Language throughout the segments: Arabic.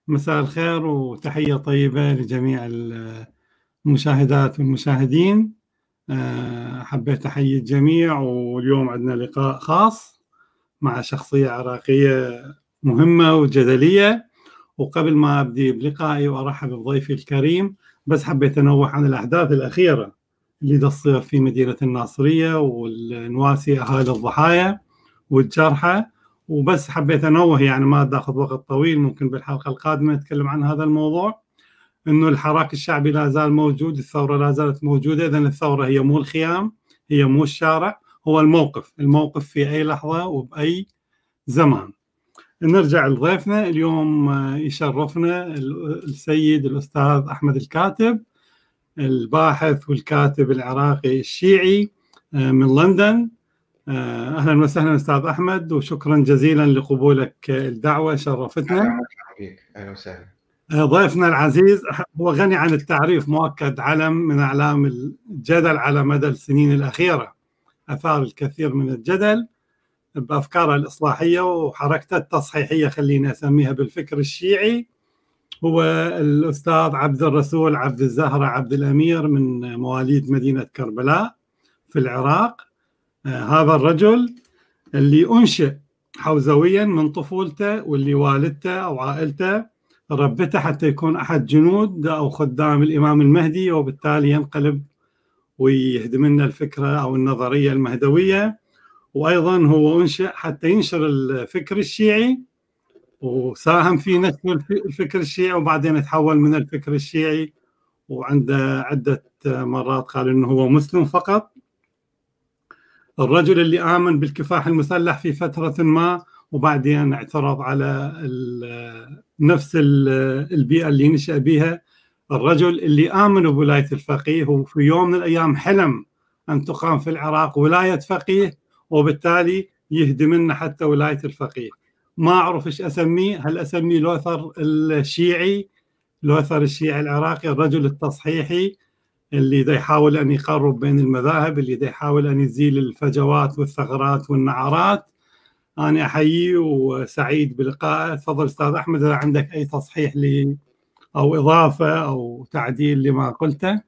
مساء الخير وتحية طيبة لجميع المشاهدات والمشاهدين. حبيت أحيي الجميع، واليوم عندنا لقاء خاص مع شخصية عراقية مهمة وجدلية. وقبل ما أبدي بلقائي وأرحب بضيفي الكريم، بس حبيت أنوه عن الأحداث الأخيرة اللي تصير في مدينة الناصرية والنواسي أهالي الضحايا والجرحى. وبس حبيت أنوه، يعني ما تأخذ وقت طويل، ممكن بالحلقة القادمة نتكلم عن هذا الموضوع، إنه الحراك الشعبي لا زال موجود، الثورة لا زالت موجودة. إذن الثورة هي مو الخيام، هي مو الشارع، هو الموقف في أي لحظة وبأي زمان. نرجع لضيفنا اليوم. يشرفنا السيد الأستاذ أحمد الكاتب، الباحث والكاتب العراقي الشيعي من لندن. أهلا وسهلا أستاذ أحمد، وشكرا جزيلا لقبولك الدعوة، شرفتنا. أهلا وسهلا. ضيفنا العزيز هو غني عن التعريف، مؤكد علم من أعلام الجدل على مدى السنين الأخيرة، أثار الكثير من الجدل بأفكاره الإصلاحية وحركته التصحيحية، خلينا أسميها، بالفكر الشيعي. هو الأستاذ عبد الرسول عبد الزهرة عبد الأمير، من مواليد مدينة كربلاء في العراق. هذا الرجل اللي أنشئ حوزويا من طفولته، واللي والدته أو عائلته ربته حتى يكون أحد جنود أو خدام الإمام المهدي، وبالتالي ينقلب ويهدم لنا الفكرة أو النظرية المهدوية. وأيضا هو أنشئ حتى ينشر الفكر الشيعي، وساهم في نشر الفكر الشيعي، وبعدين تحول من الفكر الشيعي، وعنده عدة مرات قال إنه هو مسلم فقط. الرجل اللي آمن بالكفاح المسلح في فترة ما، وبعدين اعترض على نفس البيئة اللي نشأ بها. الرجل اللي آمن بولاية الفقيه، وفي يوم من الأيام حلم أن تقام في العراق ولاية فقيه، وبالتالي يهدم لنا حتى ولاية الفقيه. ما أعرف إيش أسميه، هل أسميه لوثر الشيعي، لوثر الشيعي العراقي، الرجل التصحيحي اللي دا يحاول أن يقرب بين المذاهب، اللي دا يحاول أن يزيل الفجوات والثغرات والنعرات. أنا أحييه وسعيد بلقائه. تفضل أستاذ أحمد، إذا عندك أي تصحيح لي أو إضافة أو تعديل لما قلته.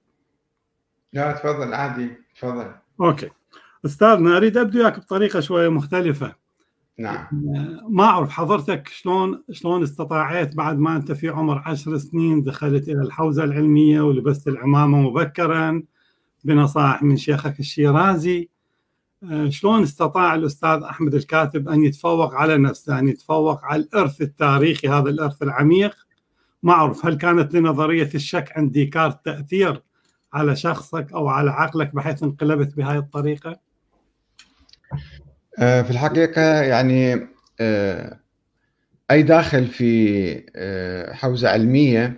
لا تفضل عادي، تفضل. أوكي أستاذنا، أريد أبدأ وياك بطريقة شوية مختلفة. نعم. ما أعرف حضرتك شلون استطاعت بعد ما أنت في عمر 10 سنين دخلت إلى الحوزة العلمية ولبست العمامة مبكرا بنصائح من شيخك الشيرازي، شلون استطاع الأستاذ أحمد الكاتب أن يتفوق على نفسه، أن يتفوق على الإرث التاريخي، هذا الإرث العميق؟ ما أعرف هل كانت لنظرية الشك عند ديكارت تأثير على شخصك أو على عقلك بحيث انقلبت بهذه الطريقة؟ في الحقيقة يعني أي داخل في حوزة علمية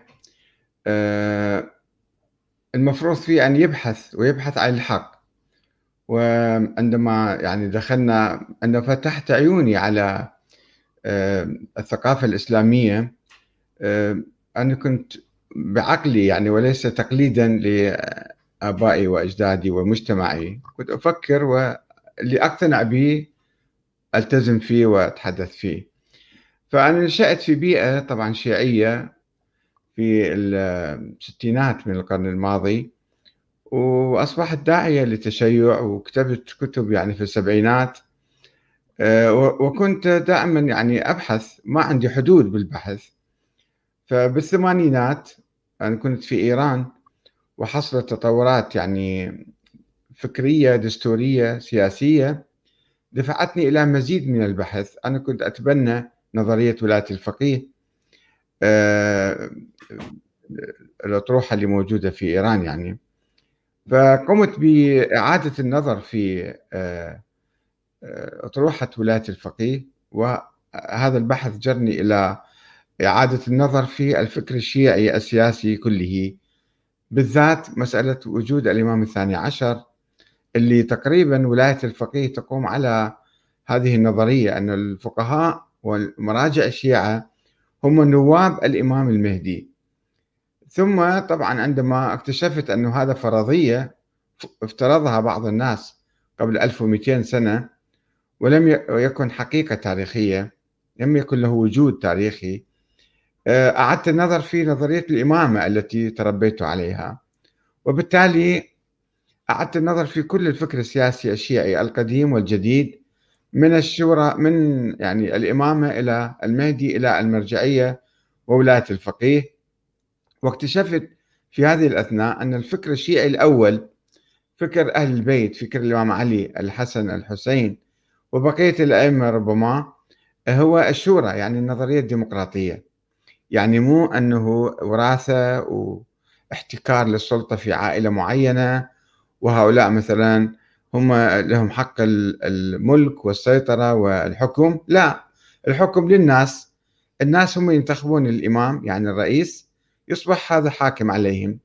المفروض فيه أن يبحث عن الحق. وعندما يعني دخلنا، عندما فتحت عيوني على الثقافة الإسلامية، أنا كنت بعقلي يعني وليس تقليدا لآبائي وأجدادي ومجتمعي، كنت أفكر واللي أقتنع به ألتزم فيه وأتحدث فيه. فأنا نشأت في بيئة طبعا شيعية في الستينات من القرن الماضي، وأصبحت داعية للتشيع، وكتبت كتب يعني في السبعينات. وكنت دائما يعني أبحث، ما عندي حدود بالبحث. فبالثمانينات أنا كنت في إيران، وحصلت تطورات يعني فكرية دستورية سياسية دفعتني إلى مزيد من البحث. أنا كنت أتبنى نظرية ولاية الفقيه، الأطروحة اللي موجودة في إيران يعني. فقمت بإعادة النظر في أطروحة ولاية الفقيه، وهذا البحث جرني إلى إعادة النظر في الفكر الشيعي السياسي كله، بالذات مسألة وجود الإمام الثاني عشر، اللي تقريبا ولاية الفقيه تقوم على هذه النظرية، أن الفقهاء والمراجع الشيعة هم نواب الإمام المهدي. ثم طبعا عندما اكتشفت أن هذا فرضية افترضها بعض الناس قبل 1200 سنة، ولم يكن حقيقة تاريخية، لم يكن له وجود تاريخي، أعدت النظر في نظرية الإمامة التي تربيت عليها، وبالتالي أعدت النظر في كل الفكر السياسي الشيعي القديم والجديد، من الشورى، من يعني الإمامة إلى المهدي إلى المرجعية وولاية الفقيه. واكتشفت في هذه الأثناء أن الفكر الشيعي الأول، فكر أهل البيت، فكر الإمام علي، الحسن، الحسين، وبقية الأئمة ربما، هو الشورى، يعني النظرية الديمقراطية. يعني مو أنه وراثة واحتكار للسلطة في عائلة معينة، وهؤلاء مثلا هم لهم حق الملك والسيطرة والحكم. لا، الحكم للناس، الناس هم ينتخبون الإمام يعني الرئيس، يصبح هذا حاكم عليهم.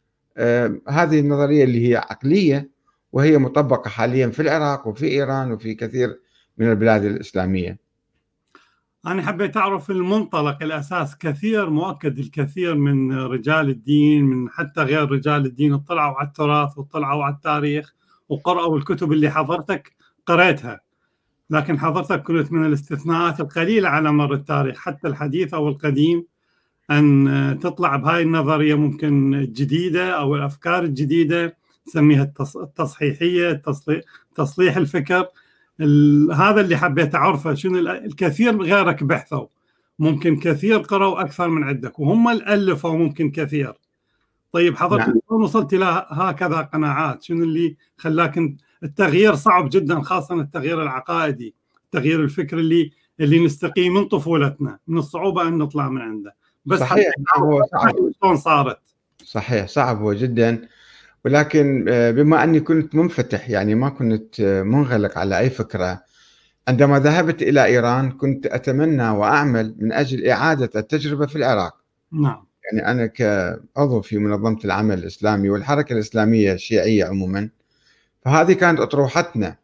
هذه النظرية اللي هي عقلية، وهي مطبقة حاليا في العراق وفي إيران وفي كثير من البلاد الإسلامية. أنا حبيت أعرف المنطلق الأساس. كثير مؤكد الكثير من رجال الدين، من حتى غير رجال الدين، اطلعوا على التراث واطلعوا على التاريخ وقرأوا الكتب اللي حضرتك قرأتها، لكن حضرتك كنت من الاستثناءات القليلة على مر التاريخ حتى الحديث أو القديم أن تطلع بهاي النظرية ممكن الجديدة أو الأفكار الجديدة، نسميها التصحيحية، تصليح الفكر. هذا اللي حبيت أعرفه، شنو الكثير غيرك بحثوا، ممكن كثير قرأوا أكثر من عندك وهم الألفوا ممكن كثير. طيب حضرتك شلون وصلت إلى هكذا قناعات؟ شنو اللي خلاك التغيير صعب جدا، خاصة التغيير العقائدي، التغيير الفكري اللي نستقي من طفولتنا، من الصعوبة أن نطلع من عنده. بس صحيح، هو صعب. شلون صارت؟ صحيح، صعب هو جدا، ولكن بما أني كنت منفتح، يعني ما كنت منغلق على أي فكرة، عندما ذهبت إلى إيران كنت أتمنى وأعمل من أجل إعادة التجربة في العراق. نعم. يعني أنا كعضو في منظمة العمل الإسلامي والحركة الإسلامية الشيعية عموما، فهذه كانت أطروحتنا.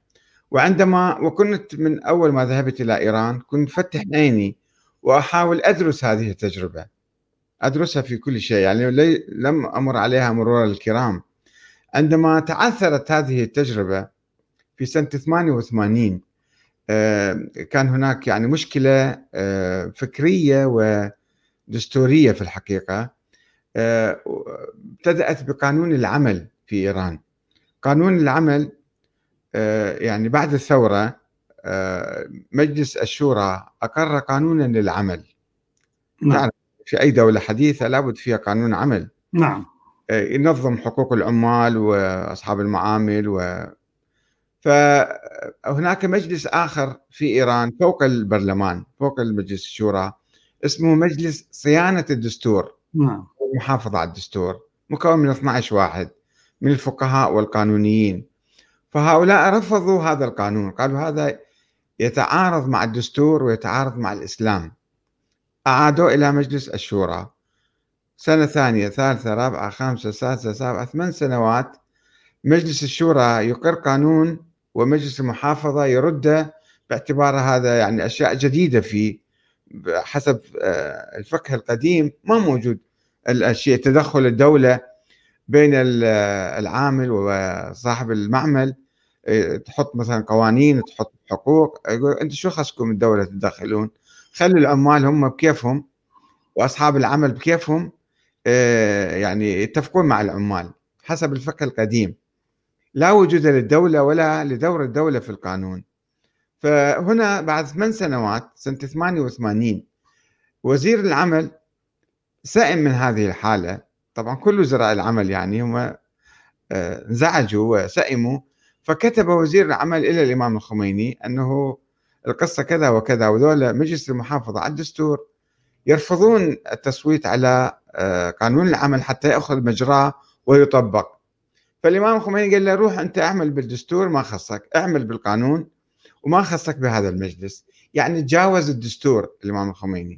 وكنت من أول ما ذهبت إلى إيران كنت فتح عيني وأحاول أدرس هذه التجربة، أدرسها في كل شيء، يعني لم أمر عليها مرور الكرام. عندما تعثرت هذه التجربة في سنة 88، كان هناك يعني مشكلة فكرية ودستورية في الحقيقة. ابتدأت بقانون العمل في إيران. قانون العمل يعني بعد الثورة مجلس الشورى أقر قانونا للعمل. نعم. تعرف في أي دولة حديثة لابد فيها قانون عمل. نعم. ينظم حقوق العمال وأصحاب المعامل فهناك مجلس آخر في إيران فوق البرلمان، فوق المجلس الشورى، اسمه مجلس صيانة الدستور. نعم. والمحافظة على الدستور، مكون من 12 واحد من الفقهاء والقانونيين. فهؤلاء رفضوا هذا القانون، قالوا هذا يتعارض مع الدستور ويتعارض مع الإسلام. أعادوا إلى مجلس الشورى سنة ثانية، ثالثة، رابعة، خامسة، سادسة، سابعة، 8 سنوات. مجلس الشورى يقر قانون ومجلس المحافظة يرده باعتبار هذا يعني أشياء جديدة فيه حسب الفقه القديم، ما موجود الشيء تدخل الدولة بين العامل وصاحب المعمل، تحط مثلا قوانين، تحط حقوق. يقول أنت شو خصكم الدولة تدخلون؟ خلي العمال هم بكيفهم وأصحاب العمل بكيفهم، يعني يتفقون مع العمال حسب الفقه القديم، لا وجود للدولة ولا لدور الدولة في القانون. فهنا بعد 8 سنوات سنة 88 وزير العمل سئم من هذه الحالة. طبعا كل وزراء العمل يعني هم انزعجوا وسئموا، فكتب وزير العمل إلى الإمام الخميني أنه القصة كذا وكذا، وذولا مجلس المحافظة على الدستور يرفضون التصويت على قانون العمل حتى يأخذ مجراه ويطبق. فالإمام الخميني قال له روح أنت اعمل بالدستور، ما خصك، اعمل بالقانون وما خصك بهذا المجلس. يعني تجاوز الدستور الإمام الخميني.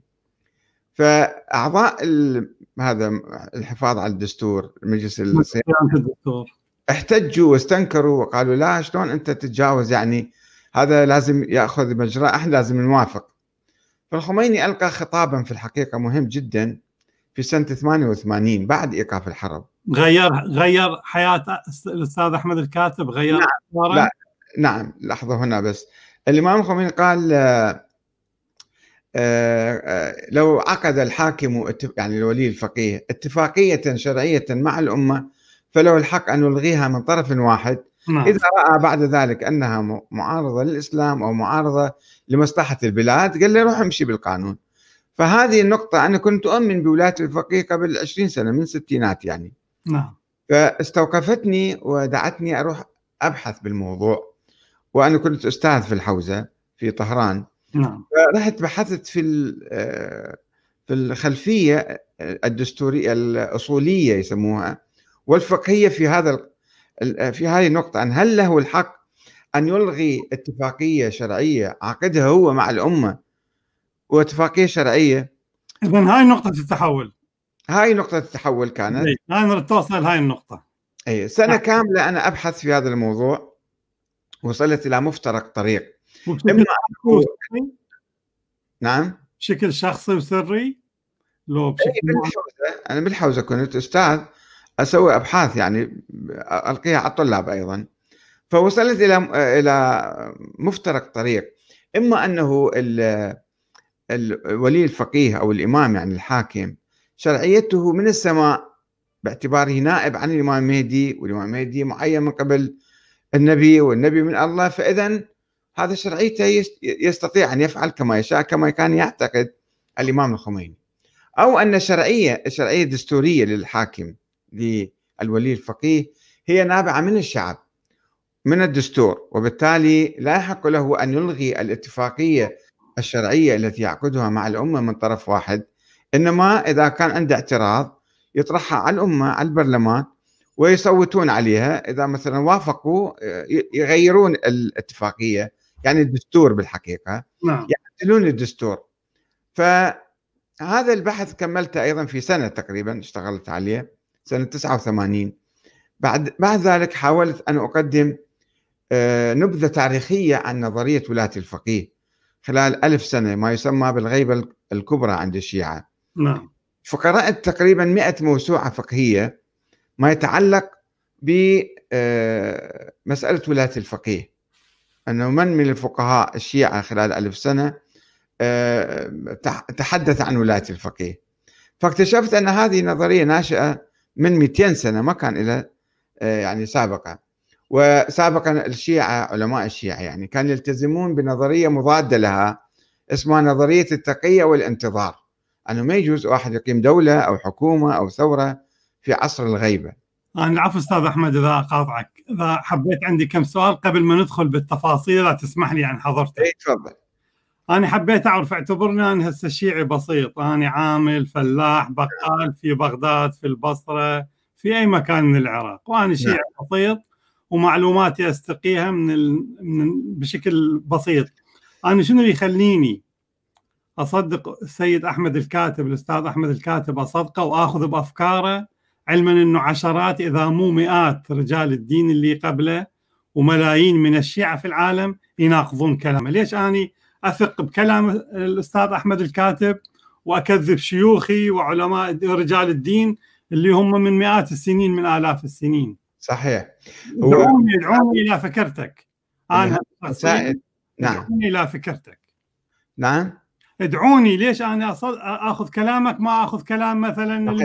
فأعضاء هذا الحفاظ على الدستور، مجلس الدستور، احتجوا واستنكروا وقالوا لا، شلون أنت تتجاوز؟ يعني هذا لازم يأخذ مجراه، احنا لازم نوافق. فالخميني ألقى خطابا في الحقيقة مهم جدا في سنة 88 بعد إيقاف الحرب. غير حياة الأستاذ أحمد الكاتب، غير. نعم. لا، نعم، لحظة هنا بس. الإمام الخميني قال لو عقد الحاكم يعني الولي الفقيه اتفاقية شرعية مع الأمة فله الحق أن يلغيها من طرف واحد نعم إذا رأى بعد ذلك أنها معارضة للإسلام أو معارضة لمصلحة البلاد قال له روح امشي بالقانون. فهذه النقطة أنا كنت أؤمن بولاية الفقيه قبل 20 سنة من الستينات يعني. نعم فاستوقفتني ودعتني أروح أبحث بالموضوع، وأنا كنت أستاذ في الحوزة في طهران. نعم فرحت بحثت في الخلفية الدستورية الأصولية يسموها والفقهية في هذه النقطة، أن هل له الحق أن يلغي اتفاقية شرعية عقدها هو مع الأمة واتفاقية شرعية. إذن هاي نقطة التحول. هاي نقطة التحول كانت. هاي نريد توصل هاي النقطة. أي سنة كاملة أنا أبحث في هذا الموضوع، وصلت إلى مفترق طريق. إما نعم بشكل شخصي وسري لو بشكل بالحوزة. أنا بالحوزة كنت أستاذ أسوي أبحاث يعني ألقيها على الطلاب أيضا. فوصلت إلى مفترق طريق، إما أنه الولي الفقيه أو الإمام يعني الحاكم شرعيته من السماء باعتباره نائب عن الإمام المهدي، والإمام المهدي معين من قبل النبي والنبي من الله، فإذا هذا شرعيته يستطيع أن يفعل كما يشاء كما كان يعتقد الإمام الخميني. أو أن الشرعية الدستورية للحاكم للولي الفقيه هي نابعة من الشعب من الدستور، وبالتالي لا يحق له أن يلغي الاتفاقية الشرعية التي يعقدها مع الأمة من طرف واحد، إنما إذا كان عنده اعتراض يطرحها على الأمة على البرلمان ويصوتون عليها، إذا مثلا وافقوا يغيرون الاتفاقية يعني الدستور بالحقيقة. نعم. يعدلون الدستور. فهذا البحث كملته أيضا في سنة تقريبا اشتغلت عليه سنة 89. بعد ذلك حاولت أن أقدم نبذة تاريخية عن نظرية ولاية الفقيه خلال 1000 سنة، ما يسمى بالغيبة الكبرى عند الشيعة. نعم. فقرأت تقريبا 100 موسوعة فقهية ما يتعلق بمسألة ولاية الفقيه، أنه من الفقهاء الشيعة خلال 1000 سنة تحدث عن ولاية الفقيه. فاكتشفت أن هذه نظرية ناشئة من 200 سنة، ما كان إلى يعني سابقة. وسابقا الشيعة علماء الشيعة يعني كانوا يلتزمون بنظرية مضادة لها اسمها نظرية التقية والانتظار، أنه ما يجوز واحد يقيم دولة أو حكومة أو ثورة في عصر الغيبة. أنا العفو أستاذ أحمد إذا قاطعك، إذا حبيت عندي كم سؤال قبل ما ندخل بالتفاصيل لا تسمح لي عن حضرتك. تفضل. أنا حبيت أعرف، اعتبرني أنا هسه شيعي بسيط، أنا عامل فلاح بقال في بغداد في البصرة في أي مكان من العراق، وأنا شيعي بسيط ومعلوماتي أستقيها بشكل بسيط. أنا شنو اللي يخليني أصدق السيد أحمد الكاتب الأستاذ أحمد الكاتب، أصدقه وأخذ بأفكاره، علما أنه عشرات إذا مو مئات رجال الدين اللي قبله وملايين من الشيعة في العالم يناقضون كلامه؟ ليش أنا أثق بكلام الأستاذ أحمد الكاتب وأكذب شيوخي وعلماء رجال الدين اللي هم من مئات السنين من آلاف السنين؟ صحيح. ادعوني إلى فكرتك. أنا ادعوني إلى فكرتك. نعم. ادعوني. ليش أنا أخذ كلامك ما أخذ كلام مثلا؟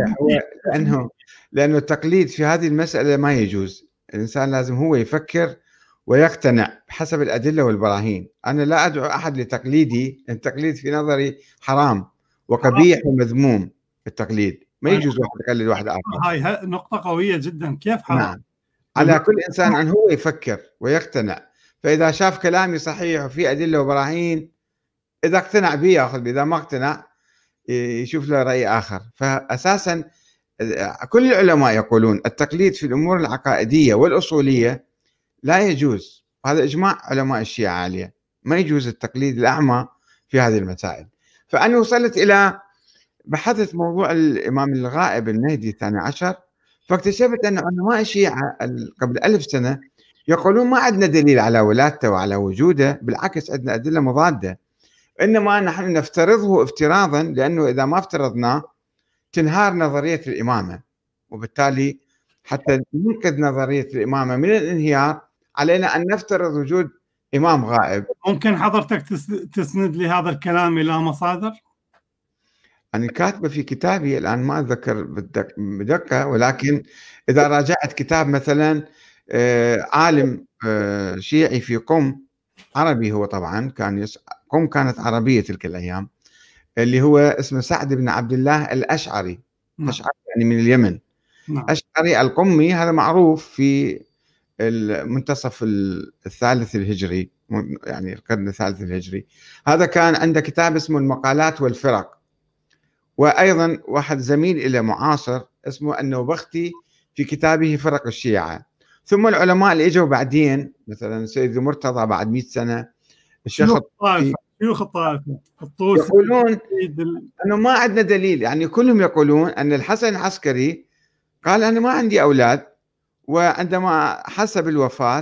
لأنه التقليد في هذه المسألة ما يجوز. الإنسان لازم هو يفكر ويقتنع بحسب الأدلة والبراهين. أنا لا أدعو أحد لتقليدي، التقليد في نظري حرام وقبيح ومذموم. التقليد ما يجوز واحد يقلد واحد آخر. هاي نقطة قوية جدا. كيف حرام؟ نعم. على كل إنسان أن هو يفكر ويقتنع، فإذا شاف كلامي صحيح وفي أدلة وبراهين إذا اقتنع به يأخذ به، إذا ما اقتنع يشوف له رأي آخر. فأساسا كل العلماء يقولون التقليد في الأمور العقائدية والأصولية لا يجوز، هذا إجماع علماء الشيعة عليه، ما يجوز التقليد الأعمى في هذه المسائل. فأنا وصلت إلى بحثت موضوع الإمام الغائب المهدي الثاني عشر، فاكتشفت أن علماء الشيعة قبل 1000 سنة يقولون ما عندنا دليل على ولادته وعلى وجوده، بالعكس عندنا أدلة مضادة، إنما نحن نفترضه افتراضا، لأنه إذا ما افترضناه تنهار نظرية الإمامة، وبالتالي حتى ننقذ نظرية الإمامة من الانهيار علينا أن نفترض وجود إمام غائب. ممكن حضرتك تسند لي هذا الكلام إلى مصادر؟ أنا كاتبه في كتابي الآن، ما أتذكر بدقة، ولكن إذا راجعت كتاب مثلا عالم شيعي في قم، عربي هو طبعا، قم كانت عربية تلك الأيام، اللي هو اسمه سعد بن عبد الله الأشعري. نعم. أشعري يعني من اليمن. نعم. أشعري القمي هذا معروف في المنتصف الثالث الهجري، يعني القرن الثالث الهجري. هذا كان عنده كتاب اسمه المقالات والفرق، وأيضا واحد زميل إلى معاصر اسمه النوبختي في كتابه فرق الشيعة. ثم العلماء اللي اجوا بعدين مثلا سيد مرتضى بعد 100 سنة، الشيخ الطوسي، شيوخ الطائفة الطوسي، يقولون أنه ما عندنا دليل. يعني كلهم يقولون أن الحسن العسكري قال أنا ما عندي أولاد، وعندما حسب الوفاة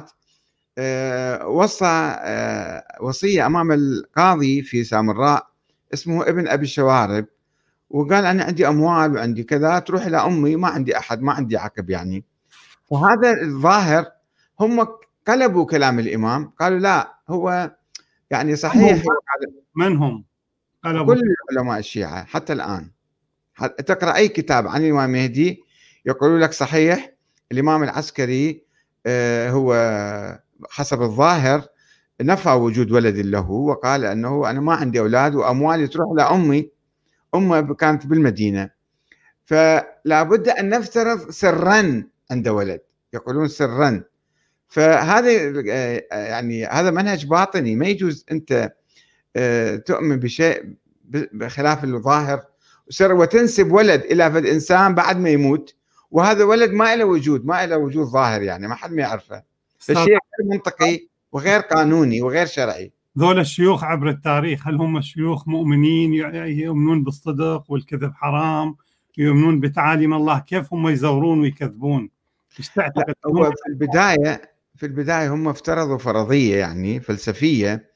وصى وصية أمام القاضي في سامراء اسمه ابن أبي الشوارب، وقال أنا عندي أموال وعندي كذا، تروح إلى أمي، ما عندي أحد، ما عندي عقب يعني. وهذا الظاهر هم قلبوا كلام الإمام، قالوا لا هو يعني صحيح. من هم قلبوا؟ كل علماء الشيعة حتى الآن، تقرأ أي كتاب عن الإمام المهدي يقولوا لك صحيح الإمام العسكري هو حسب الظاهر نفى وجود ولد له، وقال أنه أنا ما عندي أولاد وأموالي تروح لأمي، أمه كانت بالمدينة، فلا بد أن نفترض سرا عنده ولد، يقولون سرا. فهذا يعني هذا منهج باطني، ما يجوز أنت تؤمن بشيء بخلاف الظاهر سر وتنسب ولد إلى فد إنسان بعد ما يموت، وهذا ولد ما له وجود، ما له وجود ظاهر، يعني ما حد ما يعرفه. فالشيء غير منطقي وغير قانوني وغير شرعي. ذول الشيوخ عبر التاريخ هل هم شيوخ مؤمنين يؤمنون بالصدق والكذب حرام، يؤمنون بتعاليم الله؟ كيف هم يزورون ويكذبون؟ ايش تعتقد؟ هو في البداية هم افترضوا فرضية يعني فلسفية،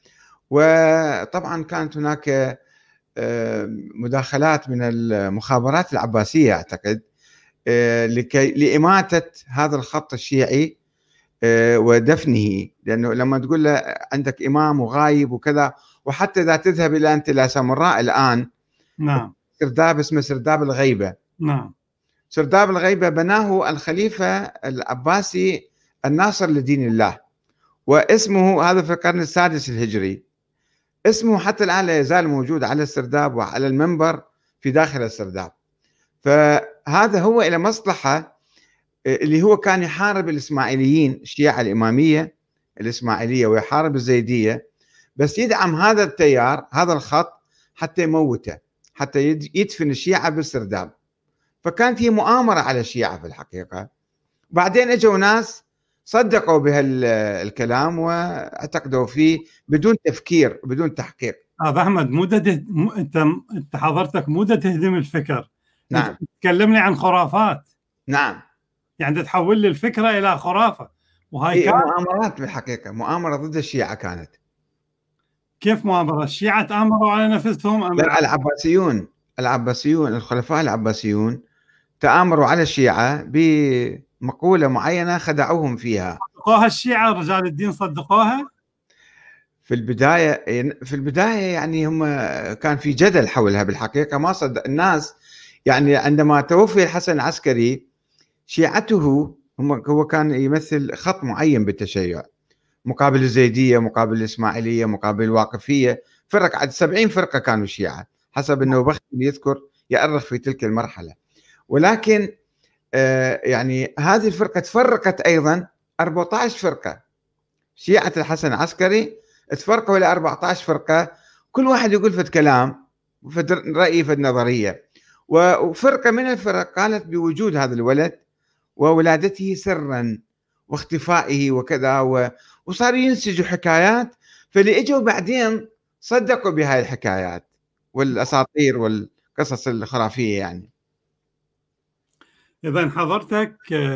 وطبعا كانت هناك مداخلات من المخابرات العباسية أعتقد لإماتة هذا الخط الشيعي ودفنه، لأنه لما تقول له عندك إمام وغايب وكذا، وحتى إذا تذهب أنت إلى سامراء الآن، نعم، سرداب اسمه سرداب الغيبة. نعم، سرداب الغيبة بناه الخليفة العباسي الناصر لدين الله، واسمه هذا في القرن السادس الهجري، اسمه حتى الآن لا يزال موجود على السرداب وعلى المنبر في داخل السرداب. فهذا هو إلى مصلحة اللي هو كان يحارب الإسماعيليين، الشيعة الإمامية الإسماعيلية، ويحارب الزيدية، بس يدعم هذا التيار هذا الخط حتى يموته، حتى يدفن الشيعة بالسرداب. فكان في مؤامرة على الشيعة في الحقيقة. بعدين اجوا ناس صدقوا بهالكلام واعتقدوا فيه بدون تفكير بدون تحقيق. أحمد أنت حضرتك مو تهدم الفكر. نعم. أنت تكلمني عن خرافات. نعم. يعني تحول لي الفكرة إلى خرافة، وهاي كانت مؤامرات بالحقيقة، مؤامرة ضد الشيعة كانت. كيف مؤامرة؟ الشيعة تآمروا على نفسهم أم لا، العباسيون الخلفاء العباسيون تآمروا على الشيعة بمقولة معينة خدعوهم فيها. صدقوها الشيعة رجال الدين؟ صدقوها في البداية يعني هم كان في جدل حولها بالحقيقة، ما صدق الناس. يعني عندما توفي الحسن العسكري شيعته هو كان يمثل خط معين بالتشيع، مقابل الزيدية، مقابل الإسماعيلية، مقابل الواقفية، فرق عد 70 فرقة كانوا شيعة حسب النوبختي يذكر يأرخ في تلك المرحلة. ولكن يعني هذه الفرقة تفرقت أيضا 14 فرقة، شيعة الحسن العسكري تفرقوا إلى 14 فرقة، كل واحد يقول فد كلام، فد رأي، فد نظرية. وفرقة من الفرق قالت بوجود هذا الولد وولادته سرا واختفائه وكذا، وصاروا ينسجوا حكايات. فاللي اجوا بعدين صدقوا بهاي الحكايات والأساطير والقصص الخرافية يعني. إذن حضرتك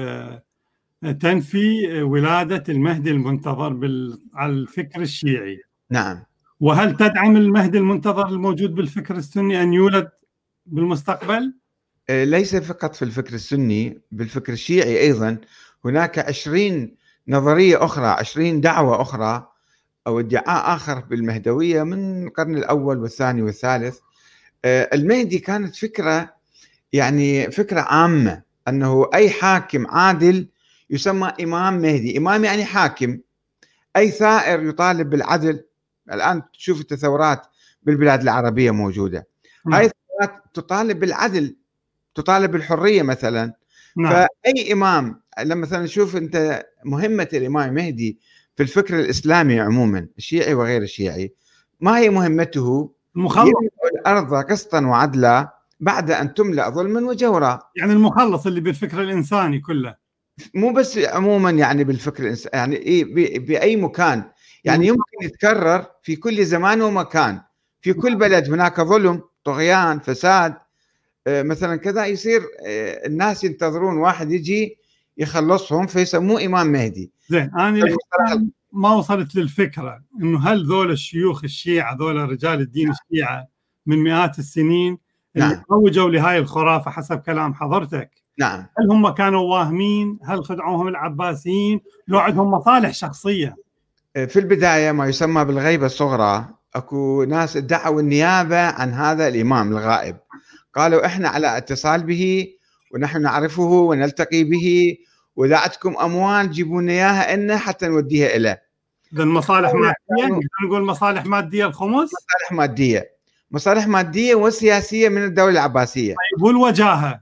تنفي ولادة المهدي المنتظر على الفكر الشيعي. نعم. وهل تدعم المهدي المنتظر الموجود بالفكر السني أن يولد بالمستقبل؟ ليس فقط في الفكر السني، بالفكر الشيعي أيضا هناك 20 نظرية أخرى، 20 دعوة أخرى أو ادعاء آخر بالمهدوية من القرن الأول والثاني والثالث. المهدي كانت فكرة، يعني فكرة عامة، أنه أي حاكم عادل يسمى إمام مهدي. إمام يعني حاكم. أي ثائر يطالب بالعدل، الآن تشوف التثورات بالبلاد العربية موجودة، هاي نعم. الثورات تطالب بالعدل، تطالب بالحرية مثلا. نعم. فأي إمام، لما مثلا نشوف أنت مهمة الإمام المهدي في الفكر الإسلامي عموما، الشيعي وغير الشيعي، ما هي مهمته؟ المخلص، يملأ الأرض قسطا وعدلا بعد أن تملأ ظلما وجورا. يعني المخلص اللي بالفكر الإنساني كله، مو بس عموما، يعني بالفكر يعني إيه، بأي مكان، يعني يمكن يتكرر في كل زمان ومكان. في كل بلد هناك ظلم، طغيان، فساد، مثلا كذا يصير، الناس ينتظرون واحد يجي يخلصهم، فيسموه إمام مهدي. زين. أنا الحين ما وصلت للفكرة إنه هل ذول الشيوخ الشيعة، ذول رجال الدين الشيعة من مئات السنين اللي نعم. روجوا لهاي الخرافة حسب كلام حضرتك، نعم. هل هم كانوا واهمين؟ هل خدعوهم العباسيين؟ لو عندهم مصالح شخصية؟ في البداية ما يسمى بالغيبة الصغرى، اكو ناس ادعوا النيابة عن هذا الإمام الغائب، قالوا احنا على اتصال به ونحن نعرفه ونلتقي به، واذا عندكم اموال جيبوا لنا اياها إلنا حتى نوديها له. إذا مصالح مادية، نقول مصالح مادية، الخمس، مصالح مادية، مصالح مادية وسياسية من الدولة العباسية. طيب والوجاهة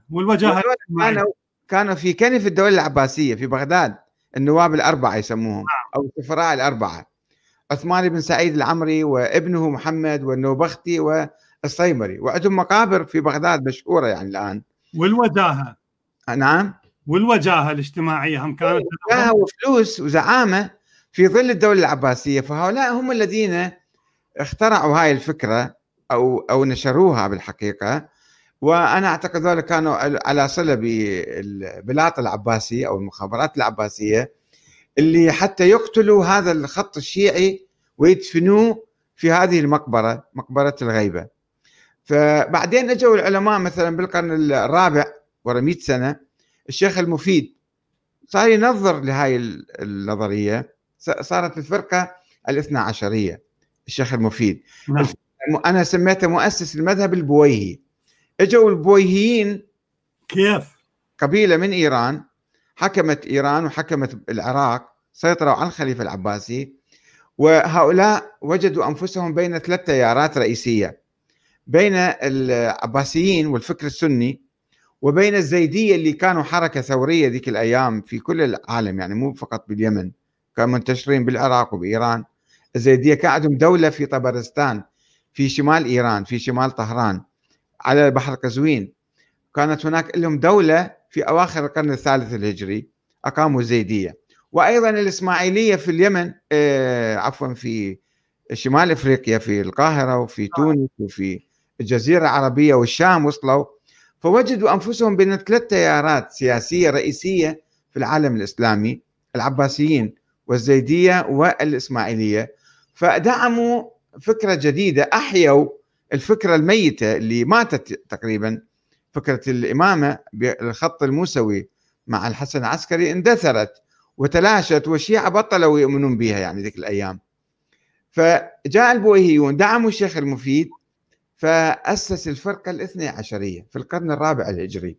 كانوا في كنف الدولة العباسية في بغداد، النواب الأربعة يسموهم، أو السفراء الأربعة، عثمان بن سعيد العمري وابنه محمد والنوبختي والصيمري، وعندهم مقابر في بغداد مشهورة يعني الآن. والوجاهة، نعم، والوجاهة الاجتماعية هم كانت وجاهة وفلوس وزعامة في ظل الدولة العباسية. فهؤلاء هم الذين اخترعوا هاي الفكرة أو نشروها بالحقيقة. وأنا أعتقد ذلك كانوا على صلة بالبلاط العباسي أو المخابرات العباسية، اللي حتى يقتلوا هذا الخط الشيعي ويدفنوه في هذه المقبرة، مقبرة الغيبة. فبعدين اجوا العلماء مثلا بالقرن الرابع ورا 100 سنة، الشيخ المفيد صار ينظر لهاي النظرية، صارت الفرقة الاثنا عشرية. الشيخ المفيد، نعم. أنا سميته مؤسس المذهب البويهي. اجوا البويهيين، كيف؟ قبيلة من إيران حكمت إيران وحكمت العراق، سيطروا على الخليفة العباسي. وهؤلاء وجدوا أنفسهم بين ثلاث تيارات رئيسية، بين العباسيين والفكر السني، وبين الزيدية اللي كانوا حركة ثورية ذيك الأيام في كل العالم، يعني مو فقط باليمن، كانوا منتشرين بالعراق وبإيران. الزيدية كان عندهم دولة في طبرستان في شمال إيران، في شمال طهران على بحر قزوين. كانت هناك لهم دولة في أواخر القرن الثالث الهجري، أقاموا الزيدية. وأيضا الإسماعيلية في اليمن، عفوا في شمال إفريقيا، في القاهرة وفي تونس وفي الجزيرة العربية والشام وصلوا. فوجدوا أنفسهم بين ثلاث تيارات سياسية رئيسية في العالم الإسلامي، العباسيين والزيدية والإسماعيلية. فدعموا فكرة جديدة، أحيوا الفكرة الميتة اللي ماتت تقريبا. فكرة الإمامة بالخط الموسوي مع الحسن العسكري اندثرت وتلاشت، والشيعة بطلوا يؤمنون بها يعني ذيك الأيام. فجاء البويهيون دعموا الشيخ المفيد، فأسس الفرقة الاثنى عشرية في القرن الرابع الهجري،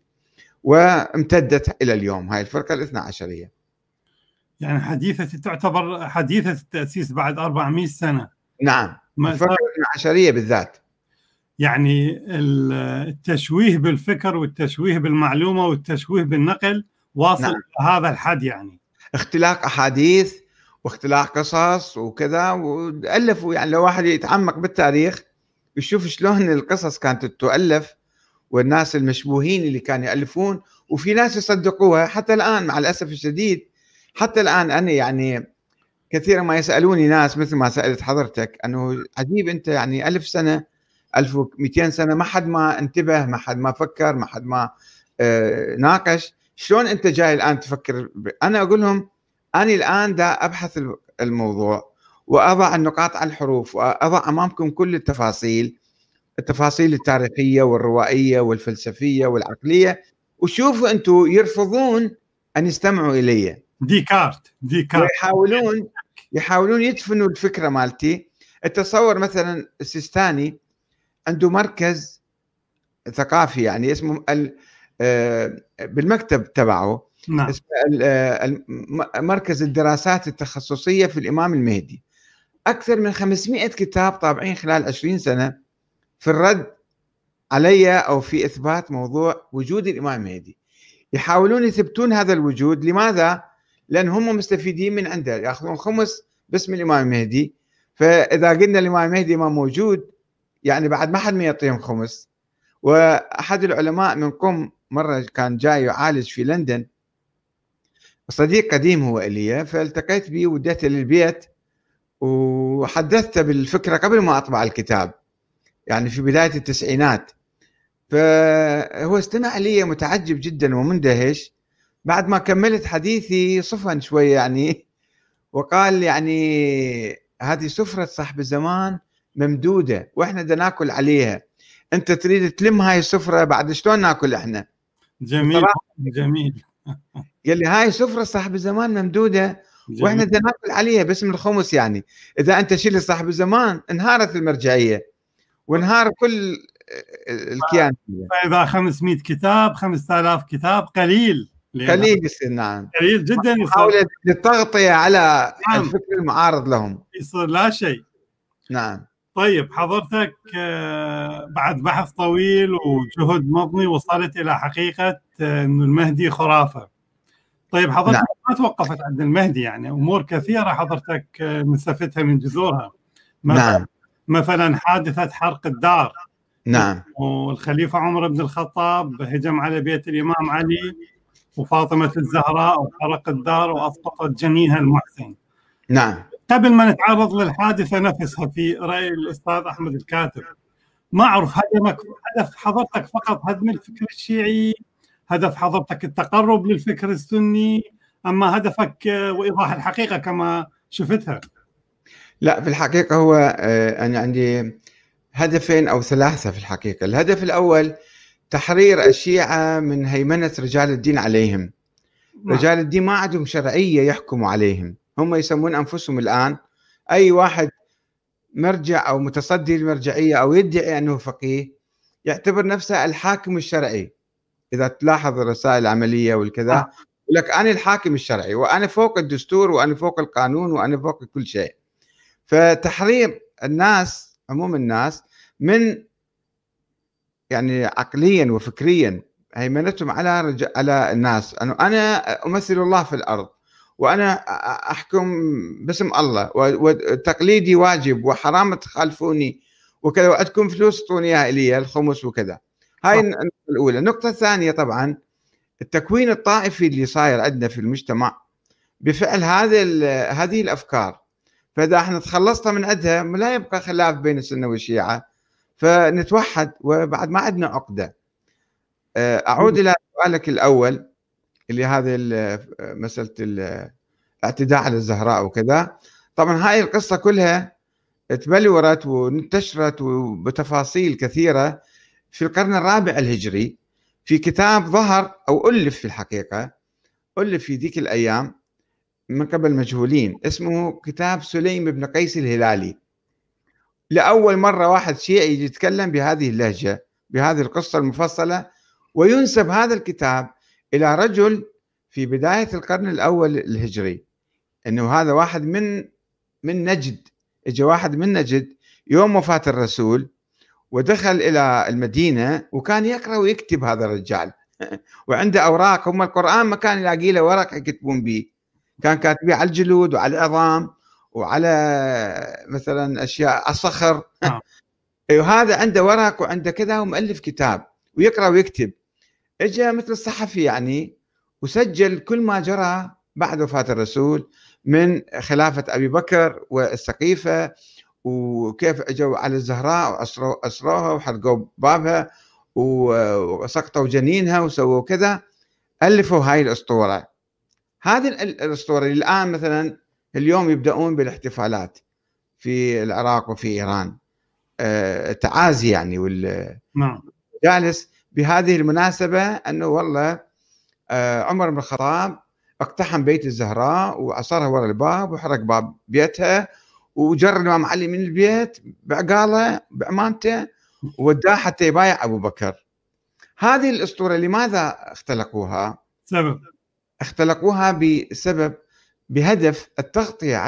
وامتدت إلى اليوم هاي الفرقة الاثنى عشرية. يعني حديثة، تعتبر حديثة التأسيس بعد 400 سنة. نعم، الفرقة الاثنى عشرية بالذات. يعني التشويه بالفكر والتشويه بالمعلومة والتشويه بالنقل واصل نعم. إلى هذا الحد، يعني اختلاق أحاديث واختلاق قصص وكذا، وألفوا. يعني لو واحد يتعمق بالتاريخ يشوف شلون القصص كانت تؤلف، والناس المشبوهين اللي كانوا يألفون، وفي ناس يصدقوها حتى الآن مع الأسف الشديد. حتى الآن أنا يعني كثيرا ما يسألوني ناس مثل ما سألت حضرتك، أنه عجيب أنت يعني 1000 سنة 1200 سنة ما حد ما انتبه، ما حد ما فكر، ما حد ما ناقش، شلون أنت جاي الآن تفكر؟ أنا أقول لهم أنا الآن دا أبحث الموضوع وأضع النقاط على الحروف، وأضع أمامكم كل التفاصيل التاريخية والروائية والفلسفية والعقلية، وشوفوا أنتم يرفضون أن يستمعوا إلي، ديكارت ويحاولون يحاولون يدفنوا الفكرة مالتي. التصور مثلا السيستاني عنده مركز ثقافي يعني اسمه بالمكتب تبعه نعم. اسمه مركز الدراسات التخصصية في الإمام المهدي. أكثر من 500 كتاب طابعين خلال 20 سنة في الرد علي أو في إثبات موضوع وجود الإمام المهدي. يحاولون يثبتون هذا الوجود. لماذا؟ لأن هم مستفيدين من عنده، يأخذون خمس باسم الإمام المهدي. فإذا قلنا الإمام المهدي ما موجود يعني بعد ما حد ما يعطيهم خمس. وأحد العلماء من قم مرة كان جاي يعالج في لندن، صديق قديم هو إلي، فالتقيت به وديته للبيت وحدثته بالفكرة قبل ما أطبع الكتاب يعني في بداية التسعينات. فهو استمع لي متعجب جدا ومندهش. بعد ما كملت حديثي صفن شوية يعني، وقال يعني هذه سفرة صاحب الزمان ممدودة وإحنا دا ناكل عليها، أنت تريد تلم هاي السفرة بعد شلون ناكل إحنا؟ جميل جميل. قال لي هاي سفرة صاحب الزمان ممدودة وإحنا دا ناكل عليها باسم الخمس. يعني إذا أنت شيل صاحب الزمان انهارت المرجعية وانهار كل الكيان. فإذا 500 كتاب 5000 كتاب قليل يصير. نعم قليل جدا. محاولة للتغطية على الفكر المعارض لهم، يصير لا شيء. نعم. طيب حضرتك بعد بحث طويل وجهد مضني وصلت إلى حقيقة أن المهدي خرافة. طيب حضرتك نعم. ما توقفت عند المهدي، يعني أمور كثيرة حضرتك نسفتها من جذورها. نعم. مثلا حادثة حرق الدار. نعم. والخليفة عمر بن الخطاب هجم على بيت الإمام علي وفاطمة الزهراء وحرق الدار وأسقطت جنينها المحسن. نعم. قبل ما نتعرض للحادثة نفسها، في رأي الأستاذ أحمد الكاتب، ما أعرف هدف حضرتك فقط هدم الفكر الشيعي، هدف حضرتك التقرب للفكر السني، أما هدفك وإيضاح الحقيقة كما شفتها؟ لا، في الحقيقة هو أنا عندي هدفين أو ثلاثة في الحقيقة. الهدف الأول تحرير الشيعة من هيمنة رجال الدين عليهم. رجال الدين ما عندهم شرعية يحكموا عليهم، هم يسمون أنفسهم الآن أي واحد مرجع أو متصدي المرجعية أو يدعي أنه فقيه يعتبر نفسه الحاكم الشرعي. إذا تلاحظ الرسائل العملية والكذا يقول لك أنا الحاكم الشرعي وأنا فوق الدستور وأنا فوق القانون وأنا فوق كل شيء. فتحرير الناس، عموم الناس، من يعني عقليا وفكريا هيمنتهم على الناس، أنه أنا أمثل الله في الأرض وأنا أحكم باسم الله وتقليدي واجب وحرام تخالفوني وكذا، وعندكم فلوس اعطوني اياها الي الخمس وكذا. هاي النقطة الأولى. النقطة الثانية طبعا التكوين الطائفي اللي صاير عندنا في المجتمع بفعل هذه الأفكار. فإذا احنا تخلصنا من عندها لا يبقى خلاف بين السنة والشيعة، فنتوحد وبعد ما عندنا عقدة. أعود إلى سؤالك الأول اللي هذه مسألة الاعتداء على الزهراء وكذا. طبعا هاي القصة كلها تبلورت وانتشرت بتفاصيل كثيرة في القرن الرابع الهجري في كتاب ظهر أو ألف، في الحقيقة ألف في ذيك الأيام من قبل مجهولين، اسمه كتاب سليم بن قيس الهلالي. لأول مرة واحد شيعي يجي يتكلم بهذه اللهجة بهذه القصة المفصلة، وينسب هذا الكتاب إلى رجل في بداية القرن الأول الهجري، أنه هذا واحد من نجد. اجى واحد من نجد يوم وفاة الرسول ودخل إلى المدينة وكان يقرأ ويكتب هذا الرجال وعنده أوراق. هم القرآن ما كان يلاقي له ورق يكتبون به، كان كاتبيه على الجلود وعلى العظام وعلى مثلا أشياء على الصخر. وهذا عنده ورق وعنده كذا ومؤلف كتاب ويقرأ ويكتب. اجى مثل الصحفي يعني وسجل كل ما جرى بعد وفاة الرسول من خلافة أبي بكر والسقيفة، وكيف اجوا على الزهراء وأسروها وحرقوا بابها وسقطوا جنينها وسووا كذا. ألفوا هاي الأسطورة. هذه الأسطورة الآن مثلا اليوم يبدأون بالاحتفالات في العراق وفي إيران، تعازي يعني جالس بهذه المناسبة أنه والله عمر بن الخطاب اقتحم بيت الزهراء وعصرها ورا الباب وحرق باب بيتها، وجر الإمام علي من البيت بعقاله بعمامته ووداه حتى يبايع أبو بكر. هذه الأسطورة لماذا اختلقوها؟ سبب. اختلقوها بهدف التغطية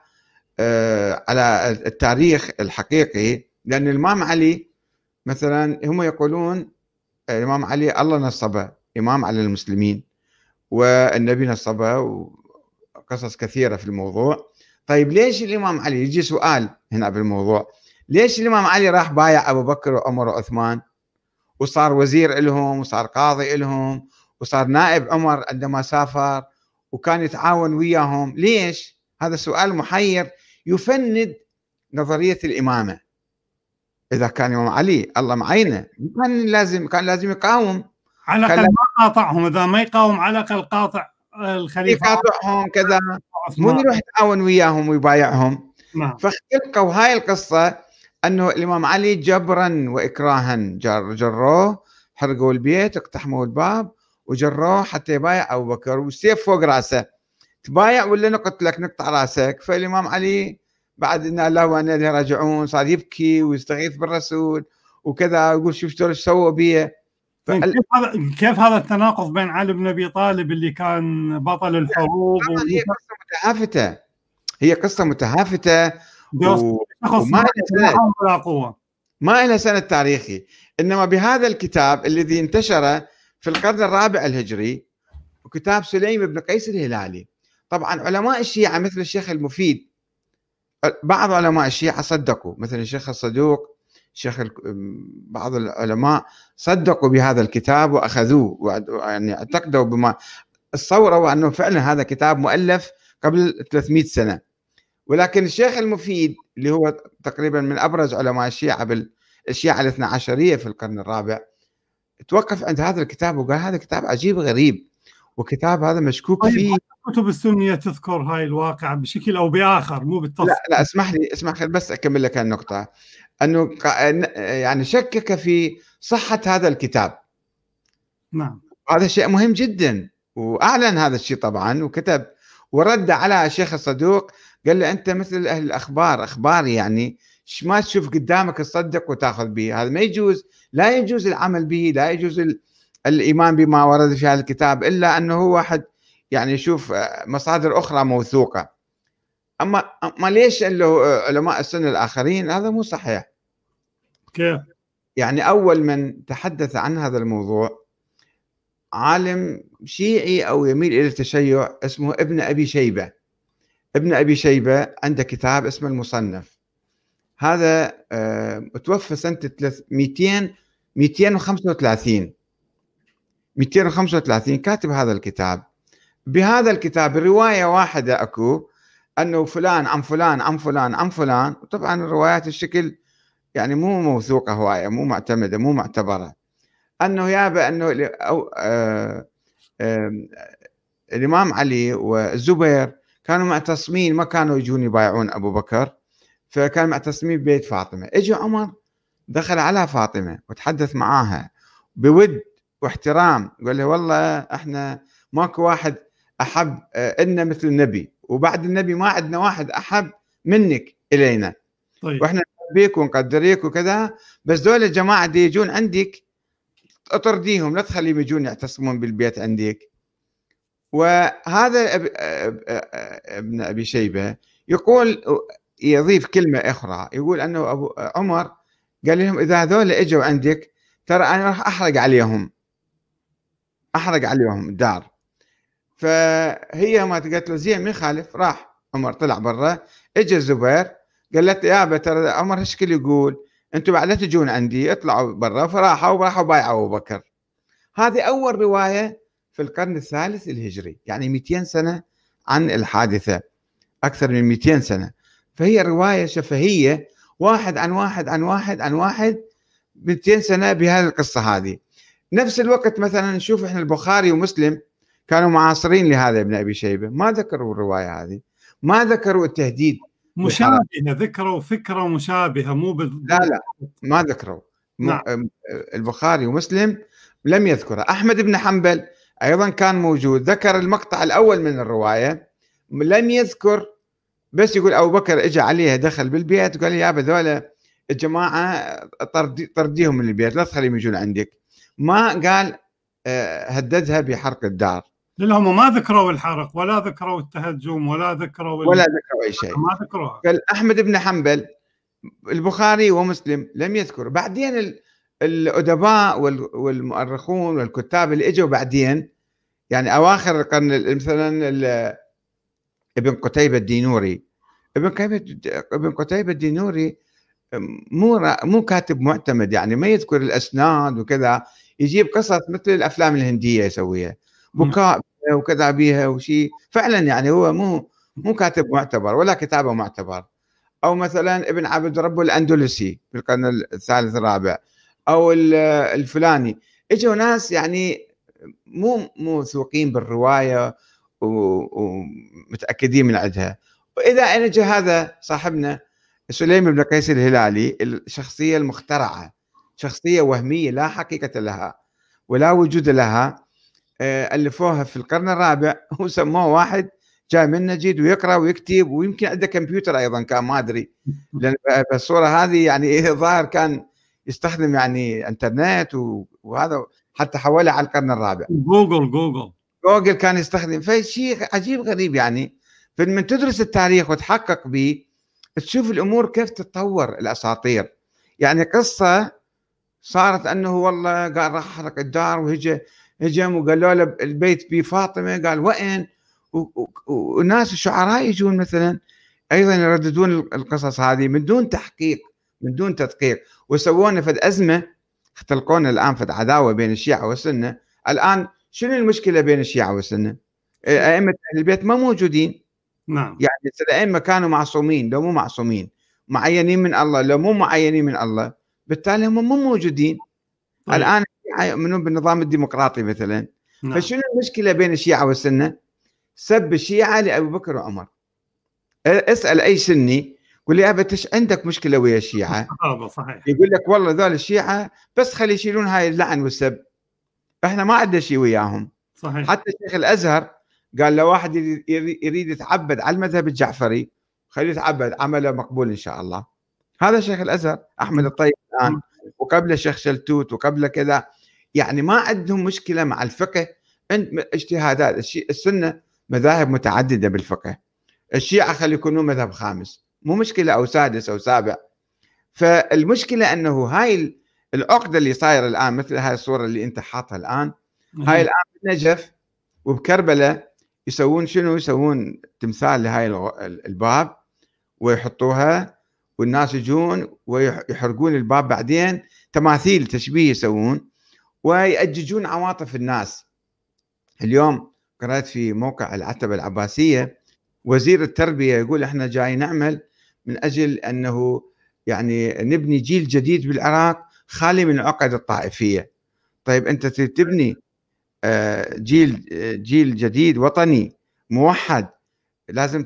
على التاريخ الحقيقي، لأن الإمام علي مثلا هم يقولون الإمام علي الله نصبه إمام على المسلمين والنبي نصبه وقصص كثيرة في الموضوع. طيب ليش الإمام علي، يجي سؤال هنا بالموضوع، ليش الإمام علي راح بايع أبو بكر وعمر وعثمان وصار وزير لهم وصار قاضي لهم وصار نائب عمر عندما سافر وكان يتعاون وياهم؟ ليش؟ هذا سؤال محير يفند نظرية الإمامة. إذا كان الإمام علي الله معينه كان لازم يقاوم، على الأقل ما قاطعهم، إذا ما يقاوم على الأقل قاطع الخليفة، يقاطعهم كذا، مو يروح يتعاون وياهم ويبايعهم. نعم. فاختلقوا هاي القصة أنه الإمام علي جبرا وإكراها جروه، حرقوا البيت، اقتحموا الباب وجروه حتى يبايع أبو بكر، والسيف فوق راسه، تبايع ولا نقتلك نقطع راسك. فالإمام علي بعد إن الله وإنا إليه راجعون صار يبكي ويستغيث بالرسول وكذا، يقول شوف شلون سووا بيه. كيف هذا التناقض بين علي بن أبي طالب اللي كان بطل الحروب هي قصة متهافتة، هي قصة متهافتة وما لها قوة، ما لها سند تاريخي. إنما بهذا الكتاب الذي انتشر في القرن الرابع الهجري، وكتاب سليم بن قيس الهلالي، طبعا علماء الشيعة مثل الشيخ المفيد، بعض علماء الشيعة صدقوا، مثل الشيخ الصدوق، بعض العلماء صدقوا بهذا الكتاب وأخذوه، يعني اعتقدوا بما تصوروا أنه فعلا هذا كتاب مؤلف قبل 300 سنة. ولكن الشيخ المفيد اللي هو تقريبا من أبرز علماء الشيعة الشيعة الاثنى عشرية في القرن الرابع، توقف عند هذا الكتاب وقال هذا كتاب عجيب غريب، وكتاب هذا مشكوك فيه. الكتب السنية تذكر هاي الواقع بشكل أو بآخر، مو بالتفصيل. لا اسمح لي بس أكمل لك النقطة، أنه يعني شكك في صحة هذا الكتاب. نعم. هذا شيء مهم جدا، وأعلن هذا الشيء طبعا وكتب ورد على الشيخ الصدوق، قال له أنت مثل أهل الأخبار، أخباري يعني ما تشوف قدامك تصدق وتأخذ به، هذا ما يجوز، لا يجوز العمل به، لا يجوز الإيمان بما ورد في هذا الكتاب إلا أنه هو واحد يعني يشوف مصادر أخرى موثوقة. أما ليش علماء السنة الآخرين؟ هذا مو صحيح. كيف؟ يعني أول من تحدث عن هذا الموضوع عالم شيعي أو يميل إلى التشيع اسمه ابن أبي شيبة. ابن أبي شيبة عنده كتاب اسمه المصنف، هذا توفى سنة 235 كاتب هذا الكتاب. بهذا الكتاب رواية واحدة أكو أنه فلان عن فلان عن فلان عن فلان، طبعا الروايات الشكل يعني مو موثوقة هواية، مو معتمدة، مو معتبرة، أنه يابا أنه الإمام علي والزبير كانوا معتصمين، ما كانوا يجون يبايعون أبو بكر، فكانوا معتصمين ببيت فاطمة. اجى عمر دخل على فاطمة وتحدث معاها بود واحترام، قال له والله احنا ماكو واحد أحب إلنا مثل النبي، وبعد النبي ما عندنا واحد أحب منك إلينا. طيب. وإحنا نحبك ونقدرك وكذا، بس دول الجماعة دي يجون عندك اطرديهم، لا تخليهم يجون يعتصمون بالبيت عندك. وهذا ابن أبي شيبة يقول، يضيف كلمة أخرى، يقول أنه أبو عمر قال لهم إذا هذول إجوا عندك ترى أنا راح أحرق عليهم الدار. فهي ما قالت له زين ما يخالف، راح عمر طلع برا، اجى الزبير قالت يابا ترى عمر هالشكل يقول انتم بعد لا تجون عندي، اطلعوا برا. فراحوا بايعوا ابو بكر. هذه اول روايه في القرن الثالث الهجري، يعني 200 سنه عن الحادثه، اكثر من 200 سنه. فهي روايه شفهيه، واحد عن واحد عن واحد عن واحد 200 سنه بهذه القصه هذه. نفس الوقت مثلا نشوف احنا البخاري ومسلم كانوا معاصرين لهذا ابن أبي شيبة، ما ذكروا الرواية هذه، ما ذكروا التهديد، مشابهة، ذكروا فكرة مشابهة، مو لا ما ذكروا. نعم. البخاري ومسلم لم يذكرها. أحمد بن حنبل أيضا كان موجود، ذكر المقطع الأول من الرواية، لم يذكر، بس يقول أبو بكر إجا عليها دخل بالبيت وقال يا بذولا الجماعة طرديهم من البيت لا تخليهم يجون عندك. ما قال هددها بحرق الدار. لهم ما ذكروا الحرق ولا ذكروا التهجم ولا ذكروا أي شيء، ما ذكروها. قال أحمد بن حنبل، البخاري ومسلم لم يذكر. بعدين الأدباء والمؤرخون والكتاب اللي اجوا بعدين، يعني أواخر القرن، مثلا ابن قتيبة الدينوري. ابن قتيبة الدينوري مو كاتب معتمد، يعني ما يذكر الأسناد وكذا، يجيب قصص مثل الأفلام الهندية يسويها، بكاء وكذا بيها وشيء فعلا، يعني هو مو كاتب معتبر ولا كتابه معتبر. أو مثلا ابن عبد رب الأندلسي في القرن الثالث الرابع، أو الفلاني، اجوا ناس يعني مو موثوقين بالرواية ومتأكدين من عندها. وإذا أن جاء هذا صاحبنا سليم بن قيس الهلالي، الشخصية المخترعة، شخصية وهمية لا حقيقة لها ولا وجود لها، ألفوها في القرن الرابع وسموه واحد جاي من نجد ويقرأ ويكتب، ويمكن عنده كمبيوتر أيضا كان، ما أدري، لأن بالصورة هذه يعني ظاهر كان يستخدم يعني انترنت وهذا، حتى حولها على القرن الرابع. جوجل كان يستخدم، فشيء عجيب غريب يعني. فمن تدرس التاريخ وتحقق به تشوف الأمور كيف تتطور، الأساطير. يعني قصة صارت أنه والله قال راح حرق الدار هجم وقالوا له البيت بفاطمة، قال وين، والناس الشعراء يجون مثلا أيضا يرددون القصص هذه من دون تحقيق، من دون تدقيق، وسوونا فد أزمة، اختلقونا الآن فد عداوة بين الشيعة والسنة. الآن شنو المشكلة بين الشيعة والسنة؟ أئمة أهل البيت ما موجودين. نعم. يعني الأئمة كانوا معصومين لو مو معصومين، معينين من الله لو مو معينين من الله، بالتالي هم مو موجودين. طيب. الآن يؤمنون بالنظام الديمقراطي مثلا. نعم. فشنو المشكلة بين الشيعة والسنة؟ سب الشيعة لأبو بكر وعمر. اسأل أي سني قل لي أبا عندك مشكلة ويا الشيعة؟ صحيح. يقول لك والله ذول الشيعة بس خلي يشيلون هاي اللعن والسب، احنا ما عندنا شيء وياهم. صحيح. حتى شيخ الأزهر قال لو واحد يريد يتعبد على المذهب الجعفري خليه يتعبد، عمله مقبول إن شاء الله. هذا شيخ الأزهر أحمد الطيب الآن، وقبله الشيخ شلتوت وقبله كذا. يعني ما عندهم مشكلة مع الفقه، اجتهادات. السنة مذاهب متعددة بالفقه، الشيعة خلي يكونوا مذهب خامس، مو مشكلة، أو سادس أو سابع. فالمشكلة أنه هاي العقدة اللي صايرة الآن، مثل هاي الصورة اللي أنت حاطها الآن، هاي الآن بالنجف وبكربلة يسوون شنو؟ يسوون تمثال لهاي الباب ويحطوها، والناس يجون ويحرقون الباب، بعدين تماثيل تشبيه يسوون ويأججون عواطف الناس. اليوم قرأت في موقع العتبة العباسية وزير التربية يقول احنا جاي نعمل من أجل أنه يعني نبني جيل جديد بالعراق خالي من العقد الطائفية. طيب أنت تبني جيل جديد وطني موحد، لازم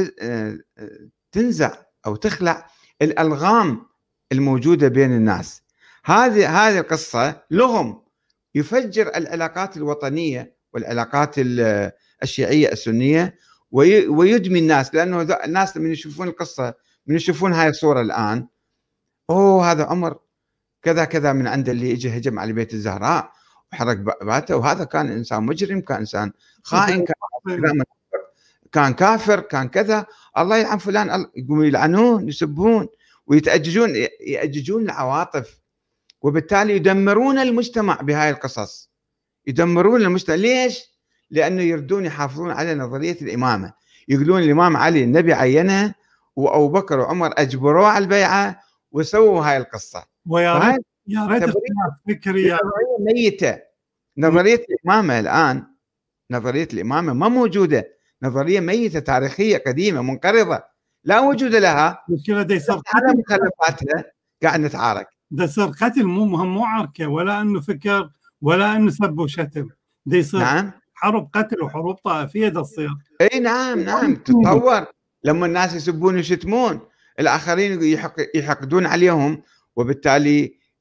تنزع أو تخلع الألغام الموجودة بين الناس. هذه القصة لهم يفجر العلاقات الوطنية والعلاقات الشيعية السنية، ويدمي الناس، لأنه الناس من يشوفون القصة، من يشوفون هاي الصورة الآن، هذا عمر كذا كذا من عنده اللي يجي هجم على بيت الزهراء وحرق باته، وهذا كان إنسان مجرم، كان إنسان خائن، كان كافر، كان كذا، الله يلعن فلان، يقوموا يلعنون يسبون يأججون العواطف، وبالتالي يدمرون المجتمع بهاي القصص، يدمرون المجتمع. ليش؟ لأنه يردون يحافظون على نظرية الإمامة، يقولون الإمام علي النبي عينه وأبو بكر وعمر أجبروه على البيعة وسووا هاي القصة. ويا ريت فكري نظرية ميتة. نظرية الإمامة الآن، نظرية الإمامة ما موجودة، نظرية ميتة تاريخية قديمة منقرضة لا وجود لها. مشكلة دي صار على مخلفاتها قاعد نتعارك. ده صار قتل، مو عركة، ولا انه فكر، ولا انه سب وشتم، دي صار نعم حرب قتل وحروب طائفية ده تصير. اي نعم تتطور لما الناس يسبون ويشتمون الآخرين، يحقدون عليهم، وبالتالي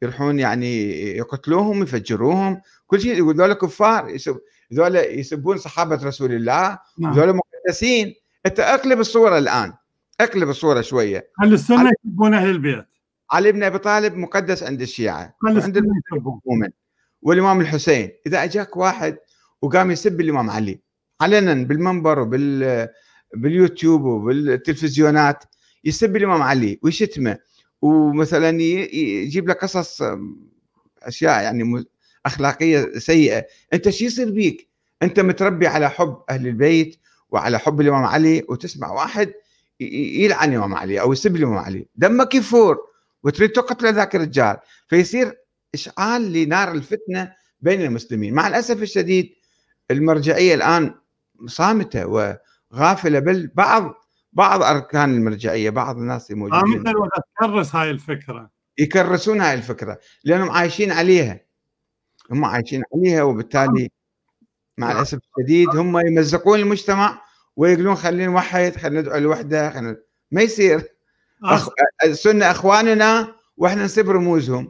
يروحون يعني يقتلوهم يفجروهم كل شيء، يقول ذولا كفار، ذولا يسبون صحابة رسول الله وذولا مقدسين. انت اقلب الصورة الآن، اقلب الصورة شوية. هل السنة يسبون أهل البيت؟ علي بن أبي طالب مقدس عند الشيعة وعند المؤمن، والإمام الحسين. إذا أجاك واحد وقام يسب الإمام علي علنا بالمنبر باليوتيوب وبالتلفزيونات، يسب الإمام علي ويشتمه، ومثلا يجيب لك قصص أشياء يعني أخلاقية سيئة، أنت شو يصير بيك؟ أنت متربي على حب أهل البيت وعلى حب الإمام علي، وتسمع واحد يلعن الإمام علي أو يسب الإمام علي، دمك يفور وتريد تقتل ذاك الرجال، فيصير إشعال لنار الفتنة بين المسلمين. مع الأسف الشديد المرجعية الآن صامتة وغافلة، بل بعض أركان المرجعية، بعض الناس الموجودين تكرس هاي الفكرة، يكرسون هاي الفكرة لأنهم عايشين عليها، هم عايشين عليها، وبالتالي مع الأسف الشديد هم يمزقون المجتمع ويقولون خلينا نوحد، خلينا ندعو الوحدة، ما يصير. السنة أخواننا وإحنا نسب رموزهم.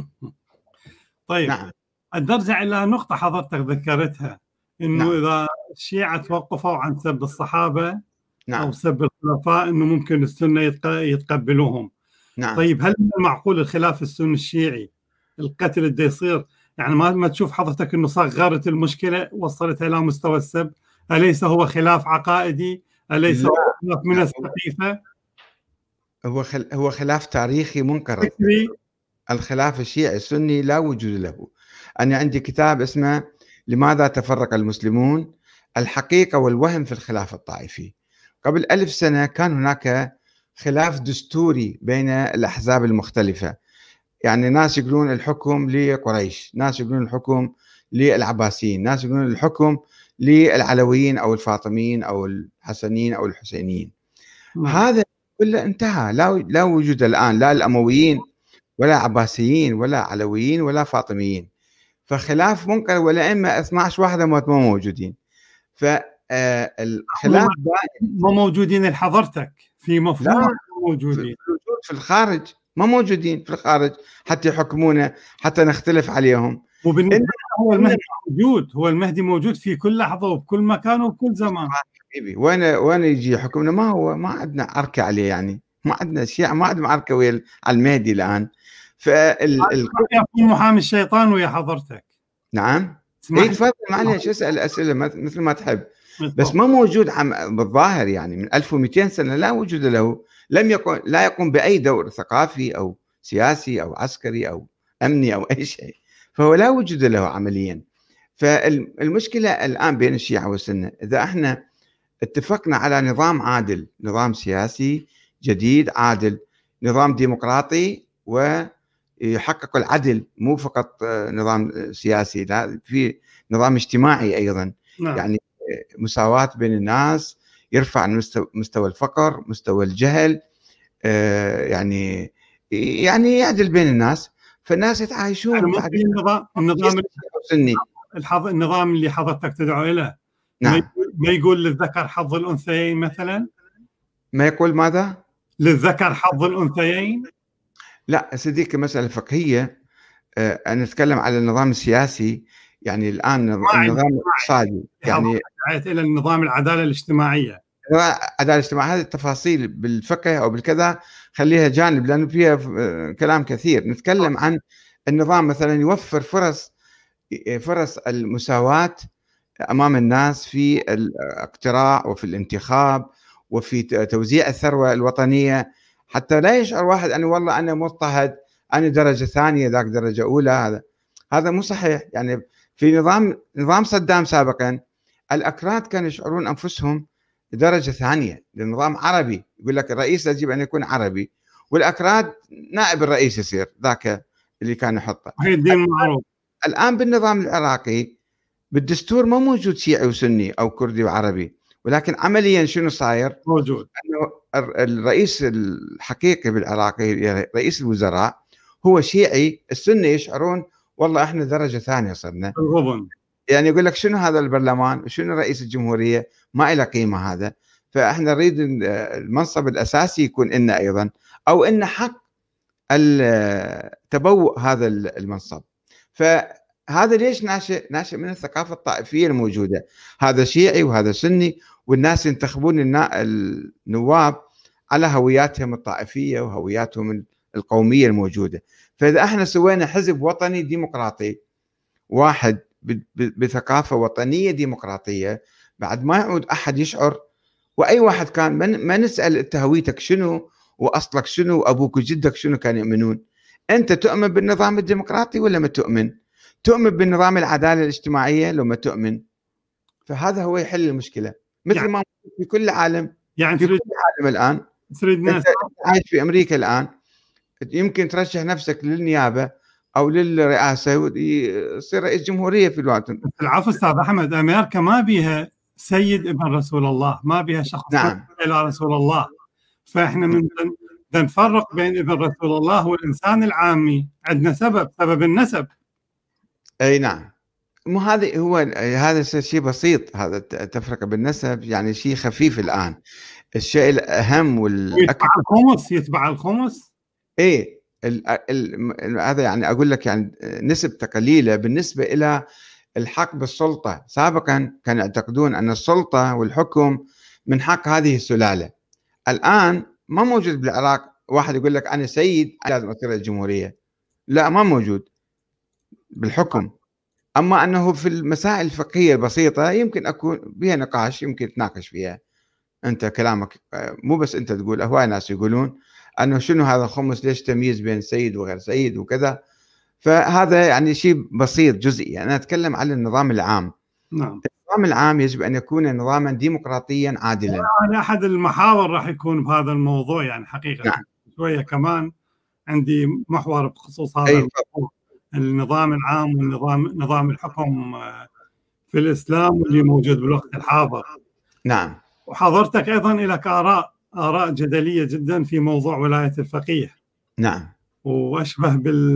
طيب نعم. نرجع إلى نقطة حضرتك ذكرتها، إنه نعم. إذا الشيعة توقفوا عن سب الصحابة نعم. أو سب الخلفاء إنه ممكن السنة يتقبلوهم. نعم. طيب هل من المعقول الخلاف السني الشيعي القتل اللي يصير يعني ما تشوف حضرتك إنه صغرت المشكلة وصلتها إلى مستوى السب؟ أليس هو خلاف عقائدي؟ أليس هو خلاف من الثقيفة؟ هو خلاف تاريخي منقرض. الخلاف الشيعي السني لا وجود له. أنا عندي كتاب اسمه لماذا تفرق المسلمون؟ الحقيقة والوهم في الخلاف الطائفي. قبل 1000 سنة كان هناك خلاف دستوري بين الأحزاب المختلفة، يعني ناس يقولون الحكم لقريش، ناس يقولون الحكم للعباسيين، ناس يقولون الحكم للعلويين أو الفاطميين أو الحسنيين أو الحسينيين. هذا كله انتهى، لا وجود الآن، لا الأمويين ولا عباسيين ولا علويين ولا فاطميين، فخلاف منكر، والأئمة 12 واحدة ما موجودين. فالخلاف ما موجودين لحضرتك في مفهوم موجودين في الخارج، ما موجودين في الخارج حتى يحكمونا، حتى نختلف عليهم. وبالنسبة هو المهدي موجود، هو المهدي موجود في كل لحظة وبكل مكان وبكل زمان. حبيبي وين يجي حكمنا؟ ما عندنا عركة عليه، يعني ما عندنا شيء، ما عندنا عركة ويا على المهدي الآن. يكون محامي الشيطان ويا حضرتك. نعم اي تفضل، معلش اسأل أسئلة مثل ما تحب، بس ما موجود بالظاهر، يعني من 1200 سنة لا وجود له، لا يقوم بأي دور ثقافي أو سياسي أو عسكري أو أمني أو أي شيء، فهو لا وجود له عمليا. فالمشكلة الآن بين الشيعة والسنة، إذا احنا اتفقنا على نظام عادل، نظام سياسي جديد عادل، نظام ديمقراطي ويحقق العدل، مو فقط نظام سياسي، لا، في نظام اجتماعي أيضا، نعم. يعني مساواة بين الناس، يرفع مستوى الفقر، مستوى الجهل، يعني يعدل بين الناس، فالناس يتعايشون. النظام اللي حضرتك تدعو إليه، نعم. ما يقول للذكر حظ الأنثيين مثلا؟ ما يقول ماذا؟ للذكر حظ الأنثيين؟ لا صديقي، مسألة فقهية. أنا أتكلم على النظام السياسي، يعني الآن النظام الاقتصادي، يعني إلى النظام العدالة الاجتماعية. العدالة الاجتماعية هذه التفاصيل بالفقه أو بالكذا خليها جانب، لأنه فيها كلام كثير. نتكلم عن النظام مثلا يوفر فرص المساواة أمام الناس في الاقتراع وفي الانتخاب وفي توزيع الثروة الوطنية، حتى لا يشعر واحد أنه والله أنا مضطهد، أنا درجة ثانية ذاك درجة أولى. هذا مو صحيح. يعني في نظام صدام سابقا الأكراد كانوا يشعرون أنفسهم درجة ثانية، للنظام عربي، يقول لك الرئيس يجب أن يكون عربي، والأكراد نائب الرئيس يصير ذاك اللي كان يحطه. الدين معروف. الآن بالنظام العراقي بالدستور ما موجود شيعي وسني أو كردي وعربي، ولكن عمليا شنو صاير؟ موجود أنه الرئيس الحقيقي بالعراقي رئيس الوزراء هو شيعي، السنة يشعرون والله احنا درجة ثانية صرنا. يعني يقول لك شنو هذا البرلمان وشنو رئيس الجمهورية، ما له قيمة هذا، فاحنا نريد المنصب الأساسي يكون لنا أيضا، أو إن حق تبوء هذا المنصب. فهذا ليش ناشئ من الثقافة الطائفية الموجودة، هذا شيعي وهذا سني، والناس ينتخبون النواب على هوياتهم الطائفية وهوياتهم القومية الموجودة. فإذا احنا سوينا حزب وطني ديمقراطي واحد بثقافة وطنية ديمقراطية، بعد ما يعود أحد يشعر، وأي واحد كان ما نسأل أنت هويتك شنو وأصلك شنو وأبوك وجدك شنو كانوا يؤمنون. أنت تؤمن بالنظام الديمقراطي ولا ما تؤمن؟ تؤمن بالنظام العدالة الاجتماعية لو ما تؤمن؟ فهذا هو يحل المشكلة، مثل يعني ما في كل العالم. يعني في كل العالم الآن أنت عايش في أمريكا الآن، يمكن ترشح نفسك للنيابة أو للرئاسة ويصير رئيس جمهورية في الوقت. العفو أستاذ أحمد، أمريكا ما بيها سيد ابن رسول الله، ما بيها شخص نعم. إلى رسول الله. فإحنا من نفرق بين ابن رسول الله والإنسان العامي، عندنا سبب النسب. أي نعم، مو هذا هو، هذا شيء بسيط، هذا التفرقة بالنسب يعني شيء خفيف الآن. الشيء الأهم والأكبر يتبع الخمس. إيه هذا يعني أقول لك يعني نسبة قليلة بالنسبة إلى الحق بالسلطة. سابقا كانوا يعتقدون أن السلطة والحكم من حق هذه السلالة. الآن ما موجود بالعراق واحد يقول لك أنا سيد لازم أصير الجمهورية، لا ما موجود بالحكم. أما أنه في المسائل الفقهية البسيطة يمكن أكون بها نقاش، يمكن تناقش فيها. أنت كلامك مو بس أنت تقول، هواي ناس يقولون أنه شنو هذا الخمس، ليش تمييز بين سيد وغير سيد وكذا. فهذا يعني شيء بسيط جزئي. أنا أتكلم عن النظام العام. نعم. النظام العام يجب أن يكون نظاما ديمقراطيا عادلا. أنا أحد المحاور راح يكون بهذا الموضوع يعني حقيقة. نعم. شوية كمان عندي محور بخصوص هذا الموضوع، النظام العام نظام الحكم في الإسلام واللي موجود بالوقت الحاضر. نعم. وحضرتك أيضا لك آراء جدلية جدا في موضوع ولاية الفقيه. نعم. وأشبه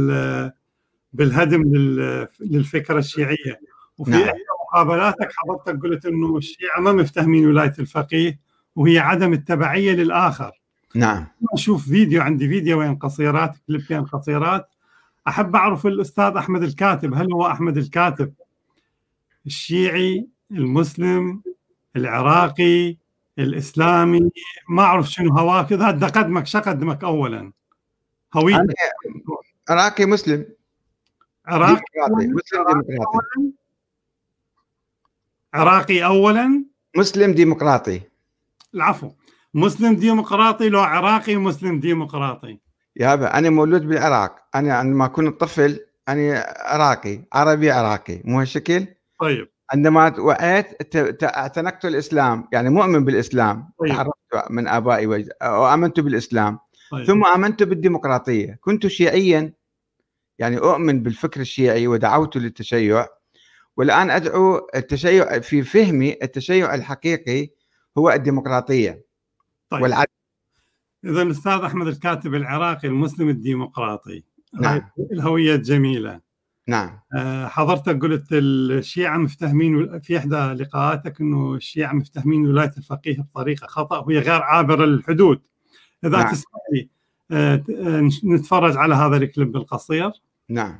بالهدم للفكرة الشيعية. وفي نعم. إحدى مقابلاتك حضرتك قلت إنه الشيعة ما مفتهمين ولاية الفقيه وهي عدم التبعية للآخر. نعم. أشوف عندي فيديوين قصيرات، كليبين قصيرات. أحب أعرف الأستاذ أحمد الكاتب، هل هو أحمد الكاتب الشيعي المسلم العراقي الإسلامي؟ ما أعرف شنو هواك، إذا قدمك شقدمك أولا هوية. عراقي مسلم. عراقي مسلم ديمقراطي. عراقي أولا، مسلم ديمقراطي. العفو، مسلم ديمقراطي لو عراقي مسلم ديمقراطي؟ يابا أنا مولود بالعراق، أنا عندما كنت طفل أنا عراقي عربي عراقي، مو هالشكل؟ طيب. عندما وعيت اعتنقت الإسلام، يعني مؤمن بالإسلام. طيب. تعرفت من آبائي وآمنت بالإسلام. طيب. ثم آمنت بالديمقراطية. كنت شيعيا، يعني أؤمن بالفكر الشيعي ودعوت للتشيع، والآن أدعو التشيع في فهمي. التشيع الحقيقي هو الديمقراطية. طيب. والعدل. إذا الأستاذ أحمد الكاتب العراقي المسلم الديمقراطي. نعم. الهوية الجميلة. نعم. حضرتك قلت الشيعة مفتهمين في إحدى لقاءاتك إنه الشيعة مفتهمين ولاية الفقيه بطريقة خطأ وهي غير عابرة للحدود. إذا نعم. تسمح لي نتفرج على هذا الكليب القصير. نعم.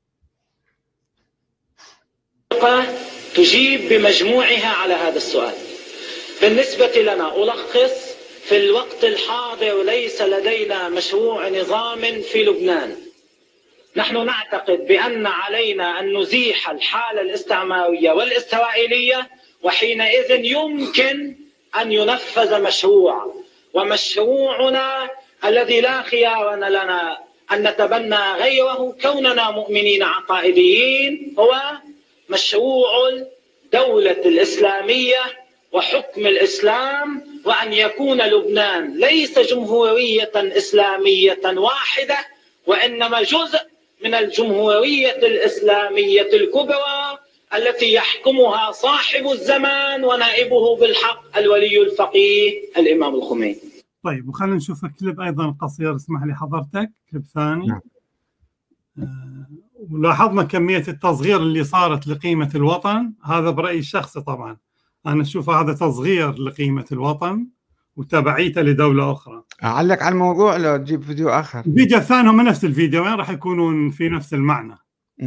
تجيب بمجموعها على هذا السؤال. بالنسبة لنا ألخص، في الوقت الحاضر ليس لدينا مشروع نظام في لبنان. نحن نعتقد بأن علينا أن نزيح الحالة الاستعمارية والإسرائيلية، وحينئذ يمكن أن ينفذ مشروع. ومشروعنا الذي لا خيار لنا أن نتبنى غيره كوننا مؤمنين عقائديين هو مشروع الدولة الإسلامية وحكم الإسلام، وأن يكون لبنان ليس جمهورية إسلامية واحدة، وإنما جزء من الجمهورية الإسلامية الكبرى التي يحكمها صاحب الزمان ونائبه بالحق الولي الفقيه الإمام الخميني. طيب، وخلينا نشوف كليب أيضا قصير، اسمح لي حضرتك، كليب ثاني. ولاحظنا كمية التصغير اللي صارت لقيمة الوطن. هذا برأيي الشخصي طبعا، أنا أشوف هذا تصغير لقيمة الوطن وتبعيته لدولة أخرى. أعلق على الموضوع لو تجيب فيديو آخر. الفيديو الثاني هم نفس الفيديو، وين راح يكونون في نفس المعنى.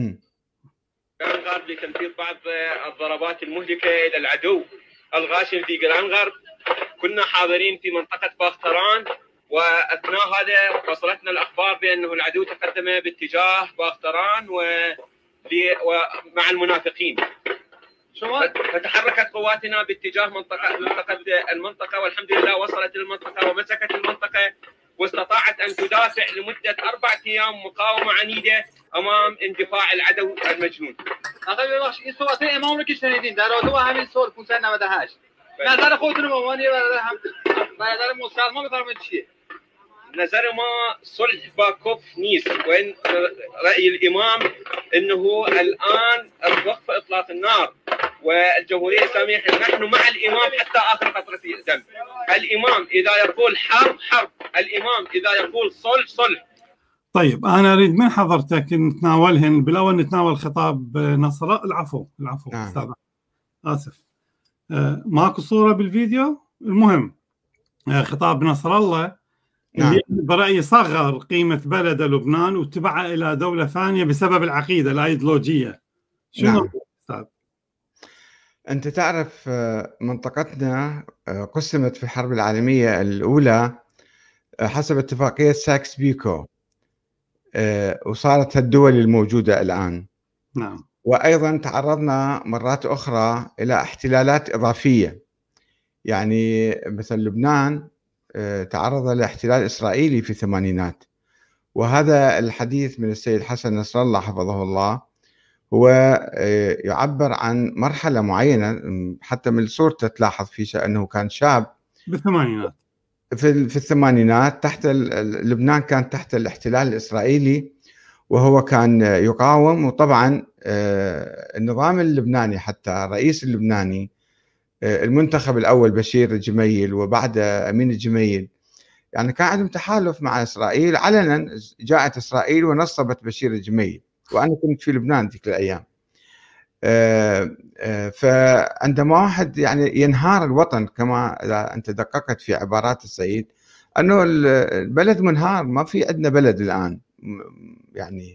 الغرب لتنفيذ بعض الضربات المهلكة إلى العدو الغاشم في جيران غرب. كنا حاضرين في منطقة باختران، وأثناء هذا وصلتنا الأخبار بأنه العدو تقدم باتجاه باختران ومع المنافقين، فتحركت قواتنا باتجاه المنطقة، والحمد لله وصلت المنطقة ومسكت المنطقة، واستطاعت أن تدافع لمدة 4 أيام مقاومة عنيدة أمام اندفاع العدو المجنون. آقای ببخشید این صحبت امام رو که شنیدین در رابطه با همین صلح 598 نظر خودتون به عنوان برادر مسلمان بفرمایید چیه؟ نظر ما صلح با کفر نیست، وإن رأي الإمام أنه الآن وقف إطلاق النار والجمهورية الإسلامية نحن مع الإمام حتى آخر قطرة دم. الإمام إذا يقول حرب حرب، الإمام إذا يقول صلح صلح. طيب أنا أريد من حضرتك نتناولهن. بالأول نتناول خطاب نصر. العفو أستاذ آسف، ماكو صورة بالفيديو. المهم خطاب نصر الله اللي برأيي صغر قيمة بلد لبنان وتبعه إلى دولة ثانية بسبب العقيدة الأيديولوجية. شنو أستاذ؟ أنت تعرف منطقتنا قسمت في الحرب العالمية الأولى حسب اتفاقية ساكس بيكو، وصارت الدول الموجودة الآن. نعم. وأيضا تعرضنا مرات أخرى إلى احتلالات إضافية، يعني مثل لبنان تعرض لاحتلال إسرائيلي في الثمانينات، وهذا الحديث من السيد حسن نصر الله حفظه الله هو يعبر عن مرحلة معينة، حتى من صورته تلاحظ فيه أنه كان شاب بالثمانينات، في الثمانينات تحت لبنان كان تحت الاحتلال الإسرائيلي، وهو كان يقاوم. وطبعا النظام اللبناني حتى الرئيس اللبناني المنتخب الأول بشير الجميل وبعد أمين الجميل، يعني كان عندهم تحالف مع إسرائيل علنا. جاءت إسرائيل ونصبت بشير الجميل، وأنا كنت في لبنان ذيك الأيام. فعندما واحد يعني ينهار الوطن، كما إذا أنت دققت في عبارات السيد أنه البلد منهار، ما في عندنا بلد الآن يعني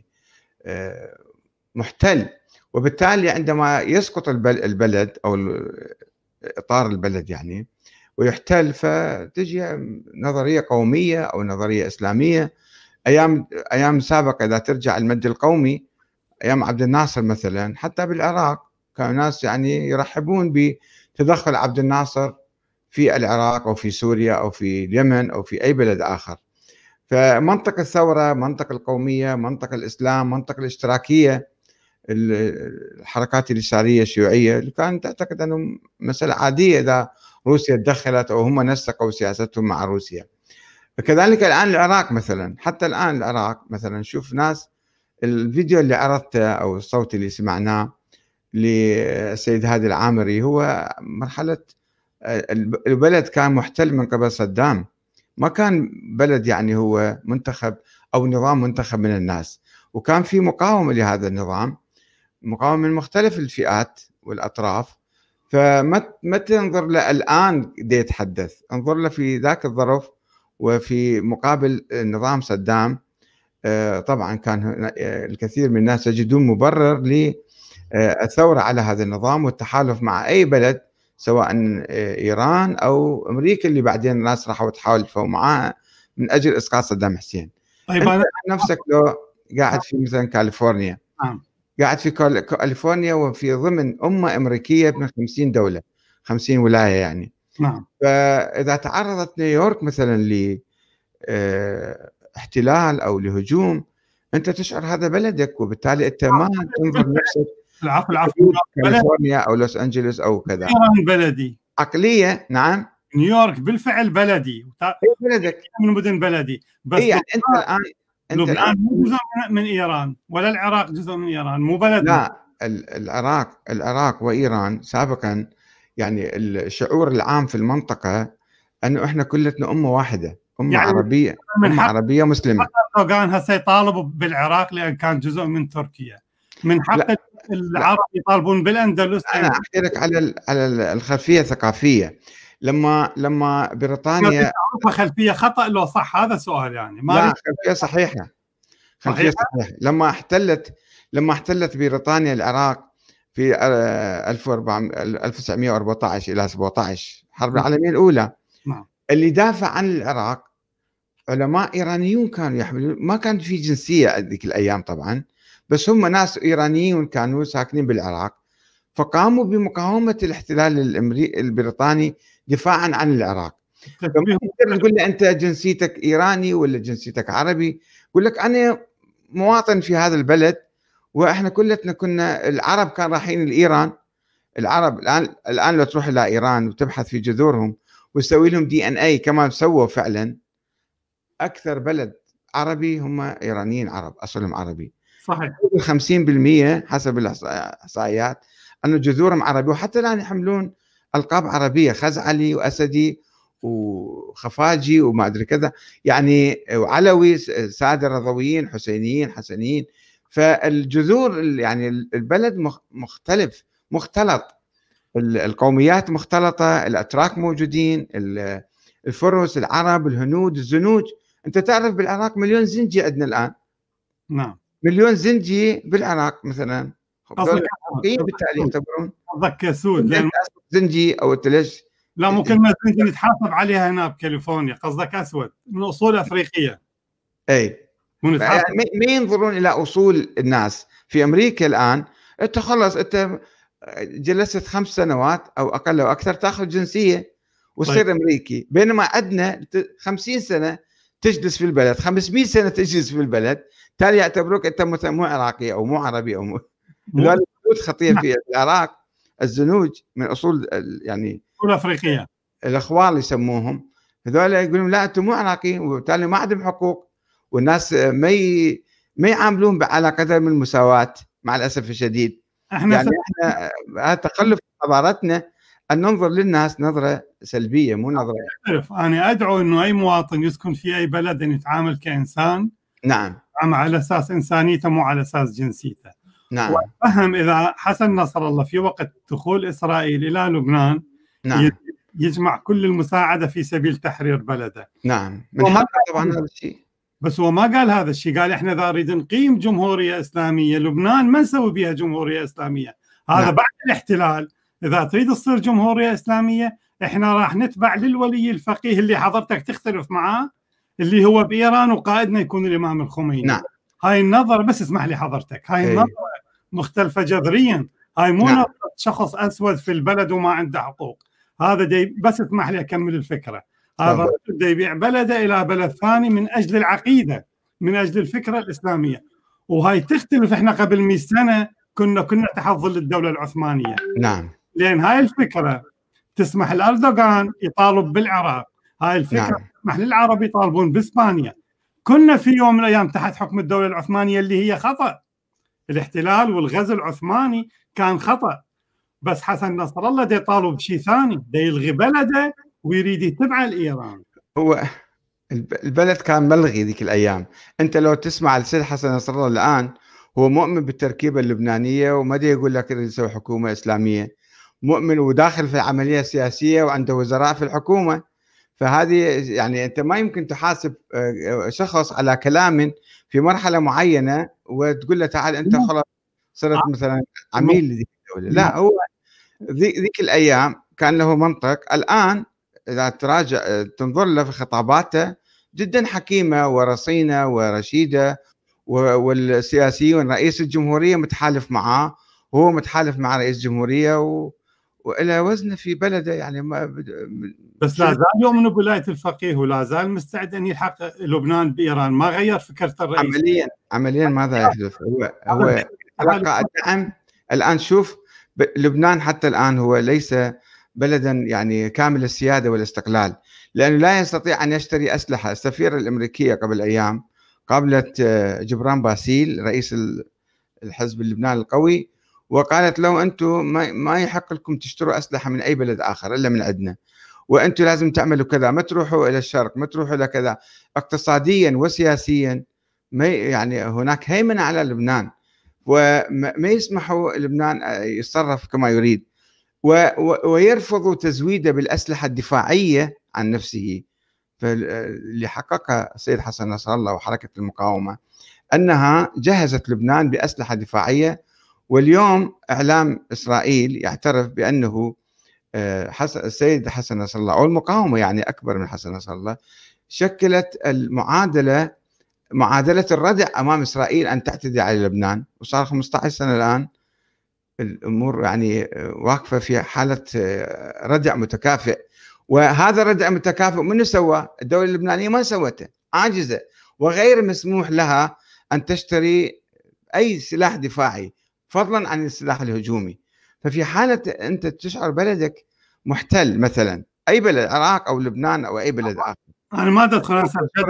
محتل، وبالتالي عندما يسقط البلد أو إطار البلد يعني ويحتل، فتجي نظرية قومية أو نظرية إسلامية. أيام سابقة إذا ترجع المد القومي أيام عبد الناصر مثلا، حتى بالعراق كانوا ناس يعني يرحبون بتدخل عبد الناصر في العراق أو في سوريا أو في اليمن أو في أي بلد آخر. فمنطق الثورة، منطق القومية، منطق الإسلام، منطق الاشتراكية، الحركات اليسارية الشيوعية اللي كانت تعتقد أنه مسألة عادية إذا روسيا تدخلت أو هم نسقوا سياستهم مع روسيا. فكذلك الآن العراق مثلا، حتى الآن العراق مثلا شوف ناس، الفيديو اللي عرضته أو الصوت اللي سمعناه للسيد هادي العامري هو مرحلة البلد كان محتل من قبل صدام، ما كان بلد يعني هو منتخب أو نظام منتخب من الناس، وكان في مقاومة لهذا النظام، مقاومة من مختلف الفئات والأطراف. فما تنظر له الآن دي يتحدث، انظر له في ذاك الظرف وفي مقابل نظام صدام. طبعا كان الكثير من الناس يجدون مبرر للثورة على هذا النظام والتحالف مع أي بلد، سواء إيران أو أمريكا اللي بعدين الناس راحوا تحالفوا معها من أجل إسقاط صدام حسين. طيب أنت نفسك لو قاعد في مثلا كاليفورنيا، قاعد في كاليفورنيا وفي ضمن أمة أمريكية من 50 دولة 50 ولاية يعني. نعم. فإذا تعرضت نيويورك مثلا لاحتلال أو لهجوم، أنت تشعر هذا بلدك، وبالتالي أنت ما تنظر نفسك العفو كاليفورنيا أو لوس أنجلوس أو كذا. بلدي عقلية. نعم، نيويورك بالفعل بلدي، بلدك من مدن بلدي، بس يعني أنت الآن لبنان مو جزء من إيران، ولا العراق جزء من إيران، مو بلد. لا، العراق وإيران سابقا يعني الشعور العام في المنطقة أنه إحنا كلتنا أمة واحدة، أمة يعني عربية، أمة عربية مسلمة. أردوغان هسه يطالبوا بالعراق لأن كان جزء من تركيا، من حق العرب يطالبون بالأندلس. أنا أحكي لك على الخلفية الثقافية. لما بريطانيا خلفيه خطا لو صح، هذا سؤال يعني. لا، خلفيه صحيحه، خلفيه صحيحه. لما احتلت بريطانيا العراق في 1914 الى 17 الحرب العالميه الاولى، اللي دافع عن العراق علماء ايرانيون كانوا يحملون، ما كان في جنسيه ذيك الايام طبعا، بس هم ناس ايرانيين كانوا ساكنين بالعراق، فقاموا بمقاومه الاحتلال البريطاني دفاعا عن العراق. فما تقدر تقول له انت جنسيتك ايراني ولا جنسيتك عربي، يقول لك انا مواطن في هذا البلد، واحنا كلتنا كنا العرب كان رايحين لايران. العرب الان لو تروح الى ايران وتبحث في جذورهم وتسوي لهم DNA كما سووا فعلا، اكثر بلد عربي هم ايرانيين عرب، اصلهم عربي. صحيح. 50% حسب الاحصائيات انه جذورهم عربي، وحتى الان يحملون القاب عربيه، خزعلي واسدي وخفاجي وما ادري كذا يعني، وعلوي، ساده رضويين، حسينيين، حسنيين. فالجذور يعني البلد مختلط، القوميات مختلطه، الاتراك موجودين، الفرس، العرب، الهنود، الزنوج. انت تعرف بالعراق مليون زنجي عندنا الان. نعم، مليون زنجي بالعراق مثلا، بالتالي يعتبرون قصدك سود زنجي او انت ليش؟ لا، مو كلمه زنجي نتحاسب عليها هنا بكاليفورنيا، قصدك اسود من اصول افريقيه. اي يعني ما ينظرون الى اصول الناس. في امريكا الان انت خلص انت جلست 5 سنوات او اقل او اكثر تاخذ جنسيه وتصير امريكي، بينما عندنا 50 سنه تجلس في البلد، 500 سنه تجلس في البلد، تالي يعتبروك انت مثلا مو عراقي او مو عربي او هذول خطيه في العراق. الزنوج من اصول يعني اصول افريقيه، الاخوال يسموهم، هذول يقولون لا انتم مو عراقي، وبالتالي ما عندهم حقوق، والناس ما يعاملون على قدر من المساواه مع الاسف الشديد. احنا هذا تخلف حضارتنا ان ننظر للناس نظره سلبيه، مو نظره. انا ادعو انه اي مواطن يسكن في اي بلد ان يتعامل كانسان. نعم، على اساس انسانيته مو على اساس جنسيته. نعم. وفهم اذا حسن نصر الله في وقت دخول اسرائيل الى لبنان، نعم، يجمع كل المساعده في سبيل تحرير بلده. نعم، من حقه طبعا هذا الشيء. بس هو ما قال هذا الشيء، قال احنا اذا نريد نقيم جمهوريه اسلاميه لبنان ما نسوي بها جمهوريه اسلاميه، هذا نعم. بعد الاحتلال اذا تريد تصير جمهوريه اسلاميه احنا راح نتبع للولي الفقيه اللي حضرتك تختلف معاه، اللي هو بايران، وقائدنا يكون الامام الخميني. نعم. هاي النظره، بس اسمح لي حضرتك، هاي النظره مختلفه جذريا، هاي مو نظره شخص اسود في البلد وما عنده حقوق. هذا بس اسمح لي اكمل الفكره. هذا رجل يبيع بلده الى بلد ثاني من اجل العقيده، من اجل الفكره الاسلاميه، وهاي تختلف. احنا قبل 100 سنه كنا تحت ظل الدوله العثمانيه. نعم. لان هاي الفكره تسمح لاردوغان يطالب بالعراق، هاي الفكره نعم. تسمح للعرب يطالبون باسبانيا. كنا في يوم من الايام تحت حكم الدوله العثمانيه اللي هي خطا. الاحتلال والغزو العثماني كان خطا، بس حسن نصر الله دا يطالب بشيء ثاني، دا يلغي بلده ويريد يتبع الايران. هو البلد كان ملغي ذيك الايام. انت لو تسمع السيد حسن نصر الله الان هو مؤمن بالتركيبه اللبنانيه، وما دا يقول لك يريد يسوي حكومه اسلاميه، مؤمن وداخل في العمليه السياسيه وعنده وزراء في الحكومه. فهذه يعني انت ما يمكن تحاسب شخص على كلام في مرحله معينه وتقول له تعال انت خلاص صرت مثلا عميل لذيك الدوله. لا، هو ذيك الايام كان له منطق. الان اذا تراجع تنظر له في خطاباته جدا حكيمه ورصينه ورشيده، والسياسيون رئيس الجمهوريه متحالف معاه، وهو متحالف مع رئيس الجمهوريه وإلى وزنه في بلده يعني. بس لا زال يؤمن بولاية الفقيه، ولا زال مستعد أن يلحق لبنان بإيران، ما غير فكرة الرئيس. عمليا ماذا يحدث؟ هو تلقى الدعم. الآن شوف لبنان حتى الآن هو ليس بلدا يعني كامل السيادة والاستقلال، لأنه لا يستطيع أن يشتري أسلحة. السفيرة الأمريكية قبل أيام قابلت جبران باسيل رئيس الحزب اللبناني القوي، وقالت له أنتم ما يحق لكم تشتروا أسلحة من أي بلد آخر إلا من عندنا، وأنتم لازم تعملوا كذا، ما تروحوا إلى الشرق، ما تروحوا إلى كذا. اقتصاديا وسياسيا ما يعني هناك هيمنة على لبنان، وما يسمحوا لبنان يتصرف كما يريد. ويرفض تزويده بالأسلحة الدفاعية عن نفسه. فاللي حققها السيد حسن نصر الله وحركة المقاومة أنها جهزت لبنان بأسلحة دفاعية. واليوم إعلام إسرائيل يعترف بأنه السيد حسن نصر الله أو المقاومة يعني أكبر من حسن نصر الله شكلت معادلة الردع أمام إسرائيل أن تعتدي على لبنان. وصار 15 سنة الآن الأمور يعني واقفة في حالة ردع متكافئ. وهذا الردع متكافئ من سوى؟ الدولة اللبنانية ما سوته، عاجزة، وغير مسموح لها أن تشتري أي سلاح دفاعي فضلا عن السلاح الهجومي. ففي حالة أنت تشعر بلدك محتل، مثلا أي بلد، العراق أو لبنان أو أي بلد آخر، أنا ما أدخل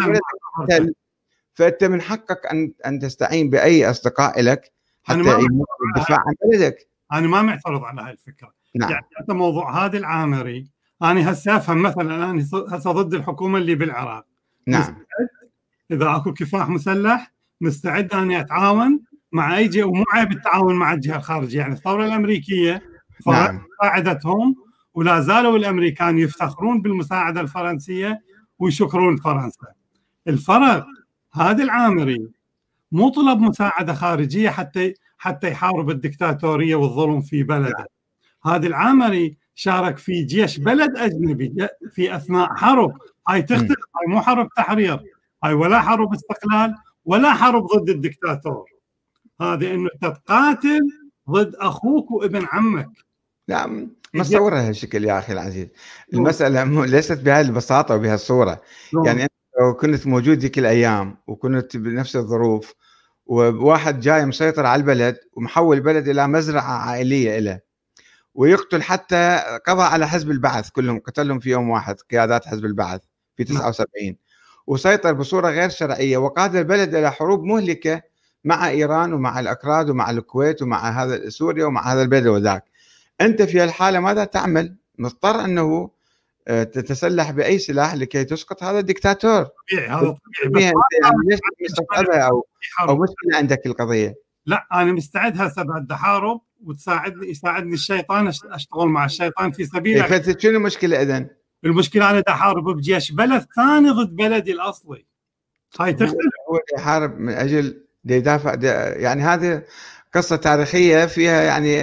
فأنت من حقك أن تستعين بأي أصدقاء لك حتى يعينوك بالدفاع عن بلدك. أنا ما معترض على هاي الفكرة. نعم. يعني حتى موضوع هذا العامري أنا هسه أفهم مثلا أنا هسه ضد الحكومة اللي بالعراق. نعم. إذا أكو كفاح مسلح مستعد أني أتعاون مع أي جهة، ومو عيب التعاون مع الجهة الخارجية. يعني الثورة الأمريكية نعم. مساعدتهم، ولا زالوا الأمريكان يفتخرون بالمساعدة الفرنسية ويشكرون فرنسا. الفرق هذا العامري مو طلب مساعدة خارجية حتى يحارب الدكتاتورية والظلم في بلده. هذا العامري شارك في جيش بلد أجنبي في أثناء حرب. هاي تختلف، هاي مو حرب تحرير، هاي ولا حرب استقلال ولا حرب ضد الدكتاتور. هذا إنه تقاتل ضد أخوك وابن عمك. لا ما تصورها هالشكل يا أخي العزيز. المسألة ليست بهذه البساطة وبهالصورة. يعني أنت لو كنت موجود ذيك الأيام وكنت بنفس الظروف، وواحد جاي مسيطر على البلد ومحول البلد إلى مزرعة عائلية له، ويقتل حتى قضى على حزب البعث كلهم، قتلهم في يوم واحد قيادات حزب البعث في 79، وسيطر بصورة غير شرعية وقاد البلد إلى حروب مهلكة مع إيران ومع الأكراد ومع الكويت ومع هذا سوريا ومع هذا البلد وذاك. أنت في الحالة ماذا تعمل؟ مضطر أنه تتسلح بأي سلاح لكي تسقط هذا الدكتاتور. هذا طبيعي. يعني ليش مستصعبها أو مشكلة عندك القضية؟ لا أنا مستعد هسه بعد أحارب يساعدني الشيطان، أشتغل مع الشيطان في سبيل. شنو المشكلة إذن؟ المشكلة أنا أحارب بجيش بلد ثاني ضد بلدي الأصلي. هاي تختلف. هو يحارب من أجل يدافع يعني هذه قصة تاريخية فيها يعني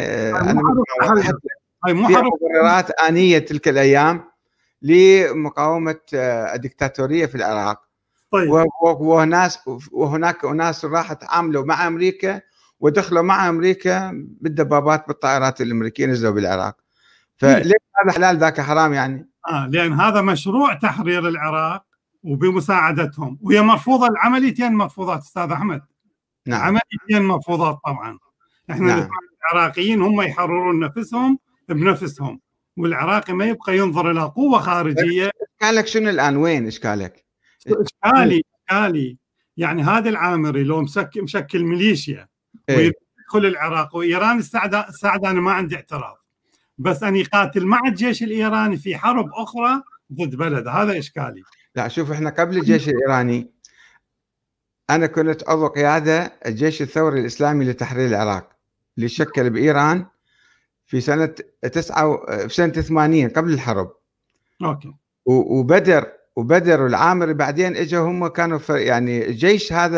هاي مو حرب، مبررات آنية تلك الأيام لمقاومة الدكتاتورية في العراق. طيب. وهناك أناس راحوا تعاملوا مع أمريكا ودخلوا مع أمريكا بالدبابات بالطائرات الأمريكية نزلوا بالعراق. فليش هذا حلال ذاك حرام يعني؟ لأن هذا مشروع تحرير العراق وبمساعدتهم، وهي مرفوضة. العمليتين مرفوضات أستاذ أحمد. نعم. عمليتين مرفوضات طبعا. احنا نعم. العراقيين هم يحررون نفسهم بنفسهم، والعراقي ما يبقى ينظر إلى قوة خارجية. إشكالك شنو الآن؟ وين إشكالك؟ إشكالي يعني هذا العامري لو مشكل ميليشيا ويدخل العراق وإيران الساعدة أنا ما عندي اعتراض، بس أن يقاتل مع الجيش الإيراني في حرب أخرى ضد بلده، هذا إشكالي. لا شوف، إحنا قبل الجيش الإيراني أنا كنت عضو قيادة الجيش الثوري الإسلامي لتحرير العراق اللي شكل بإيران في سنة 80 قبل الحرب. أوكي. وبدر والعامري بعدين اجوا هم كانوا يعني جيش هذا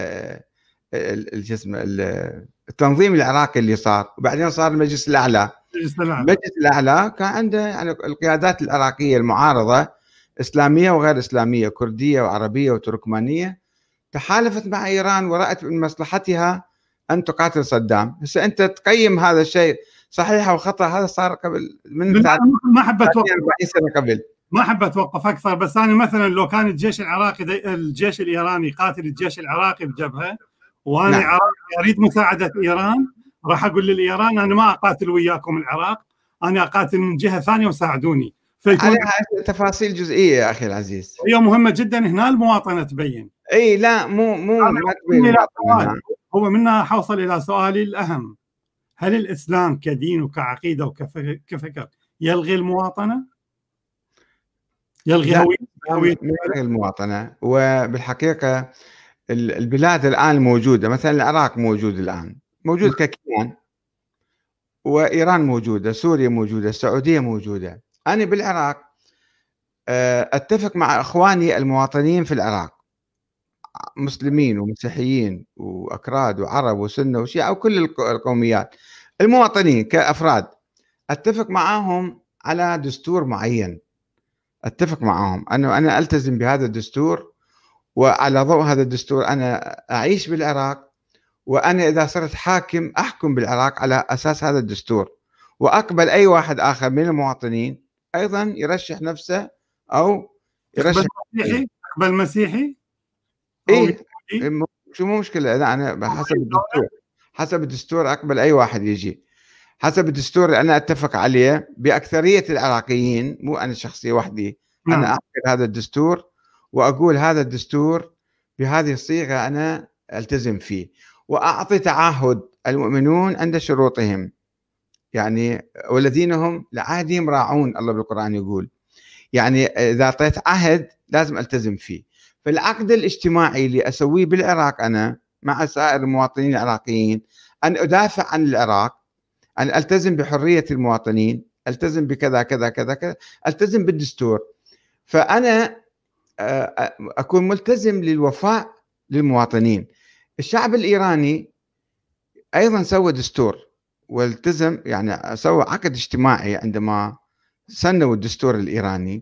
التنظيم العراقي اللي صار، وبعدين صار المجلس الأعلى. المجلس الأعلى كان عنده يعني القيادات العراقية المعارضة إسلامية وغير إسلامية، كردية وعربية وتركمانية، تحالفت مع إيران ورأت من مصلحتها أن تقاتل صدام. هسه أنت تقيم هذا الشيء صحيح أو خطأ؟ هذا صار قبل من ما حبيت 40 سنة قبل. ما أحب أتوقف أكثر، بس أنا مثلا لو كان الجيش العراقي الجيش الإيراني قاتل الجيش العراقي بجبهة وأنا نعم. عراقي أريد مساعدة إيران، راح أقول للإيران أنا ما أقاتل وياكم العراق، أنا أقاتل من جهة ثانية وساعدوني. عليها تفاصيل جزئية يا أخي العزيز، هي مهمة جدا. هنا المواطنة تبين. أي لا مو ما تبين. هو منها حوصل إلى سؤالي الأهم: هل الإسلام كدين وكعقيدة وكفكر يلغي المواطنة؟ يلغي هوية المواطنة. وبالحقيقة البلاد الآن الموجودة، مثلا العراق موجود الآن، موجود ككيان، وإيران موجودة، سوريا موجودة، السعودية موجودة. أنا بالعراق أتفق مع إخواني المواطنين في العراق، مسلمين ومسيحيين وأكراد وعرب وسنة وشيعة وكل القوميات، المواطنين كأفراد أتفق معهم على دستور معين، أتفق معهم أنه أنا ألتزم بهذا الدستور، وعلى ضوء هذا الدستور أنا أعيش بالعراق، وأنا إذا صرت حاكم أحكم بالعراق على أساس هذا الدستور، وأقبل أي واحد آخر من المواطنين أيضا يرشح نفسه أو يرشح مسيحي. أقبل مسيحي؟ إيه شو مو مشكلة، إذا أنا حسب الدستور أقبل أي واحد يجي حسب الدستور اللي أنا أتفق عليه بأكثرية العراقيين، مو أنا شخصية وحدي. أنا أحكي هذا الدستور وأقول هذا الدستور بهذه الصيغة أنا ألتزم فيه، وأعطي تعهد المؤمنون عند شروطهم، يعني والذين هم لعهدهم راعون، الله بالقرآن يقول، يعني إذا أعطيت عهد لازم ألتزم فيه. فالعقد الاجتماعي اللي أسويه بالعراق أنا مع سائر المواطنين العراقيين أن أدافع عن العراق، أن ألتزم بحرية المواطنين، ألتزم بكذا كذا كذا كذا، ألتزم بالدستور. فأنا أكون ملتزم للوفاء للمواطنين. الشعب الإيراني أيضا سوى دستور والتزم، يعني سوى عقد اجتماعي عندما سنوا الدستور الإيراني،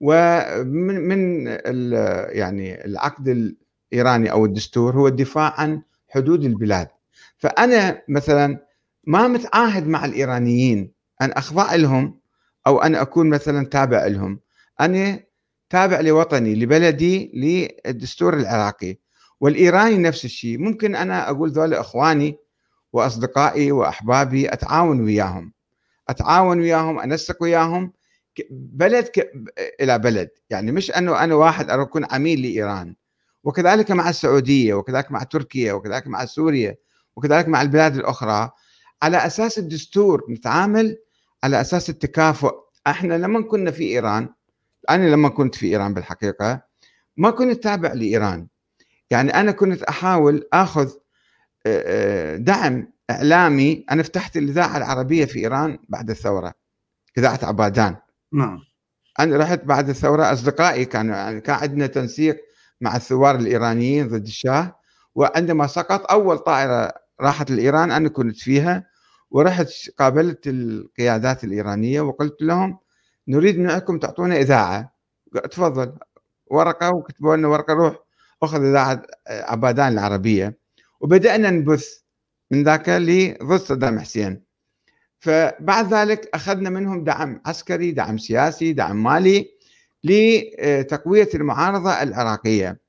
ومن يعني العقد الإيراني أو الدستور هو الدفاع عن حدود البلاد. فأنا مثلا ما متعاهد مع الإيرانيين أن أخضع لهم أو أن أكون مثلا تابع لهم، أنا تابع لوطني لبلدي للدستور العراقي. والإيراني نفس الشيء. ممكن أنا أقول ذول إخواني وأصدقائي وأحبابي أتعاون وياهم أنسق وياهم بلد إلى بلد، يعني مش أنه أنا واحد أكون عميل لإيران. وكذلك مع السعودية، وكذلك مع تركيا، وكذلك مع سوريا، وكذلك مع البلاد الأخرى، على أساس الدستور نتعامل على أساس التكافؤ. احنا لما كنا في إيران، أنا لما كنت في إيران بالحقيقة ما كنت تابع لإيران، يعني أنا كنت أحاول أخذ دعم إعلامي. أنا فتحت الإذاعة العربية في إيران بعد الثورة، إذاعة عبادان. نعم. أنا رحت بعد الثورة، أصدقائي كان عندنا تنسيق مع الثوار الإيرانيين ضد الشاه، وعندما سقط أول طائرة راحت لإيران أنا كنت فيها، ورحت قابلت القيادات الإيرانية وقلت لهم نريد منكم تعطونا إذاعة. تفضل، ورقة، وكتبوا لنا ورقة، روح أخذ إذاعة عبادان العربية. وبدأنا نبث من ذاك ضد صدام حسين. فبعد ذلك أخذنا منهم دعم عسكري، دعم سياسي، دعم مالي لتقوية المعارضة العراقية.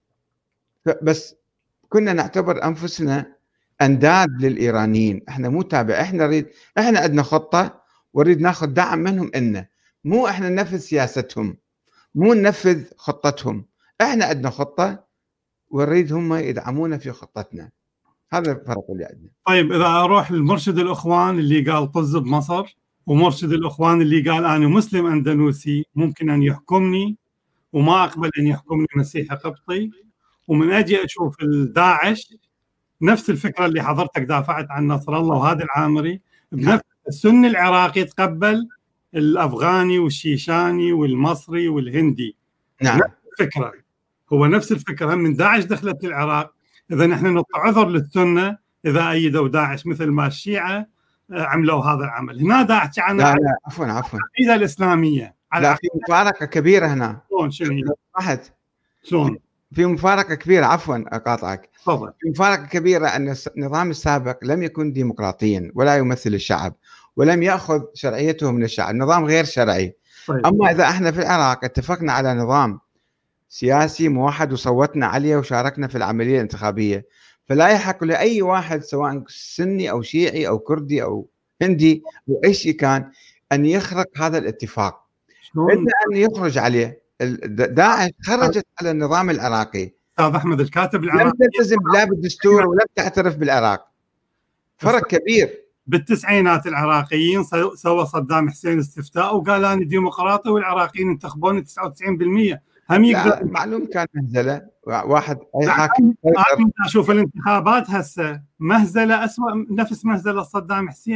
بس كنا نعتبر أنفسنا أنداد للإيرانيين، إحنا مو تابع، إحنا عندنا خطة ونريد ناخذ دعم منهم، مو إحنا ننفذ سياستهم، مو ننفذ خطتهم. إحنا عندنا خطة ونريد هم يدعمونا في خطتنا. هذا الفرق اللي عندنا. طيب إذا أروح للمرشد الأخوان اللي قال طز بمصر، ومرشد الأخوان اللي قال أنا مسلم أندونيسي ممكن أن يحكمني وما أقبل أن يحكمني مسيحي قبطي، ومن أجي أشوف الداعش نفس الفكرة اللي حضرتك دافعت عن نصر الله وهذا العامري، بنفس السني العراقي تقبل الأفغاني والشيشاني والمصري والهندي. نعم. نفس الفكرة، هو نفس الفكرة. من داعش دخلت العراق، إذا نحن نعطي عذر للسنة إذا أيدوا داعش مثل ما الشيعة عملوا هذا العمل. هنا دا أحكي عن عفوا العقيدة الإسلامية. لا، في مفارقة كبيرة هنا. شنو هي؟ شلون؟ في مفارقة كبيرة، عفوا أقاطعك. طبعا. في مفارقة كبيرة أن النظام السابق لم يكن ديمقراطيا ولا يمثل الشعب، ولم يأخذ شرعيته من الشعب، نظام غير شرعي. طيب. أما إذا احنا في العراق اتفقنا على نظام سياسي موحد وصوتنا عليه وشاركنا في العملية الانتخابية، فلا يحق لأي واحد سواء سني أو شيعي أو كردي أو هندي أو أي شيء كان أن يخرق هذا الاتفاق، إلا أن يخرج عليه. داعش خرجت على النظام العراقي. أستاذ أحمد الكاتب العراقي لم تلتزم لا بالدستور ولم تعترف بالعراق. فرق كبير. بالتسعينات العراقيين سوى صدام حسين استفتاء وقال أنا ديمقراطي والعراقيين انتخبوني 99%. هم يقدر. معلوم كان مهزلة. واحد أي حاكم. أشوف الانتخابات هسه مهزلة أسوأ نفس مهزلة صدام حسين.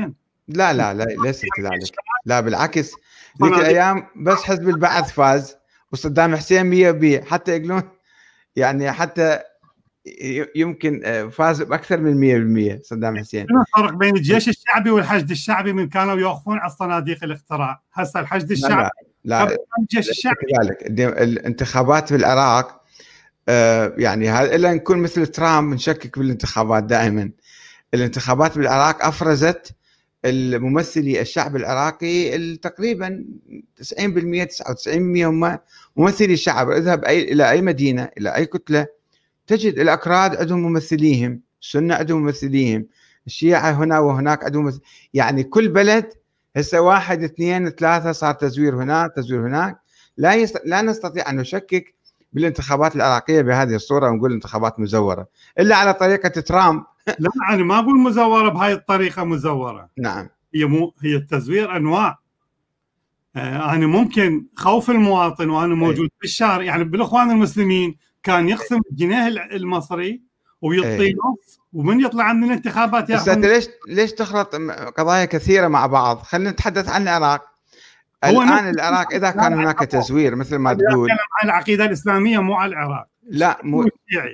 لا لا لا ليس كذلك، لا بالعكس، ذيك الايام بس حزب البعث فاز وصدام حسين 100%، حتى يقولون يعني حتى يمكن فاز باكثر من 100% صدام حسين. شنو الفرق بين الجيش الشعبي والحشد الشعبي من كانوا يوقفون على صناديق الاقتراع؟ هسه الحشد الشعبي لا الجيش الشعبي كذلك. الانتخابات بالعراق يعني هذا الا نكون مثل ترامب نشكك بالانتخابات دائما. الانتخابات بالعراق افرزت الممثلي الشعب العراقي تقريبا 90% 99% هم ممثلي الشعب. اذهب الى اي مدينه الى اي كتله تجد الاكراد عندهم ممثليهم، السنه عندهم ممثليهم، الشيعه هنا وهناك عندهم يعني كل بلد هسه 1 2 3 صار تزوير هنا تزوير هناك. لا نستطيع ان نشكك بالانتخابات العراقيه بهذه الصوره ونقول انتخابات مزوره الا على طريقه ترامب. لا انا ما اقول مزوره بهاي الطريقه مزوره. نعم هي التزوير انواع. انا ممكن خوف المواطن وانا موجود بالشارع، يعني بالاخوان المسلمين كان يقسم الجنيه المصري ويعطي نص، ومن يطلع من الانتخابات ياخذ. ليش تخلط قضايا كثيره مع بعض؟ خلينا نتحدث عن العراق. الان العراق اذا كان هناك تزوير مثل ما تقول عن العقيده الاسلاميه مو على العراق. لا مو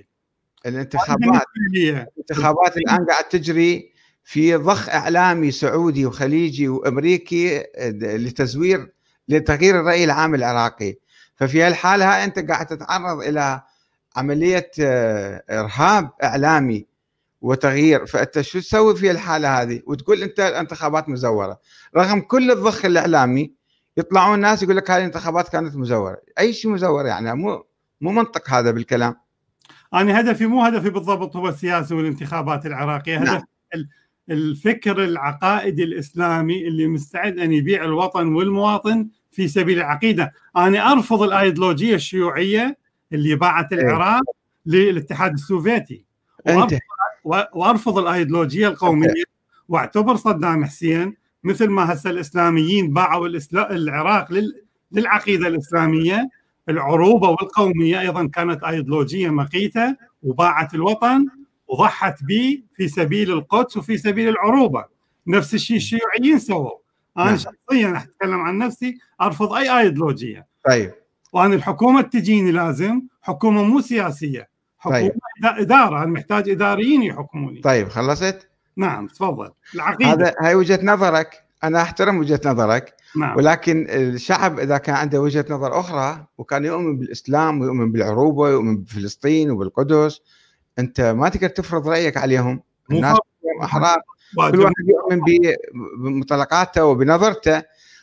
الانتخابات الان قاعد تجري في ضخ اعلامي سعودي وخليجي وامريكي لتغيير الراي العام العراقي. ففي هالحاله هاي انت قاعد تتعرض الى عمليه ارهاب اعلامي وتغيير. فانت شو تسوي في الحاله هذه وتقول انت الانتخابات مزوره؟ رغم كل الضخ الاعلامي يطلعون الناس يقول لك هذه الانتخابات كانت مزوره. اي شيء مزور يعني؟ مو منطق هذا بالكلام. أنا هدفي مو هدفي بالضبط هو السياسي والانتخابات العراقية. هدف الفكر العقائدي الإسلامي اللي مستعد أن يبيع الوطن والمواطن في سبيل العقيدة. أنا أرفض الأيديولوجية الشيوعية اللي باعت العراق للاتحاد السوفيتي، وأرفض الأيديولوجية القومية، واعتبر صدام حسين مثل ما هسه الإسلاميين باعوا العراق للعقيدة الإسلامية. العروبة والقومية أيضا كانت أيديولوجية مقيتة وباعت الوطن وضحت به في سبيل القدس وفي سبيل العروبة. نفس الشيء الشيوعيين سووا. أنا شخصيا أتكلم عن نفسي أرفض أي أيديولوجية. طيب وأنا الحكومة تجيني لازم حكومة مو سياسية، حكومة إدارة. أنا محتاج إداريين يحكموني. طيب خلصت؟ نعم تفضل. العقيدة هاي وجهة نظرك، أنا أحترم وجهة نظرك. نعم. ولكن الشعب إذا كان عنده وجهة نظر أخرى وكان يؤمن بالإسلام ويؤمن بالعروبة ويؤمن بفلسطين وبالقدس، أنت ما تقدر تفرض رأيك عليهم. الناس أحرار، كل واحد يؤمن بمطلقاته وبنظرته،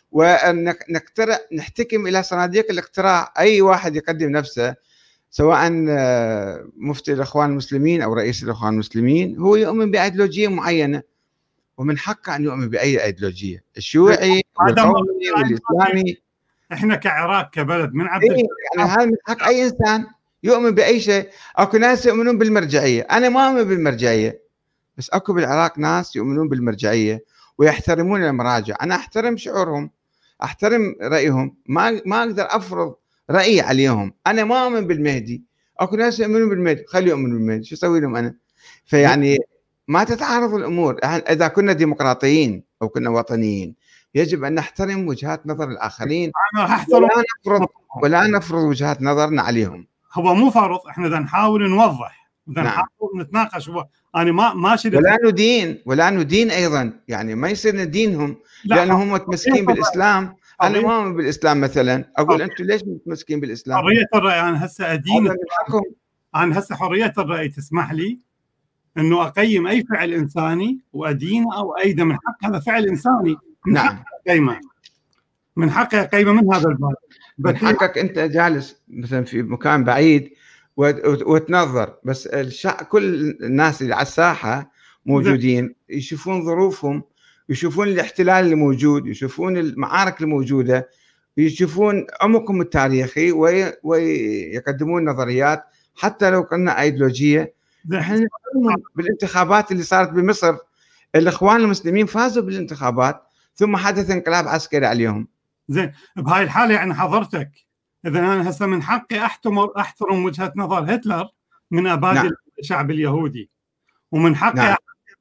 ونحتكم إلى صناديق الاقتراع. أي واحد يقدم نفسه سواء مفتي الإخوان المسلمين أو رئيس الإخوان المسلمين هو يؤمن بأيديولوجية معينة، ومن حقه أن يؤمن بأي أيديولوجية، الشيوعي والقومي والإسلامي. إحنا كعراق كبلد من عبد يعني هذا من حق أي إنسان يؤمن بأي شيء. أكو ناس يؤمنون بالمرجعية، أنا ما أؤمن بالمرجعية، بس أكو بالعراق ناس يؤمنون بالمرجعية ويحترمون المراجع. أنا أحترم شعورهم، أحترم رأيهم، ما أقدر أفرض رأيي عليهم. أنا ما أؤمن بالمهدي، أكو ناس يؤمنون بالمهدي، خلي يؤمنوا بالمهدي، شو أسوي لهم أنا؟ فيعني ما تتعارض الأمور. إذا كنا ديمقراطيين أو كنا وطنيين يجب أن نحترم وجهات نظر الآخرين ولا نفرض وجهات نظرنا عليهم. هو مو فرض، إحنا بدنا نحاول نوضح، بدنا نحاول نتناقش. أنا ماشي ولا ندين أيضا، يعني ما يصير ندينهم لأنهم متمسكين بالإسلام. أنا ما أؤمن بالإسلام مثلا، أقول أنتم ليش متمسكين بالإسلام؟ حرية الرأي. أنا هسه أدين، أنا هسه حرية الرأي تسمح لي انه اقيم اي فعل انساني وادينه او ايده. من حق هذا فعل انساني، من حق اقيمه، من حقي اقيمه من هذا الباب. من حقك انت جالس مثلا في مكان بعيد وتنظر، بس كل الناس اللي على الساحه موجودين يشوفون ظروفهم، يشوفون الاحتلال اللي موجود، يشوفون المعارك الموجوده، يشوفون عمقهم التاريخي ويقدمون نظريات حتى لو كنا ايديولوجيه. احنا بالانتخابات اللي صارت بمصر الاخوان المسلمين فازوا بالانتخابات ثم حدث انقلاب عسكري عليهم. زين، بهاي الحاله يعني حضرتك اذا انا هسه من حقي احترم وجهه نظر هتلر من ابادي الشعب اليهودي، ومن حقي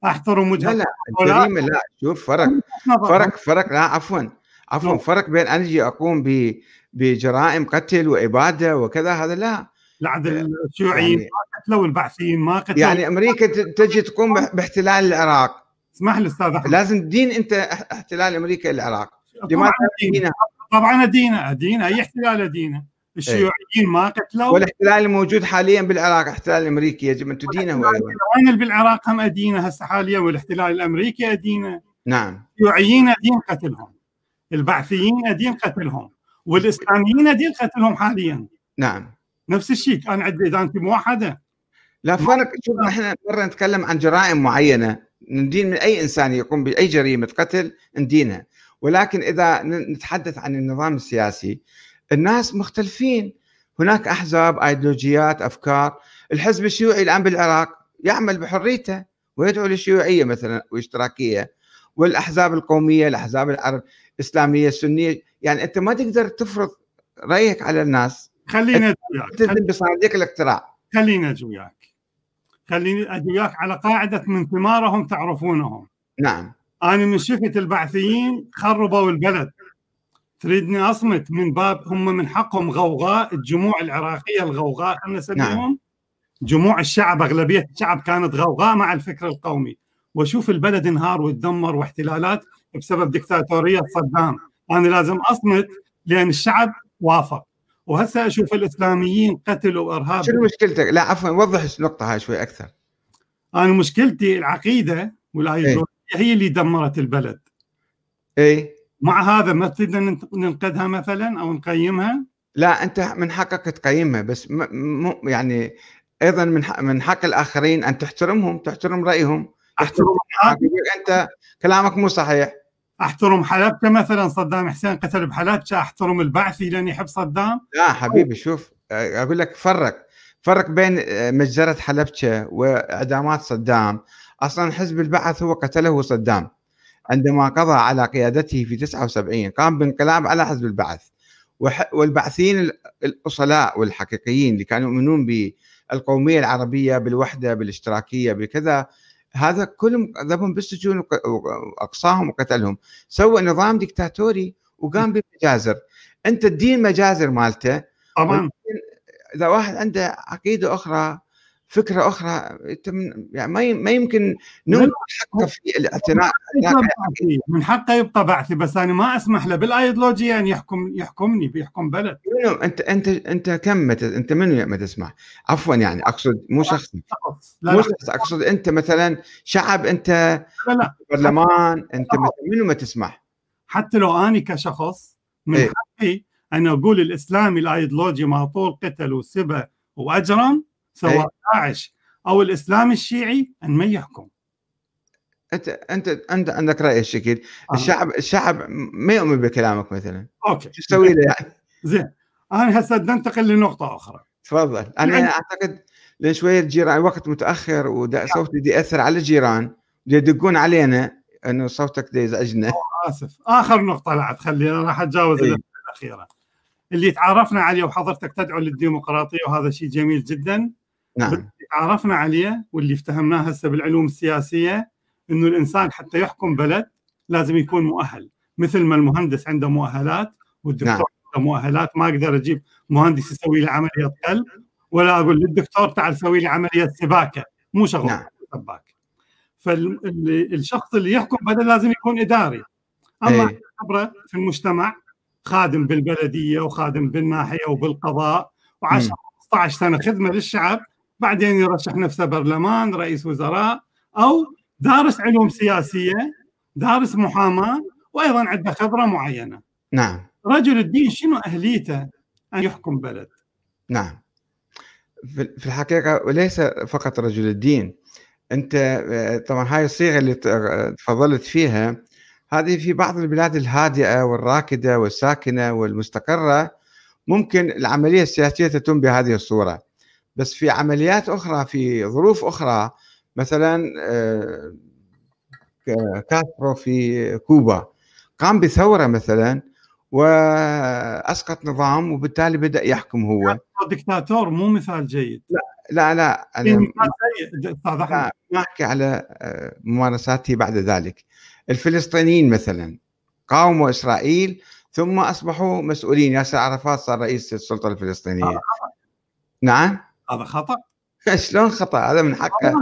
احترم وجهة لا الجريمة لا، شوف فرق لا عفوا فرق بين أن أجي أقوم بجرائم قتل وإبادة وكذا، هذا لا. الشيوعيين يعني ما قتلوا، البعثيين ما قتلوا. يعني أمريكا تجي تقوم باحتلال العراق، اسمح لي أستاذ أحمد، لازم تدين أنت احتلال أمريكا للعراق. لماذا أدينه؟ طبعا أدينه أي احتلال أدينه. الشيوعيين ما قتلوا، والاحتلال الموجود حاليا بالعراق احتلال الأمريكي يجب أن تدينه أيضا. الآن بالعراق هم أدينه هسه حاليا، والاحتلال الأمريكي أدينه. نعم. الشيوعيين أدين قتلهم، البعثيين أدين قتلهم، والإسلاميين أدين قتلهم حاليا. نعم نفس الشيء. أنا عندي إذا أنت موحدة لا فرق. شوف احنا مرة نتكلم عن جرائم معينة ندين من أي إنسان يقوم بأي جريمة قتل ندينها، ولكن إذا نتحدث عن النظام السياسي الناس مختلفين، هناك أحزاب، أيديولوجيات، أفكار. الحزب الشيوعي الآن بالعراق يعمل بحريته ويدعو للشيوعية مثلا واشتراكية، والأحزاب القومية، الأحزاب العرب الإسلامية السنية، يعني أنت ما تقدر تفرض رأيك على الناس. خلينا تلزم بصناديق الاقتراع. خلينا أجي وياك على قاعدة من ثمارهم تعرفونهم. نعم. أنا من شفت البعثيين خربوا البلد، تريدني أصمت من باب هم من حقهم غوغاء الجموع العراقية، الغوغاء خلنا نسميهم. نعم. جموع الشعب، أغلبية الشعب كانت غوغاء مع الفكر القومي، وشوف البلد انهار وتدمر واحتلالات بسبب دكتاتورية صدام. أنا لازم أصمت لأن الشعب وافق. وهسه أشوف الإسلاميين قتلوا إرهاب. شنو مشكلتك؟ لا عفوا وضح النقطة هاي شوي أكثر. أنا مشكلتي العقيدة والأيديولوجية هي اللي دمرت البلد. مع هذا ما تريدنا ننقدها مثلا أو نقيمها؟ لا أنت من حقك تقيمها، بس يعني أيضا من حق الآخرين أن تحترمهم، تحترم رأيهم. أنت كلامك مو صحيح. احترم حلبجة مثلا، صدام حسين قتل بحلبجة، احترم البعثي لان يحب صدام؟ لا حبيبي شوف اقول لك فرق بين مجزرة حلبجة واعدامات صدام. اصلا حزب البعث هو قتله صدام عندما قضى على قيادته في 79، قام بانقلاب على حزب البعث. والبعثيين الاصلاء والحقيقيين اللي كانوا يؤمنون بالقومية العربية، بالوحدة، بالاشتراكية، بكذا، هذا كلهم ذبهم بالسجون وأقصاهم وقتلهم. سوى نظام ديكتاتوري وقام بمجازر. أنت الدين مجازر مالته طبعا. إذا واحد عنده عقيدة أخرى، فكرة أخرى، يعني ما يمكن نمنع حقه في الاعتناء. من حقه يبقى بعثي، بس أنا ما أسمح له بالأيديولوجيا أن يحكمني، بيحكم بلد. أنت كم أنت منو ما تسمح؟ عفوا يعني أقصد مو شخص، مو شخص، أقصد أنت مثلا شعب، أنت برلمان، أنت منو ما تسمح؟ حتى لو أنا كشخص من حقي أن أقول الإسلامي الأيديولوجي معطول قتل وسبى وأجرم، سواء داعش أو الإسلام الشيعي، أن ما يحكم. أنت عندك رأي الشكل. الشعب ما يؤمن بكلامك مثلا. أوكي. شو تسوي له يعني؟ زين. أنا هسه ننتقل لنقطة أخرى. تفضل. أنا أعتقد لأن شوية الجيران وقت متأخر وصوتي دي أثر على الجيران يدقون علينا أنه صوتك دي يزعجنا. آسف. آخر نقطة لا تخلينا، راح أتجاوز الأخيرة اللي تعرفنا عليه، وحضرتك تدعو للديمقراطية وهذا شيء جميل جدا. نعم. تعرفنا عليه واللي افتهمناه هسه بالعلوم السياسية، إنه الإنسان حتى يحكم بلد لازم يكون مؤهل، مثل ما المهندس عنده مؤهلات والدكتور عنده مؤهلات. ما أقدر أجيب مهندس يسوي لي عملية قلب ولا أقول للدكتور تعال سوي لي عملية سباكة، مو شغل سباك. فالشخص اللي يحكم بلد لازم يكون إداري. أما خبرة في المجتمع، خادم بالبلدية وخادم بالناحية وبالقضاء، وعاش 15 سنة خدمة للشعب، بعدين يرشح نفسه برلمان، رئيس وزراء، أو دارس علوم سياسية، دارس محاماة، وأيضا عنده خبرة معينة. نعم. رجل الدين شنو أهليته أن يحكم بلد؟ نعم. في الحقيقة وليس فقط رجل الدين. أنت طبعا هاي الصيغة اللي تفضلت فيها هذه في بعض البلاد الهادئة والراكدة والساكنة والمستقرة ممكن العملية السياسية تتم بهذه الصورة، بس في عمليات أخرى، في ظروف أخرى، مثلا كاسترو في كوبا قام بثورة مثلا وأسقط نظام وبالتالي بدأ يحكم هو. دكتاتور مو مثال جيد. لا لا أنا أستاذ أحمد ما أحكي على ممارساته بعد ذلك. الفلسطينيين مثلا قاوموا إسرائيل ثم أصبحوا مسؤولين، ياسر عرفات صار رئيس السلطة الفلسطينية. نعم هذا خطأ. شلون خطأ؟ هذا من حقه.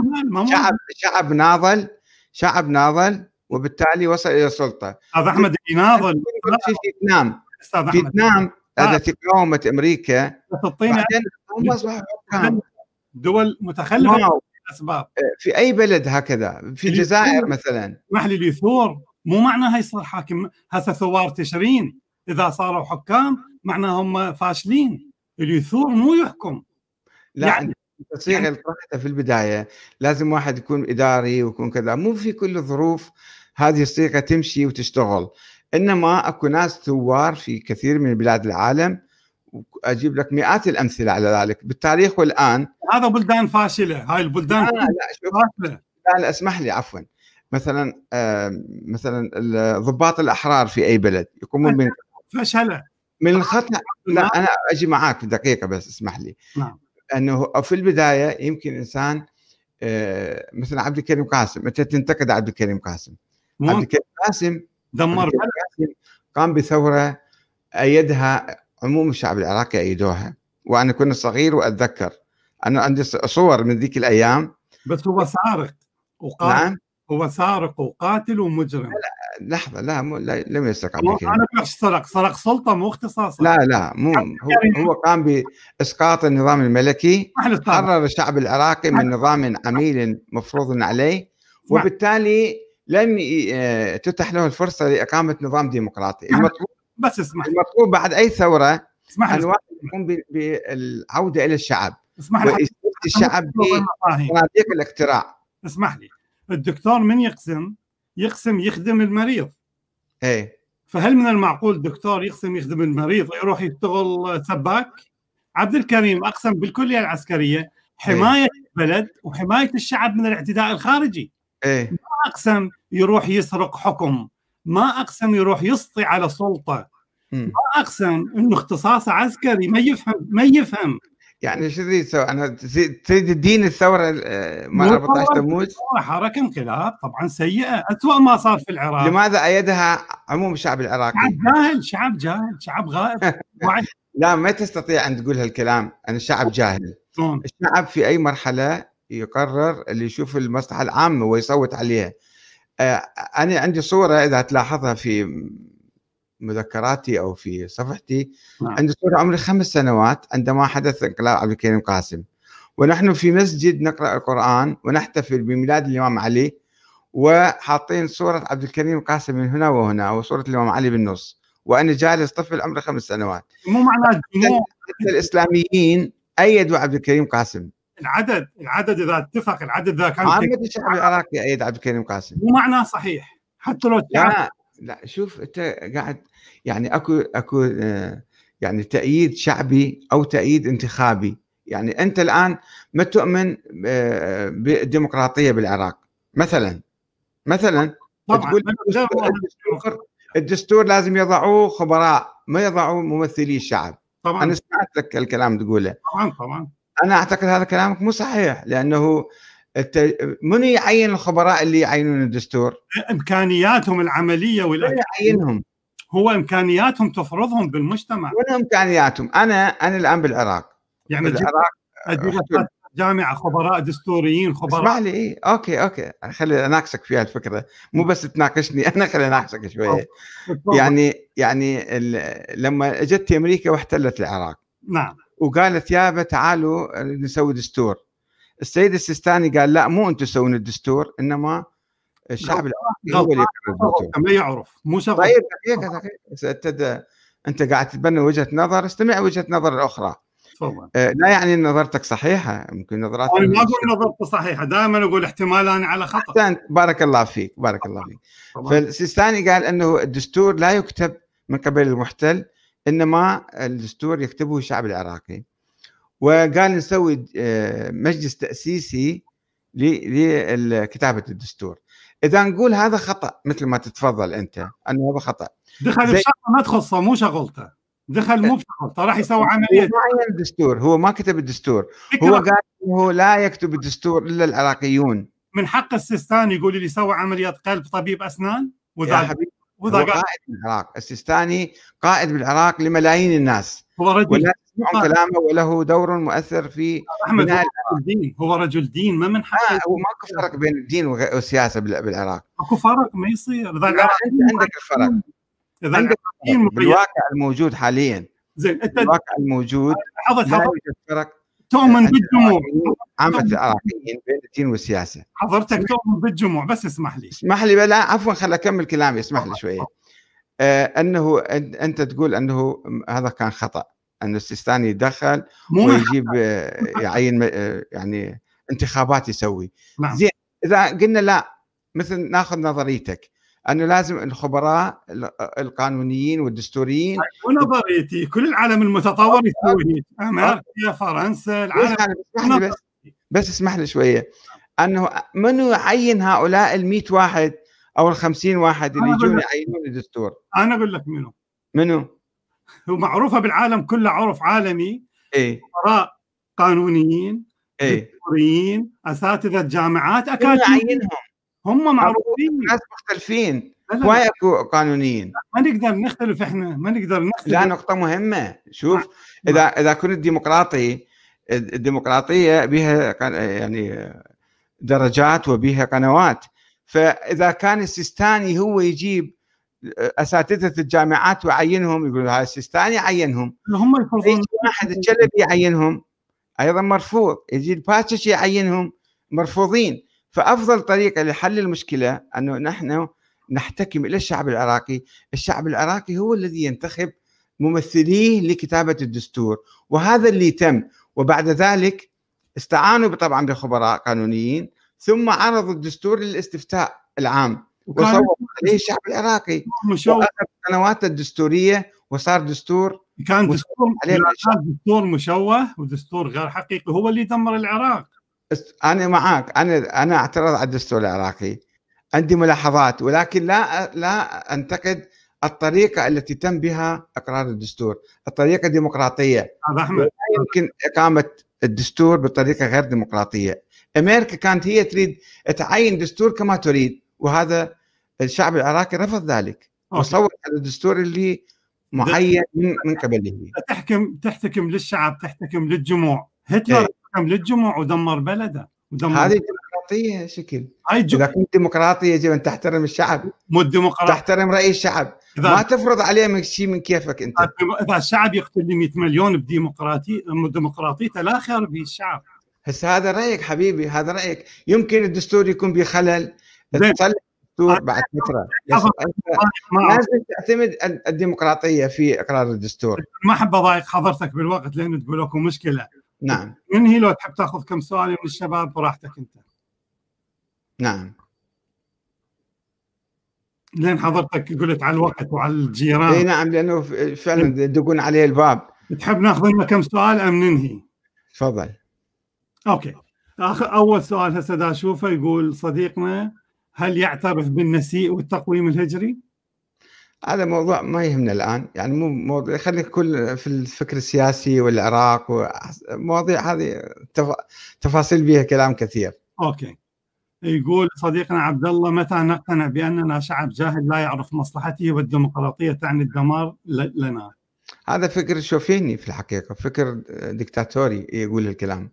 شعب ناضل وبالتالي وصل إلى السلطة. هذا أحمد يناضل في فيتنام التي قاومت أمريكا، بعدين هم أصبحوا حكام دول متخلفة أسباب. في أي بلد هكذا، في الجزائر مثلا. اسمح لي، اليثور مو معناها يصير حاكم. هسه ثوار تشرين إذا صاروا حكام معناهم فاشلين. اليثور مو يحكم. لا يعني تصيغ القاعدة في البداية لازم واحد يكون إداري ويكون كذا، مو في كل الظروف هذه الصيغة تمشي وتشتغل. إنما أكو ناس ثوار في كثير من بلاد العالم، وأجيب لك مئات الأمثلة على ذلك بالتاريخ والآن. هذا بلدان فاشلة، هاي البلدان فاشلة. لا اسمح لي عفوا، مثلا ضباط الأحرار في أي بلد يقومون من فشلة من الخطأ. لا أنا أجي معاك دقيقة بس اسمح لي. نعم. أنه في البداية يمكن إنسان مثلا عبد الكريم قاسم، أنت تنتقد عبد الكريم قاسم. عبد الكريم قاسم دمر قام بثورة أيدها عموم الشعب العراقي، أيدوها، وأنا كنت صغير وأتذكر أنا عندي صور من ذيك الأيام. بس هو سارق وقاتل. نعم هو سارق وقاتل ومجرم. لحظة، لم يسرق عبد الكريم. أنا بحش سرق سلطة مو اختصاصا. لا مو هو قام بإسقاط النظام الملكي، حرر الشعب العراقي من نظام عميل مفروض عليه، وبالتالي لم تتح له الفرصة لإقامة نظام ديمقراطي. المطلوب بعد أي ثورة أن الواحد يقوم بالعودة إلى الشعب وإستفتاء الشعب بصناديق الاقتراع. اسمح لي، الدكتور من يقسم يخدم المريض. ايه، فهل من المعقول دكتور يقسم يخدم المريض يروح يشتغل سباك؟ عبد الكريم أقسم بالكلية العسكرية حماية البلد وحماية الشعب من الاعتداء الخارجي. ما أقسم يروح يسرق حكم، ما أقسم يروح يسطي على سلطة، ما أقسم إنه اختصاص عسكري. ما يفهم يعني شو تريد تسوي؟ أنا تريد الدين الثورة مع 14 تموز؟ حركة انقلاب طبعا سيئة، أسوأ ما صار في العراق. لماذا أيدها عموم الشعب العراقي؟ شعب جاهل، شعب غائب. لا ما تستطيع أن تقول هالكلام. أنا الشعب جاهل. الشعب في أي مرحلة يقرر اللي يشوف المصلحة العامة ويصوت عليها. أنا عندي صورة إذا تلاحظها في مذكراتي أو في صفحتي، عندي صورة عمري 5 سنوات عندما حدث انقلاب عبد الكريم قاسم، ونحن في مسجد نقرأ القرآن ونحتفل بميلاد الإمام علي، وحاطين صورة عبد الكريم قاسم من هنا وهنا وصورة الإمام علي بالنص، وأنا جالس طفل عمري 5 سنوات. مو معناه الإسلاميين أيدوا عبد الكريم قاسم. العدد إذا اتفق العدد ذا كان عامة الشعب العراقي أيد عبد الكريم قاسم. مو معناه صحيح حتى لو لا شوف أنت قاعد يعني أكو يعني تأييد شعبي أو تأييد انتخابي. يعني أنت الآن ما تؤمن بالديمقراطية بالعراق مثلا طبعا الدستور لازم يضعوه خبراء، ما يضعوه ممثلي الشعب. طبعا أنا سمعت لك الكلام تقوله. طبعا أنا أعتقد هذا كلامك مو صحيح، لأنه من يعين الخبراء اللي يعينون الدستور؟ إمكانياتهم العملية يعينهم، هو إمكانياتهم تفرضهم بالمجتمع. وين إمكانياتهم؟ أنا الآن بالعراق، يعني بالعراق جامعة خبراء دستوريين خبراء. اسمح لي أوكي خلي أناقشك في هالفكرة، مو بس تناقشني أنا، خلي أناقشك شوية. يعني لما اجت أمريكا واحتلت العراق، نعم، وقالت يابا تعالوا نسوي دستور، السيد السيستاني قال لا مو أنتم تسوون الدستور، إنما الشعب العراقي هو اللي يقرر. ما يعرف مو شغل. طيب دقيقة أنت قاعد تبني وجهة نظر، استمع وجهة نظر الأخرى. لا يعني نظرتك صحيحة، ممكن نظرات. أنا ما أقول نظرتي صحيحة، دائما أقول احتمال أنا على خطأ. بارك الله فيك. فالسيستاني قال أنه الدستور لا يكتب من قبل المحتل، إنما الدستور يكتبه الشعب العراقي، وقال نسوي مجلس تأسيسي لكتابة الدستور. إذا نقول هذا خطأ مثل ما تتفضل أنت أنه هذا خطأ، دخل بشغله ما تخصه، مو شغلته. دخل مو بشغل، راح يسوي هو عمليه ما عين الدستور، هو ما كتب الدستور، هو قال انه لا يكتب الدستور الا العراقيون. من حق السيستاني يقول لي يسوي عمليات قلب طبيب اسنان؟ يا حبيبي هو قائد بالعراق، السيستاني قائد بالعراق لملايين الناس، هو رجل ولا تسمعون كلامه وله دور مؤثر في بناء الدين. هو رجل دين، ما من حقه. هو ماكو فرق بين الدين والسياسه بالعراق. اكو فرق ما يصير. لا انت عندك الفرق، عندك بالواقع الموجود حاليا. زين انت الواقع الموجود لا يوجد فرق. تؤمن بالجموع عامة العراقيين بين الدين والسياسه. حضرتك تؤمن بالجموع، بس اسمح لي لا عفوا خل اكمل كلامي، اسمح لي شويه. انه انت تقول انه هذا كان خطا، انه السيستاني يدخل ويجيب يعين يعني انتخابات يسوي. نعم. زين اذا قلنا لا، مثل ناخذ نظريتك انه لازم الخبراء القانونيين والدستوريين. ونظريتي كل العالم المتطور يسوي هيك، امريكا، فرنسا، العالم. بس اسمح لي شويه، انه منو يعين هؤلاء ال100 واحد او ال50 واحد اللي يجون يعينون الدستور؟ انا اقول لك منو هو معروفه بالعالم كله، عرف عالمي. خبراء قانونيين، دستوريين، اساتذه جامعات، اكاديميين، هم معروفين. ناس مختلفين، هواي اكو قانونيين. ما نقدر نختلف، احنا ما نقدر نختلف. لا نقطه مهمه، شوف اذا كنت ديمقراطي، الديمقراطيه بها يعني درجات وبها قنوات. فاذا كان السيستاني هو يجيب اساتذه الجامعات ويعينهم، يقول هذا السيستاني عينهم، هم يفرضون. واحد الشلبي يعينهم ايضا مرفوض، يجي الباتشي يعينهم مرفوضين. فافضل طريقه لحل المشكله انه نحن نحتكم الى الشعب العراقي. الشعب العراقي هو الذي ينتخب ممثليه لكتابه الدستور، وهذا اللي تم. وبعد ذلك استعانوا طبعا بخبراء قانونيين، ثم عرضوا الدستور للاستفتاء العام وصوت عليه الشعب العراقي، وأخذ قنواته الدستوريه وصار دستور. كان دستور مشوه ودستور غير حقيقي، هو اللي دمر العراق. انا معك، انا اعترض على الدستور العراقي، عندي ملاحظات، ولكن لا انتقد الطريقه التي تم بها اقرار الدستور، الطريقه الديمقراطيه. لا يمكن اقامه الدستور بطريقه غير ديمقراطيه. امريكا كانت هي تريد تعين دستور كما تريد، وهذا الشعب العراقي رفض ذلك وصوت على الدستور اللي معين من قبله. تحتكم للشعب، تحتكم للجموع. هتلر حكم للجموع ودمر بلده. هذه ديمقراطيه شكل. اذا كنت ديمقراطي يجب ان تحترم الشعب، مو الديمقراطيه تحترم راي الشعب، ما تفرض عليه شيء من كيفك انت. اذا الشعب يقتل لي 100 مليون بديمقراطيته، لا خير به الشعب. هسه هذا رايك حبيبي، هذا رايك. يمكن الدستور يكون بخلل، تصلح الدستور بعد فتره، لازم تعتمد الديمقراطيه في اقرار الدستور. ما احب اضايق حضرتك بالوقت لان تقول لكم مشكله. نعم. انهي لو تحب تاخذ كم سؤال من الشباب براحتك انت. نعم. لين حضرتك قلت على الوقت وعلى الجيران. اي نعم، لانه فعلا يدقون عليه الباب. تحب ناخذ لنا كم سؤال ام ننهي؟ تفضل. اوكي. اول سؤال هسه دا اشوفه، يقول صديقنا: هل يعترف بالنسيء والتقويم الهجري؟ هذا موضوع ما يهمنا الان، يعني مو موضوع، خلينا كل في الفكر السياسي والعراق ومواضيع هذه تفاصيل بها كلام كثير. اوكي. يقول صديقنا عبد الله: متى نقتنع باننا شعب جاهل لا يعرف مصلحته والديمقراطيه تعني الدمار لنا؟ هذا فكر شوفيني في الحقيقه، فكر ديكتاتوري يقول الكلام،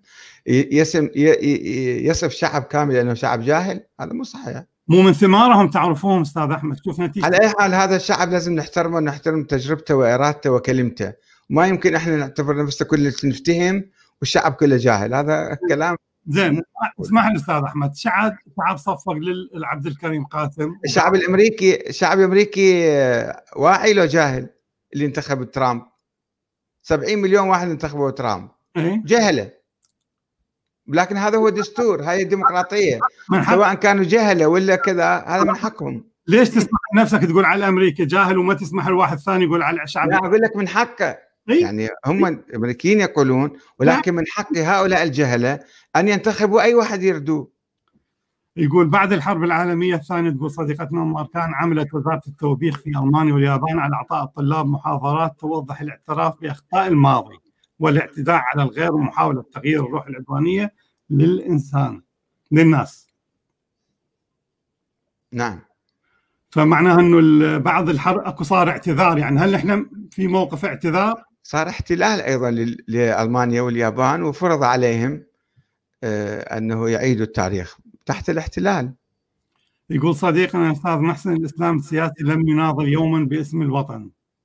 يصف شعب كامل انه شعب جاهل، هذا مو صحيح. مو من ثمارهم تعرفوهم استاذ احمد. شوف نتيجه. على اي حال هذا الشعب لازم نحترمه، نحترم تجربته وارادته وكلمته، ما يمكن احنا نعتبر نفسنا كلنا نفتهم والشعب كله جاهل، هذا كلام. زين اسمح لي استاذ احمد، شعب صفق للعبد الكريم قاسم. الشعب الامريكي واعي لو جاهل اللي انتخب ترامب؟ 70 مليون واحد انتخبوا ترامب جهله، لكن هذا هو دستور، هاي الديمقراطيه، سواء كانوا جهله ولا كذا، هذا من حقهم. ليش تسمح نفسك تقول على امريكا جاهل وما تسمح الواحد ثاني يقول على الشعب؟ لا اقول لك من حقه. يعني هم الامريكيين يقولون، ولكن من حق هؤلاء الجهله ان ينتخبوا اي واحد يردوه. يقول بعد الحرب العالمية الثانية، تقول صديقتنا أم أركان، عملت وزارة التوبيخ في ألمانيا واليابان على إعطاء الطلاب محاضرات توضح الاعتراف بأخطاء الماضي والاعتداء على الغير ومحاولة تغيير الروح العدوانية للناس. نعم. فمعناها انه بعض الحرب اكو صار اعتذار، يعني هل احنا في موقف اعتذار؟ صار احتلال ايضا لالمانيا واليابان، وفرض عليهم انه يعيدوا التاريخ تحت الاحتلال. يقول صديقنا استاذ محسن، الاسلام السياسي لم يناضل يوما باسم الوطن.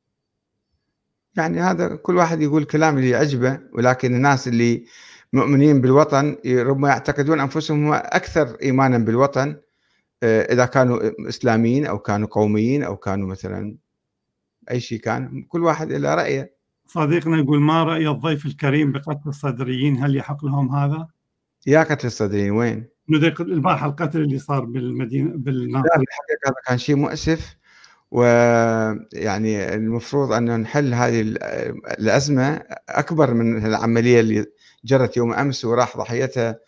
يعني هذا كل واحد يقول كلام اللي يعجبه، ولكن الناس اللي مؤمنين بالوطن ربما يعتقدون انفسهم اكثر ايمانا بالوطن إذا كانوا إسلاميين أو كانوا قوميين أو كانوا مثلا أي شيء كان، كل واحد إلى رأيه. صديقنا يقول ما رأي الضيف الكريم بقتل الصدريين؟ هل يحق لهم هذا؟ يا قتل الصدريين وين؟ البارحة القتل اللي صار بالمدينة لا بالحقيقة هذا كان شيء مؤسف، ويعني المفروض أن نحل هذه الأزمة أكبر من العملية اللي جرت يوم أمس وراح ضحيتها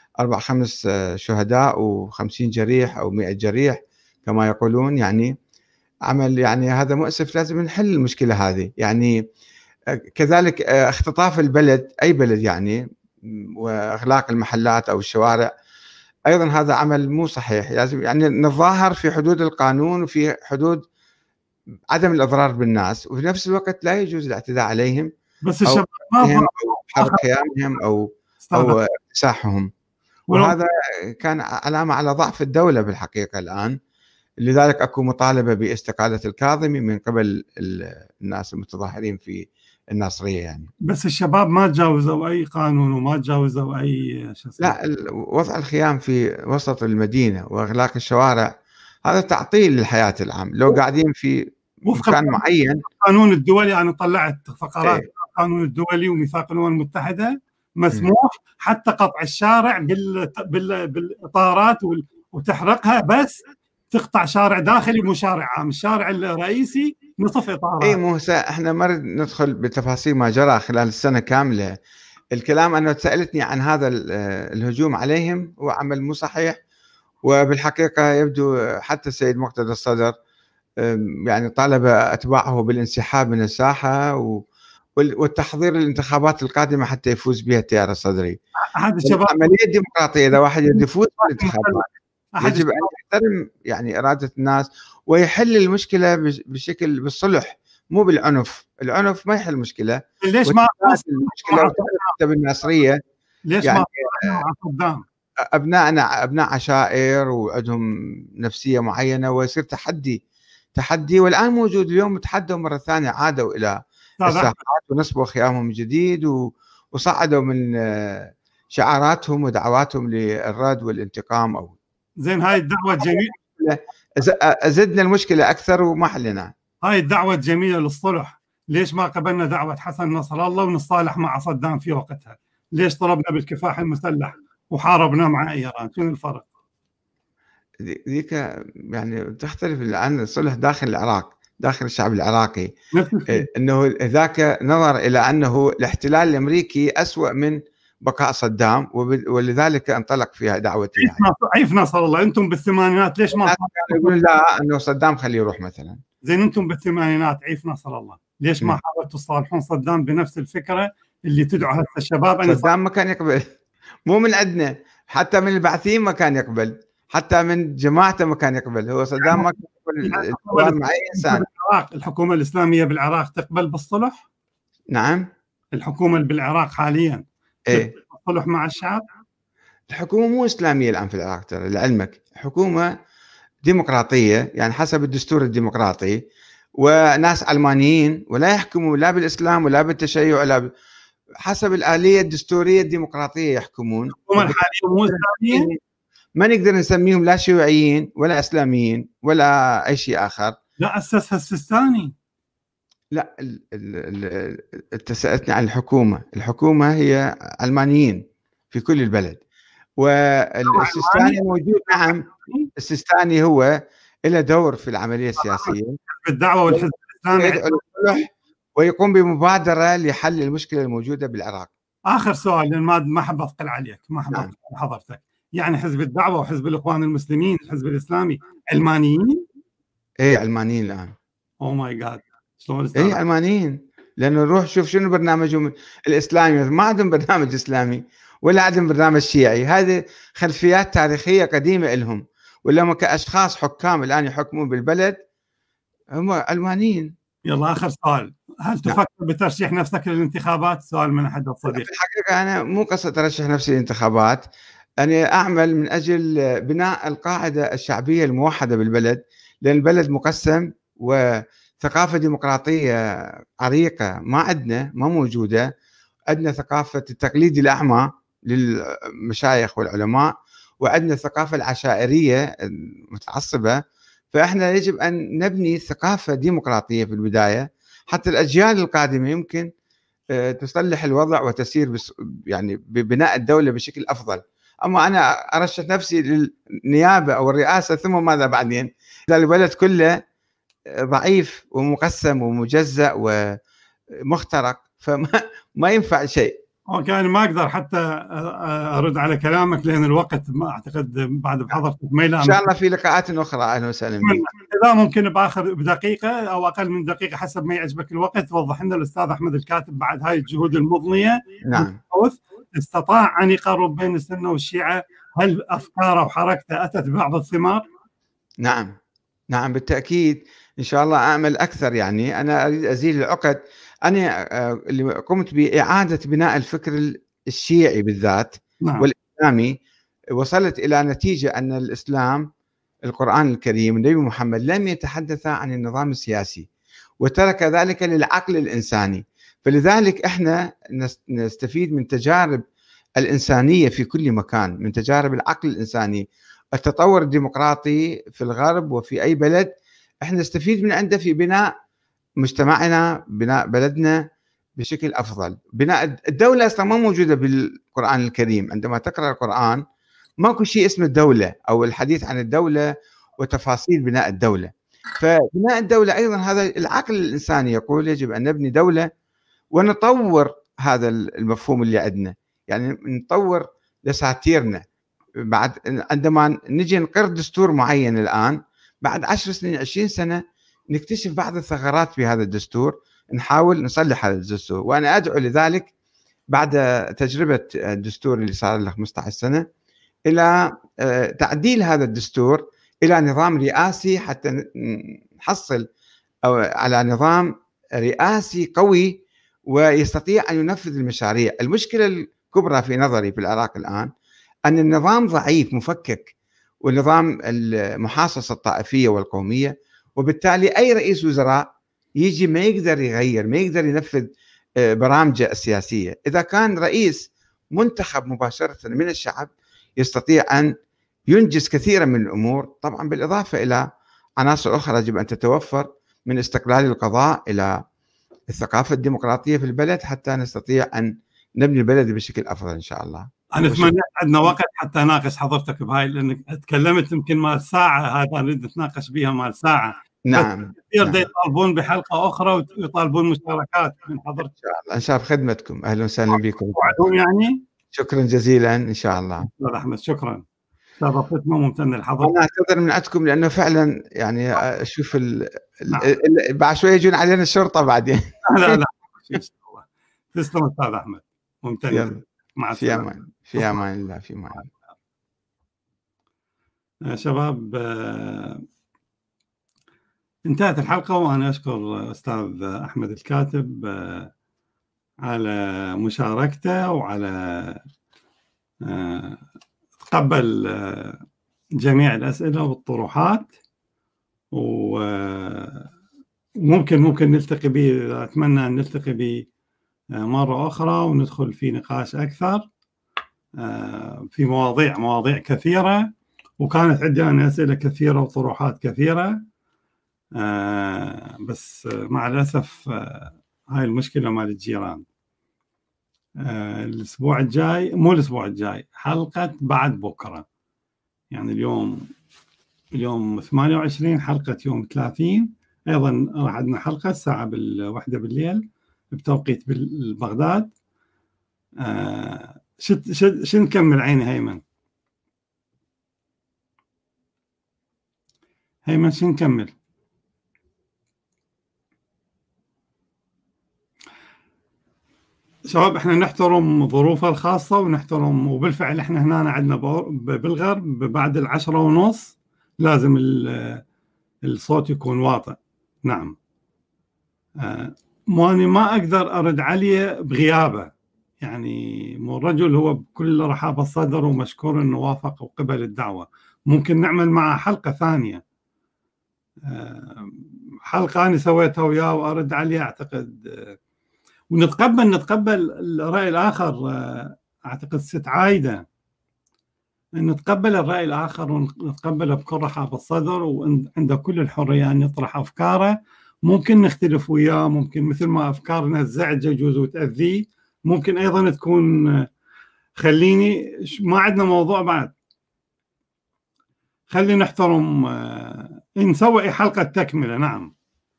4-5 شهداء و50 جريح أو 100 جريح كما يقولون. يعني عمل يعني هذا مؤسف، لازم نحل المشكلة هذه. يعني كذلك اختطاف البلد، أي بلد يعني، وإغلاق المحلات أو الشوارع، أيضا هذا عمل مو صحيح. لازم يعني نتظاهر في حدود القانون وفي حدود عدم الإضرار بالناس، وفي نفس الوقت لا يجوز الاعتداء عليهم بس الشباب أو حرق خيامهم أو اكتساحهم. وهذا كان علامة على ضعف الدولة بالحقيقة الآن. لذلك أكو مطالبة باستقالة الكاظمي من قبل الناس المتظاهرين في الناصرية يعني. بس الشباب ما تجاوزوا أي قانون وما تجاوزوا أي لا، وضع الخيام في وسط المدينة وإغلاق الشوارع هذا تعطيل للحياة العام. لو قاعدين في مكان معين، القانون الدولي، أنا طلعت فقرات القانون الدولي وميثاق الأمم المتحدة مسموح حتى قطع الشارع بالإطارات وتحرقها، بس تقطع شارع داخلي مو شارع عام. الشارع الرئيسي نصف إطارات. اي مو احنا ما ندخل بتفاصيل ما جرى خلال السنة كاملة. الكلام أنه سألتني عن هذا الهجوم عليهم هو عمل مو صحيح، وبالحقيقة يبدو حتى السيد مقتدى الصدر يعني طالب أتباعه بالانسحاب من الساحة والتحضير للانتخابات القادمة حتى يفوز بها التيار الصدري. هذا الشباب عملية ديمقراطية، إذا واحد يفوز بالانتخابات يجب أن يحترم يعني إرادة الناس ويحل المشكلة بشكل بالصلح مو بالعنف. العنف ما يحل المشكلة. ليش ما المشكلة بالناصرية؟ ليش يعني ما صدام أبناء عشائر وعندهم نفسية معينة، ويصير تحدي والآن موجود. اليوم تحدوا مرة ثانية، عادوا إلى الساحات ونصبوا خيامهم جديد وصعدوا من شعاراتهم ودعواتهم للرد والانتقام. أو زين، هاي الدعوة جميلة، أزدنا المشكلة أكثر وما حلنا. هاي الدعوة جميلة للصلح. ليش ما قبلنا دعوة حسن نصر الله ونصالح مع صدام في وقتها؟ ليش طلبنا بالكفاح المسلح وحاربنا مع إيران؟ شنو الفرق؟ ذيك يعني تختلف عن الصلح داخل العراق، داخل الشعب العراقي. انه ذاك نظر الى انه الاحتلال الامريكي أسوأ من بقاء صدام، ولذلك انطلق فيها دعوتي. عيف نصر الله. انتم بالثمانينات ليش ما يقولون لا انه صدام خليه يروح مثلا؟ زين، انتم بالثمانينات عيف نصر الله ليش ما حاولتوا تصالحون صدام بنفس الفكره اللي تدعو هسه الشباب؟ أن صدام ما كان يقبل، مو من عندنا، حتى من البعثيين ما كان يقبل، حتى من جماعته ما كان يقبل. هو صدام ما كان يقبل مع اي انسان. الحكومه الاسلاميه بالعراق تقبل بالصلح؟ نعم، الحكومه بالعراق حاليا الصلح مع الشعب. الحكومه مو اسلاميه الان في العراق، ترى لعلمك حكومه ديمقراطيه، يعني حسب الدستور الديمقراطي، وناس علمانيين ولا يحكموا لا بالاسلام ولا بالتشيع ولا حسب الآلية الدستورية الديمقراطية يحكمون. الحكومة الحالية مو إسلامية، ما نقدر نسميهم لا شيوعيين ولا إسلاميين ولا أي شيء آخر. لا، أسسها السيستاني. لا، أنت سألتني عن الحكومة هي علمانيين في كل البلد، والسيستاني موجود. نعم، السيستاني هو له دور في العملية السياسية بالدعوة والحزب الإسلامي، ويقوم بمبادرة لحل المشكلة الموجودة بالعراق. آخر سؤال، لأن ما حب أثقل عليك، ما حب أثقل حضرتك. يعني حزب الدعوة وحزب الإخوان المسلمين الحزب الإسلامي علمانيين؟ ايه علمانيين الان. اوه ماي جاد، شلون استاذ؟ ايه علمانيين، لانه روح شوف شنو برنامجهم الاسلامي، ما عندهم برنامج اسلامي ولا عندهم برنامج شيعي، هذه خلفيات تاريخيه قديمه لهم، ولما كاشخاص حكام الان يحكمون بالبلد هم علمانيين. يلا آخر سؤال، هل تفكر بترشيح نفسك للانتخابات؟ سؤال من أحد الصديق. في الحقيقة أنا مو قصة أرشح نفسي للانتخابات، أنا أعمل من أجل بناء القاعدة الشعبية الموحدة بالبلد، لأن البلد مقسم وثقافة ديمقراطية عريقة ما عندنا، ما موجودة. عندنا ثقافة التقليد الأعمى للمشايخ والعلماء، وعندنا الثقافة العشائرية المتعصبة. فإحنا يجب أن نبني ثقافة ديمقراطية في البداية حتى الأجيال القادمة يمكن تصلح الوضع وتسير يعني ببناء الدولة بشكل أفضل. أما أنا أرشح نفسي للنيابة أو الرئاسة ثم ماذا بعدين؟ إذا البلد كله ضعيف ومقسم ومجزأ ومخترق فما ينفع شيء. اوكي، انا ما اقدر حتى ارد على كلامك لان الوقت ما اعتقد بعد بحضرتك ما يلام. ان شاء الله في لقاءات اخرى. اهلا وسهلا بك. اذا ممكن بدقيقه او اقل من دقيقه حسب ما يعجبك الوقت، توضح لنا الاستاذ احمد الكاتب بعد هاي الجهود المضنيه نعم استطاع ان يقرب بين السنه والشيعه، هل افكاره وحركته اتت ببعض الثمار؟ نعم بالتاكيد، ان شاء الله اعمل اكثر. يعني انا اريد ازيل العقد. أنا اللي قمت بإعادة بناء الفكر الشيعي بالذات والإسلامي، وصلت إلى نتيجة أن الإسلام القرآن الكريم النبي محمد لم يتحدث عن النظام السياسي، وترك ذلك للعقل الإنساني. فلذلك إحنا نستفيد من تجارب الإنسانية في كل مكان، من تجارب العقل الإنساني. التطور الديمقراطي في الغرب وفي أي بلد إحنا نستفيد من عنده في بناء مجتمعنا، بناء بلدنا بشكل أفضل. بناء الدولة أصلا ما موجودة بالقرآن الكريم. عندما تقرأ القرآن ماكو شيء اسمه الدولة أو الحديث عن الدولة وتفاصيل بناء الدولة. فبناء الدولة أيضا هذا العقل الإنساني يقول يجب أن نبني دولة ونطور هذا المفهوم اللي عندنا، يعني نطور دساتيرنا. بعد عندما نجي نقر دستور معين الآن، بعد 10 سنين 20 سنة نكتشف بعض الثغرات في هذا الدستور، نحاول نصلح هذا الدستور. وأنا أدعو لذلك بعد تجربة الدستور اللي صار له 15 سنة إلى تعديل هذا الدستور إلى نظام رئاسي، حتى نحصل أو على نظام رئاسي قوي ويستطيع أن ينفذ المشاريع. المشكلة الكبرى في نظري في العراق الآن أن النظام ضعيف مفكك، ونظام المحاصصة الطائفية والقومية، وبالتالي أي رئيس وزراء يجي ما يقدر يغير، ما يقدر ينفذ برامجه السياسية. إذا كان رئيس منتخب مباشرة من الشعب يستطيع أن ينجز كثيرا من الأمور، طبعا بالإضافة إلى عناصر أخرى يجب أن تتوفر من استقلال القضاء إلى الثقافة الديمقراطية في البلد، حتى نستطيع أن نبني البلد بشكل أفضل إن شاء الله. أنا أتمنى عندنا وقت حتى ناقش حضرتك بهاي، لأنك تكلمت يمكن مال ساعة، هذا نريد نتناقش بها مال ساعة. نعم. كثير يطالبون بحلقة أخرى ويطالبون مشاركات من حضرتك. إن شاء الله، إن شاء الله خدمتكم. أهلا وسهلا بكم. يعني شكرا جزيلا إن شاء الله. أستاذ أحمد شكرا، شرفتنا وممتن لحضرتك. أنا أعتذر من عندكم لأنه فعلا يعني أشوف بعد شوية يجون علينا الشرطة بعدين. لا تسلم أستاذ أحمد، ممتن. مع السلامة. في أمان الله. في أمان الله. شباب، انتهت الحلقة، وأنا أشكر أستاذ أحمد الكاتب على مشاركته وعلى تقبل جميع الأسئلة والطروحات، وممكن نلتقي به. أتمنى أن نلتقي به مرة أخرى وندخل في نقاش أكثر في مواضيع كثيرة، وكانت عندنا أسئلة كثيرة وطروحات كثيرة، بس مع الأسف هاي المشكلة مال الجيران. الأسبوع الجاي، مو الأسبوع الجاي، حلقة بعد بكرة، يعني اليوم 28، حلقة يوم 30 أيضا راح عندنا حلقة الساعة 1 بالليل بتوقيت بغداد. شو نكمل عيني هيمن؟ هيمن شو نكمل؟ شباب احنا نحترم ظروفها الخاصة ونحترم، وبالفعل احنا هنا عندنا بالغرب بعد 10:30 لازم الصوت يكون واطئ. نعم. ماني ما اقدر ارد عليه بغيابه، يعني مو الرجل هو بكل رحابة الصدر ومشكور انه وافق وقبل الدعوة. ممكن نعمل معه حلقة ثانية، حلقة أنا سويتها وياه وأرد عليه أعتقد، ونتقبل الرأي الآخر. أعتقد ست عايدة نتقبل الرأي الآخر ونتقبله بكل رحابة الصدر، وعنده كل الحرية أن يطرح أفكاره. ممكن نختلف وياه، ممكن مثل ما أفكارنا تزعجه يجوز وتأذيه، ممكن أيضا تكون خليني ما عندنا موضوع بعد، خلينا نحترم. نسوي حلقة تكملة. نعم،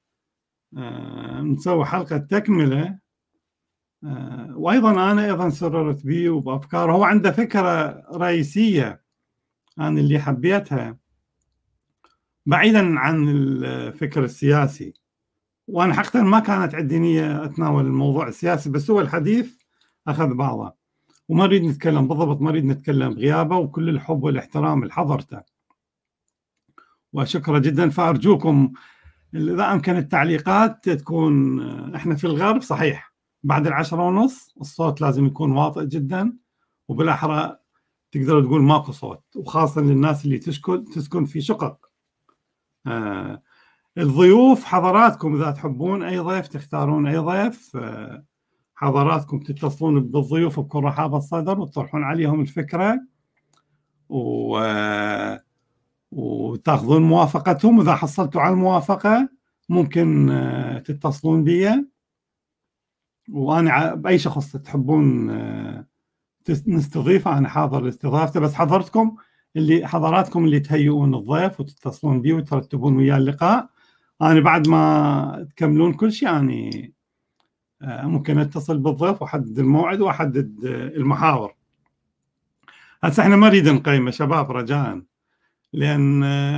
نسوي حلقة تكملة. وأيضا أنا أيضا سررت به وبأفكاره. هو عنده فكرة رئيسية أنا اللي حبيتها بعيدا عن الفكر السياسي، وأنا حقيقة ما كانت عندي نية أتناول الموضوع السياسي، بس هو الحديث أخذ بعضه وما نريد نتكلم بالضبط، ما نريد نتكلم بغيابه، وكل الحب والاحترام لحضرته وشكرا جدا. فأرجوكم إذا أمكن التعليقات تكون، إحنا في الغرب صحيح بعد 10:30 الصوت لازم يكون واطئ جدا، وبالأحرى تقدر تقول ماكو صوت، وخاصة للناس اللي تسكن في شقق. الضيوف حضراتكم إذا تحبون أي ضيف تختارون أي ضيف، حضراتكم تتصلون بالضيوف بكل رحابة الصدر وتطرحون عليهم الفكرة وتاخذون موافقتهم. إذا حصلتوا على الموافقة ممكن تتصلون بي، وأنا بأي شخص تحبون نستضيفه أنا حاضر لاستضافته، بس حضراتكم اللي تهيئون الضيف وتتصلون بي وترتبون وياه اللقاء. أنا بعد ما تكملون كل شيء أنا ممكن أتصل بالضيف وأحدد الموعد وأحدد المحاور. هسه احنا ما نريد نقيمه شباب رجاء، لأن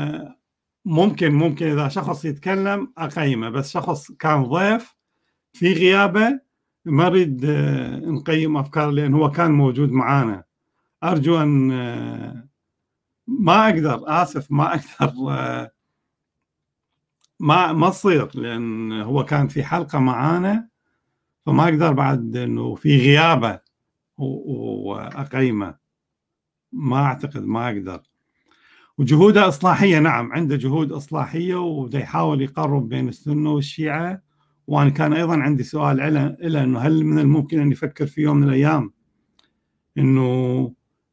ممكن إذا شخص يتكلم أقيمه، بس شخص كان ضيف في غيابه ما نريد نقيم أفكار، لأن هو كان موجود معانا. أرجو أن ما أقدر، آسف ما أقدر، ما تصير، لأن هو كان في حلقة معانا، فما أقدر بعد أنه في غيابه وأقيمه، ما أعتقد، ما أقدر. وجهوده إصلاحية، نعم عنده جهود إصلاحية وده يحاول يقرب بين السنة والشيعة. وأنا كان أيضا عندي سؤال إلى أنه هل من الممكن أن يفكر في يوم من الأيام أنه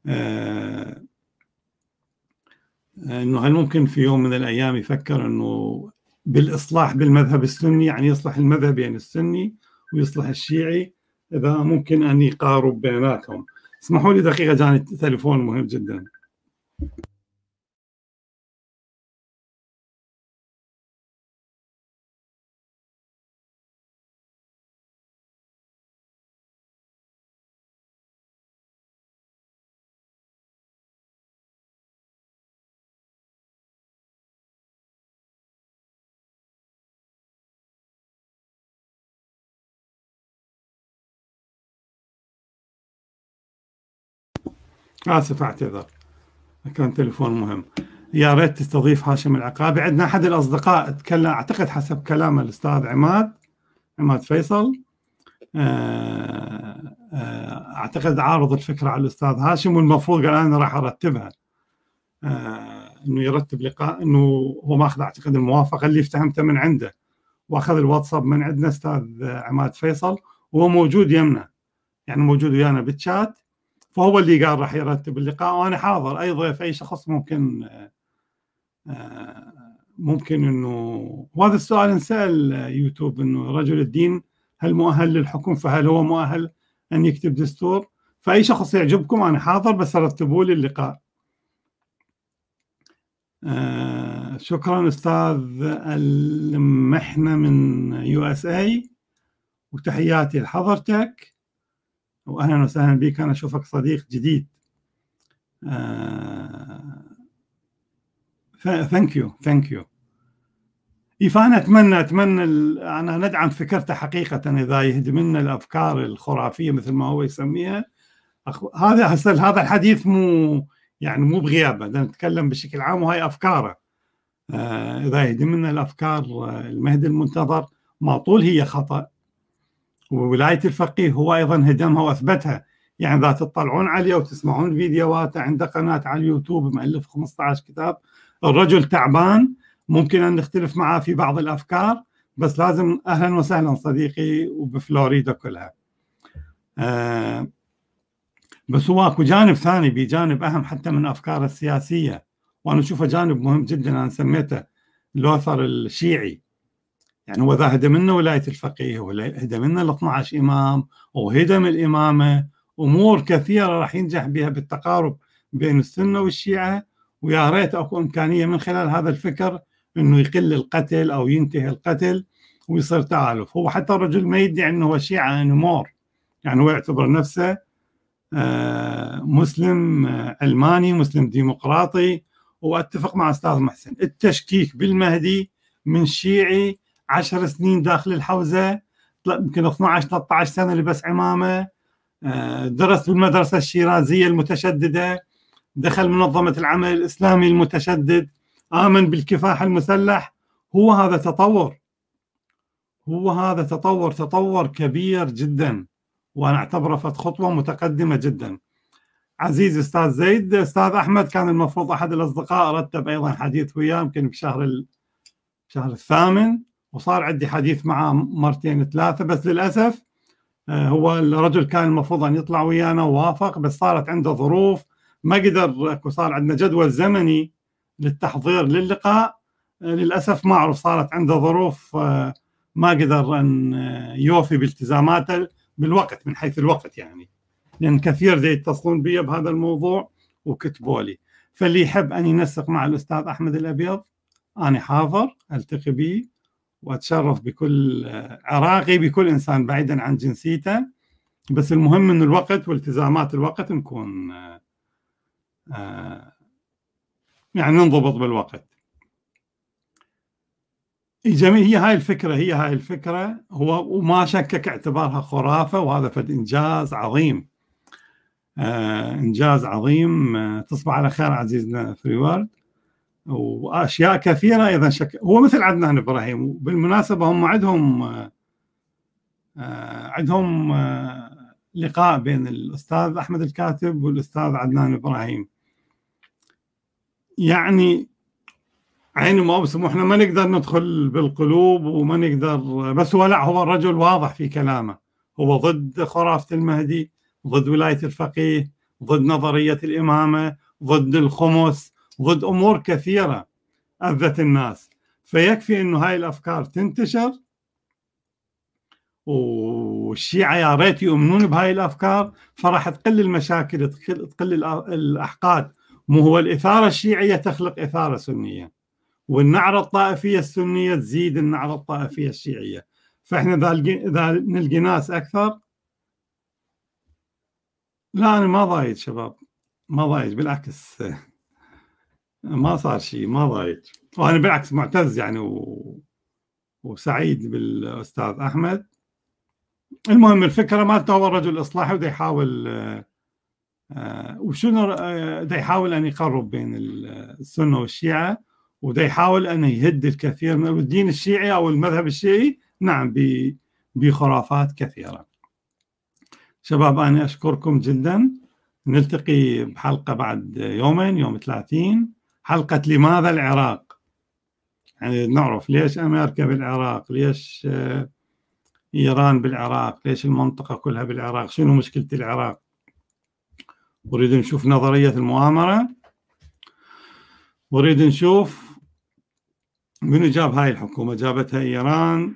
هل ممكن في يوم من الأيام يفكر أنه بالإصلاح بالمذهب السني، يعني يصلح المذهب يعني السني ويصلح الشيعي، إذا ممكن أن يقارب بيناتهم. اسمحوا لي دقيقة، جاني تليفون مهم جدا. آسف أعتذر، كان تليفون مهم. يا ريت تستضيف هاشم العقابي. عندنا أحد الأصدقاء تكلم، أعتقد حسب كلام الأستاذ عماد فيصل، أعتقد عارض الفكرة على الأستاذ هاشم، والمفروض قال أنا راح أرتبها، إنه يرتب لقاء، إنه هو ماخذ أعتقد الموافقة اللي افتهمته من عنده، وأخذ الواتساب من عندنا أستاذ عماد فيصل، وهو موجود يمنا، يعني موجود ويانا بالشات، فهو اللي قال راح يرتب اللقاء وأنا حاضر. أي ضيف أي شخص ممكن إنه، وهذا السؤال انسأل يوتيوب، إنه رجل الدين هل مؤهل للحكم، فهل هو مؤهل أن يكتب دستور؟ فأي شخص يعجبكم أنا حاضر، بس رتبوا لي اللقاء. شكرا أستاذ المحنة من USA، وتحياتي لحضرتك وأهلا وسهلا بك. أنا أشوفك صديق جديد. ثانك يو فأنا أتمنى أنا ندعم فكرته حقيقة. إذا يهدم لنا الأفكار الخرافية مثل ما هو يسميها، هذا الحديث مو بغيابه، نتكلم بشكل عام وهي أفكاره. إذا يهدم لنا الأفكار المهدي المنتظر ما طول هي خطأ، وولاية الفقيه هو أيضا هدمها وأثبتها. يعني إذا تطلعون عليه وتسمعون فيديوهاته، عنده قناة على اليوتيوب مؤلف 15 كتاب. الرجل تعبان، ممكن أن نختلف معه في بعض الأفكار، بس لازم أهلا وسهلا صديقي وبفلوريدا كلها. بس هو اكو جانب ثاني، بجانب أهم حتى من أفكاره السياسية، وأنا أشوفه جانب مهم جدا. أنا سميته لوثر الشيعي. يعني هو إذا هدم لنا ولاية الفقيه، وهدم لنا ال 12 إمام، وهدم الإمامة، أمور كثيرة راح ينجح بها بالتقارب بين السنة والشيعة. ويا ريت أكو إمكانية من خلال هذا الفكر إنه يقل القتل أو ينتهي القتل ويصير تآلف. هو حتى الرجل ما يدعي إنه هو شيعة أنمور، يعني هو يعتبر نفسه مسلم علماني، مسلم ديمقراطي. وأتفق مع أستاذ محسن، التشكيك بالمهدي من شيعي 10 سنين داخل الحوزة، يمكن 12-13 سنة لبس عمامة، درس بالمدرسة الشيرازية المتشددة، دخل منظمة العمل الإسلامي المتشدد، آمن بالكفاح المسلح. هو هذا تطور كبير جدا، وأنا أعتبره خطوة متقدمة جدا. عزيز أستاذ زيد، أستاذ أحمد كان المفروض أحد الأصدقاء رتب أيضا حديث وياه، يمكن بشهر الثامن، وصار عندي حديث معه 2-3، بس للأسف هو الرجل كان المفروض أن يطلع ويانا ووافق، بس صارت عنده ظروف ما قدر. صار عندنا جدول زمني للتحضير للقاء، للأسف ما أعرف صارت عنده ظروف، ما قدر أن يوفي بالتزاماته بالوقت، من حيث الوقت يعني، لأن كثير زي يتصلون بي بهذا الموضوع وكتبوا لي. فاللي يحب أن ينسق مع الأستاذ أحمد الأبيض أنا حاضر ألتقي به، وأتشرف بكل عراقي، بكل إنسان بعيدا عن جنسيته. بس المهم من الوقت والتزامات الوقت نكون يعني ننضبط بالوقت. جميل، هي هاي الفكرة هو، وما شكك اعتبارها خرافة، وهذا فد إنجاز عظيم. إنجاز عظيم. تصبح على خير عزيزنا فريورد. وأشياء كثيرة أيضا هو مثل عدنان إبراهيم. وبالمناسبة هم عندهم لقاء بين الأستاذ أحمد الكاتب والأستاذ عدنان إبراهيم. يعني عين ما بسمو، احنا ما نقدر ندخل بالقلوب وما نقدر، بس هو الرجل واضح في كلامه. هو ضد خرافة المهدي، ضد ولاية الفقيه، ضد نظرية الإمامة، ضد الخمس، ضد أمور كثيرة أذت الناس. فيكفي إنه هاي الأفكار تنتشر، والشيعة يا ريت يؤمنون بهاي الأفكار، فراح تقل المشاكل، تقل الأحقاد. مو هو الإثارة الشيعية تخلق إثارة سنية، والنعرة الطائفية السنية تزيد النعرة الطائفية الشيعية. فإحنا إذا نلقي ناس أكثر. لا أنا ما ضايج شباب، ما ضايج، بالعكس ما صار شيء، ما ضايج. وأنا بالعكس معتز يعني وسعيد بالأستاذ أحمد. المهم الفكرة مالته هو الرجل إصلاحي، وده يحاول وشنو ده يحاول أن يقرب بين السنة والشيعة، وده يحاول أن يهد الكثير من الدين الشيعي أو المذهب الشيعي، نعم، بخرافات كثيرة. شباب أنا أشكركم جدا. نلتقي بحلقة بعد يومين، يوم 30، حلقة لماذا العراق. يعني نعرف ليش أمريكا بالعراق، ليش إيران بالعراق، ليش المنطقة كلها بالعراق، شنو مشكلة العراق. نريد نشوف نظرية المؤامرة، نريد نشوف منو جاب هاي الحكومة. جابتها إيران؟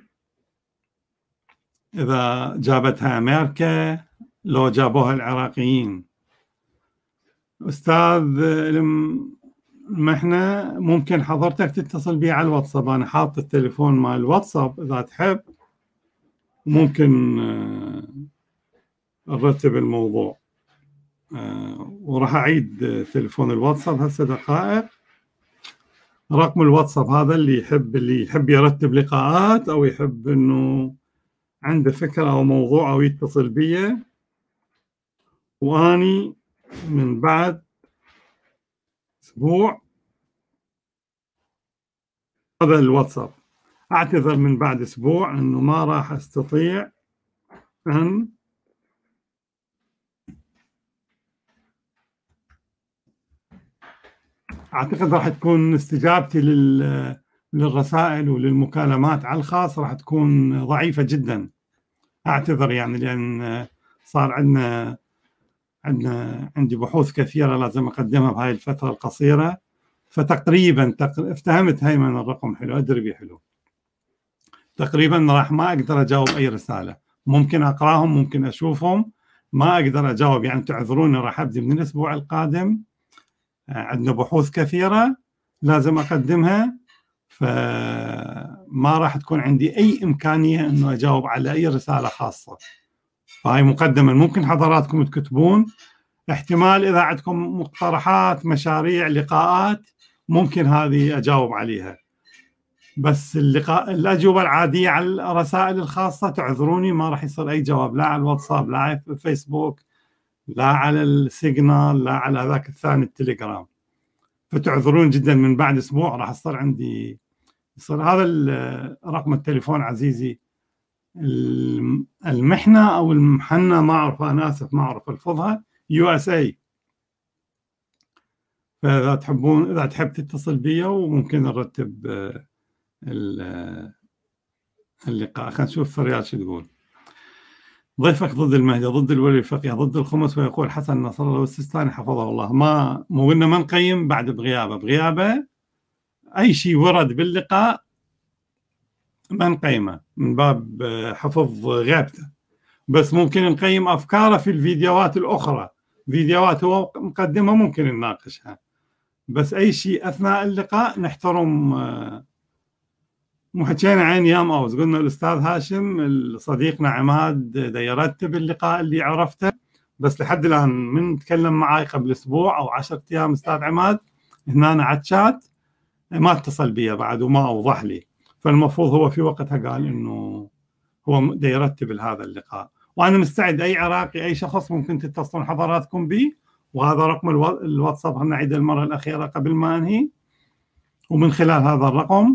إذا جابتها أمريكا لو جابوها العراقيين؟ أستاذ محنة، ممكن حضرتك تتصل بي على الواتساب، أنا حاط التليفون مال الواتساب إذا تحب، ممكن نرتب الموضوع. وراح أعيد تليفون الواتساب هسه دقائق. رقم الواتساب هذا اللي يحب يرتب لقاءات أو يحب إنه عنده فكرة أو موضوع أو يتصل بي، وأني من بعد أسبوع هذا الواتساب. أعتذر من بعد أسبوع إنه ما راح أستطيع أن أعتقد راح تكون استجابتي للرسائل وللمكالمات على الخاص راح تكون ضعيفة جدا. أعتذر يعني، لأن صار عندي بحوث كثيرة لازم أقدمها بهاي الفترة القصيرة. فتقريبا افتهمت هيمن الرقم حلو، أدري حلو. تقريبا راح ما أقدر أجاوب أي رسالة، ممكن أقرأهم ممكن أشوفهم، ما أقدر أجاوب يعني. تعذروني، راح أبدي من الأسبوع القادم، عندنا بحوث كثيرة لازم أقدمها، فما راح تكون عندي أي إمكانية أنه أجاوب على أي رسالة خاصة. فهي مقدما ممكن حضراتكم تكتبون، احتمال إذا عندكم مقترحات مشاريع لقاءات ممكن هذه أجاوب عليها، بس الأجوبة العادية على الرسائل الخاصة تعذروني ما راح يصير أي جواب، لا على الواتساب لا على الفيسبوك لا على السيجنال لا على ذاك الثاني التليجرام. فتعذرون جدا، من بعد أسبوع راح يصير هذا رقم التليفون عزيزي المحنة أو المحنة، ما أعرف، أنا آسف ما أعرف ألفظها، USA. فإذا تحبون، إذا تحب تتصل بي وممكن نرتب اللقاء. خلينا نشوف فريال شو تقول. ضيفك ضد المهدي، ضد الولي الفقيه، ضد الخمس، ويقول حسن نصر الله والسيستاني حفظه الله. مو قلنا ما نقيم بعد بغيابه أي شيء ورد باللقاء ما نقيمه من باب حفظ غيبته، بس ممكن نقيم أفكاره في الفيديوهات الأخرى. فيديوهات هو مقدمة ممكن نناقشها، بس أي شيء أثناء اللقاء نحترم. حكينا عن يام أوز، قلنا الأستاذ هاشم صديقنا عماد دا يرتب اللقاء اللي عرفته، بس لحد الآن من تكلم معي قبل أسبوع أو 10 أيام أستاذ عماد هنا على الشات ما اتصل بي بعد وما أوضح لي. فالمفروض هو في وقتها قال إنه هو دا يرتب هذا اللقاء، وأنا مستعد أي عراقي أي شخص ممكن تتصلون حضراتكم بي، وهذا رقم الواتساب هنعيد المرة الأخيرة قبل ما أنهي. ومن خلال هذا الرقم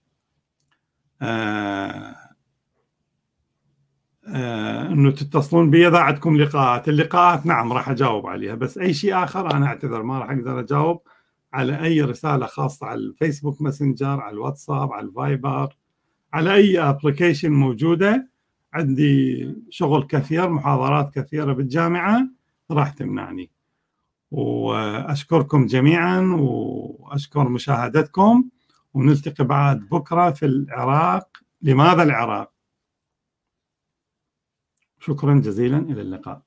انه تتصلون بي اذا عندكم اللقاءات نعم راح اجاوب عليها، بس اي شيء اخر انا اعتذر ما راح اقدر اجاوب على اي رساله خاصه على الفيسبوك ماسنجر، على الواتساب، على الفايبر، على اي ابلكيشن موجوده. عندي شغل كثير، محاضرات كثيره بالجامعه راح تمنعني. واشكركم جميعا واشكر مشاهدتكم، ونلتقي بعد بكرة في العراق. لماذا العراق؟ شكرا جزيلا، إلى اللقاء.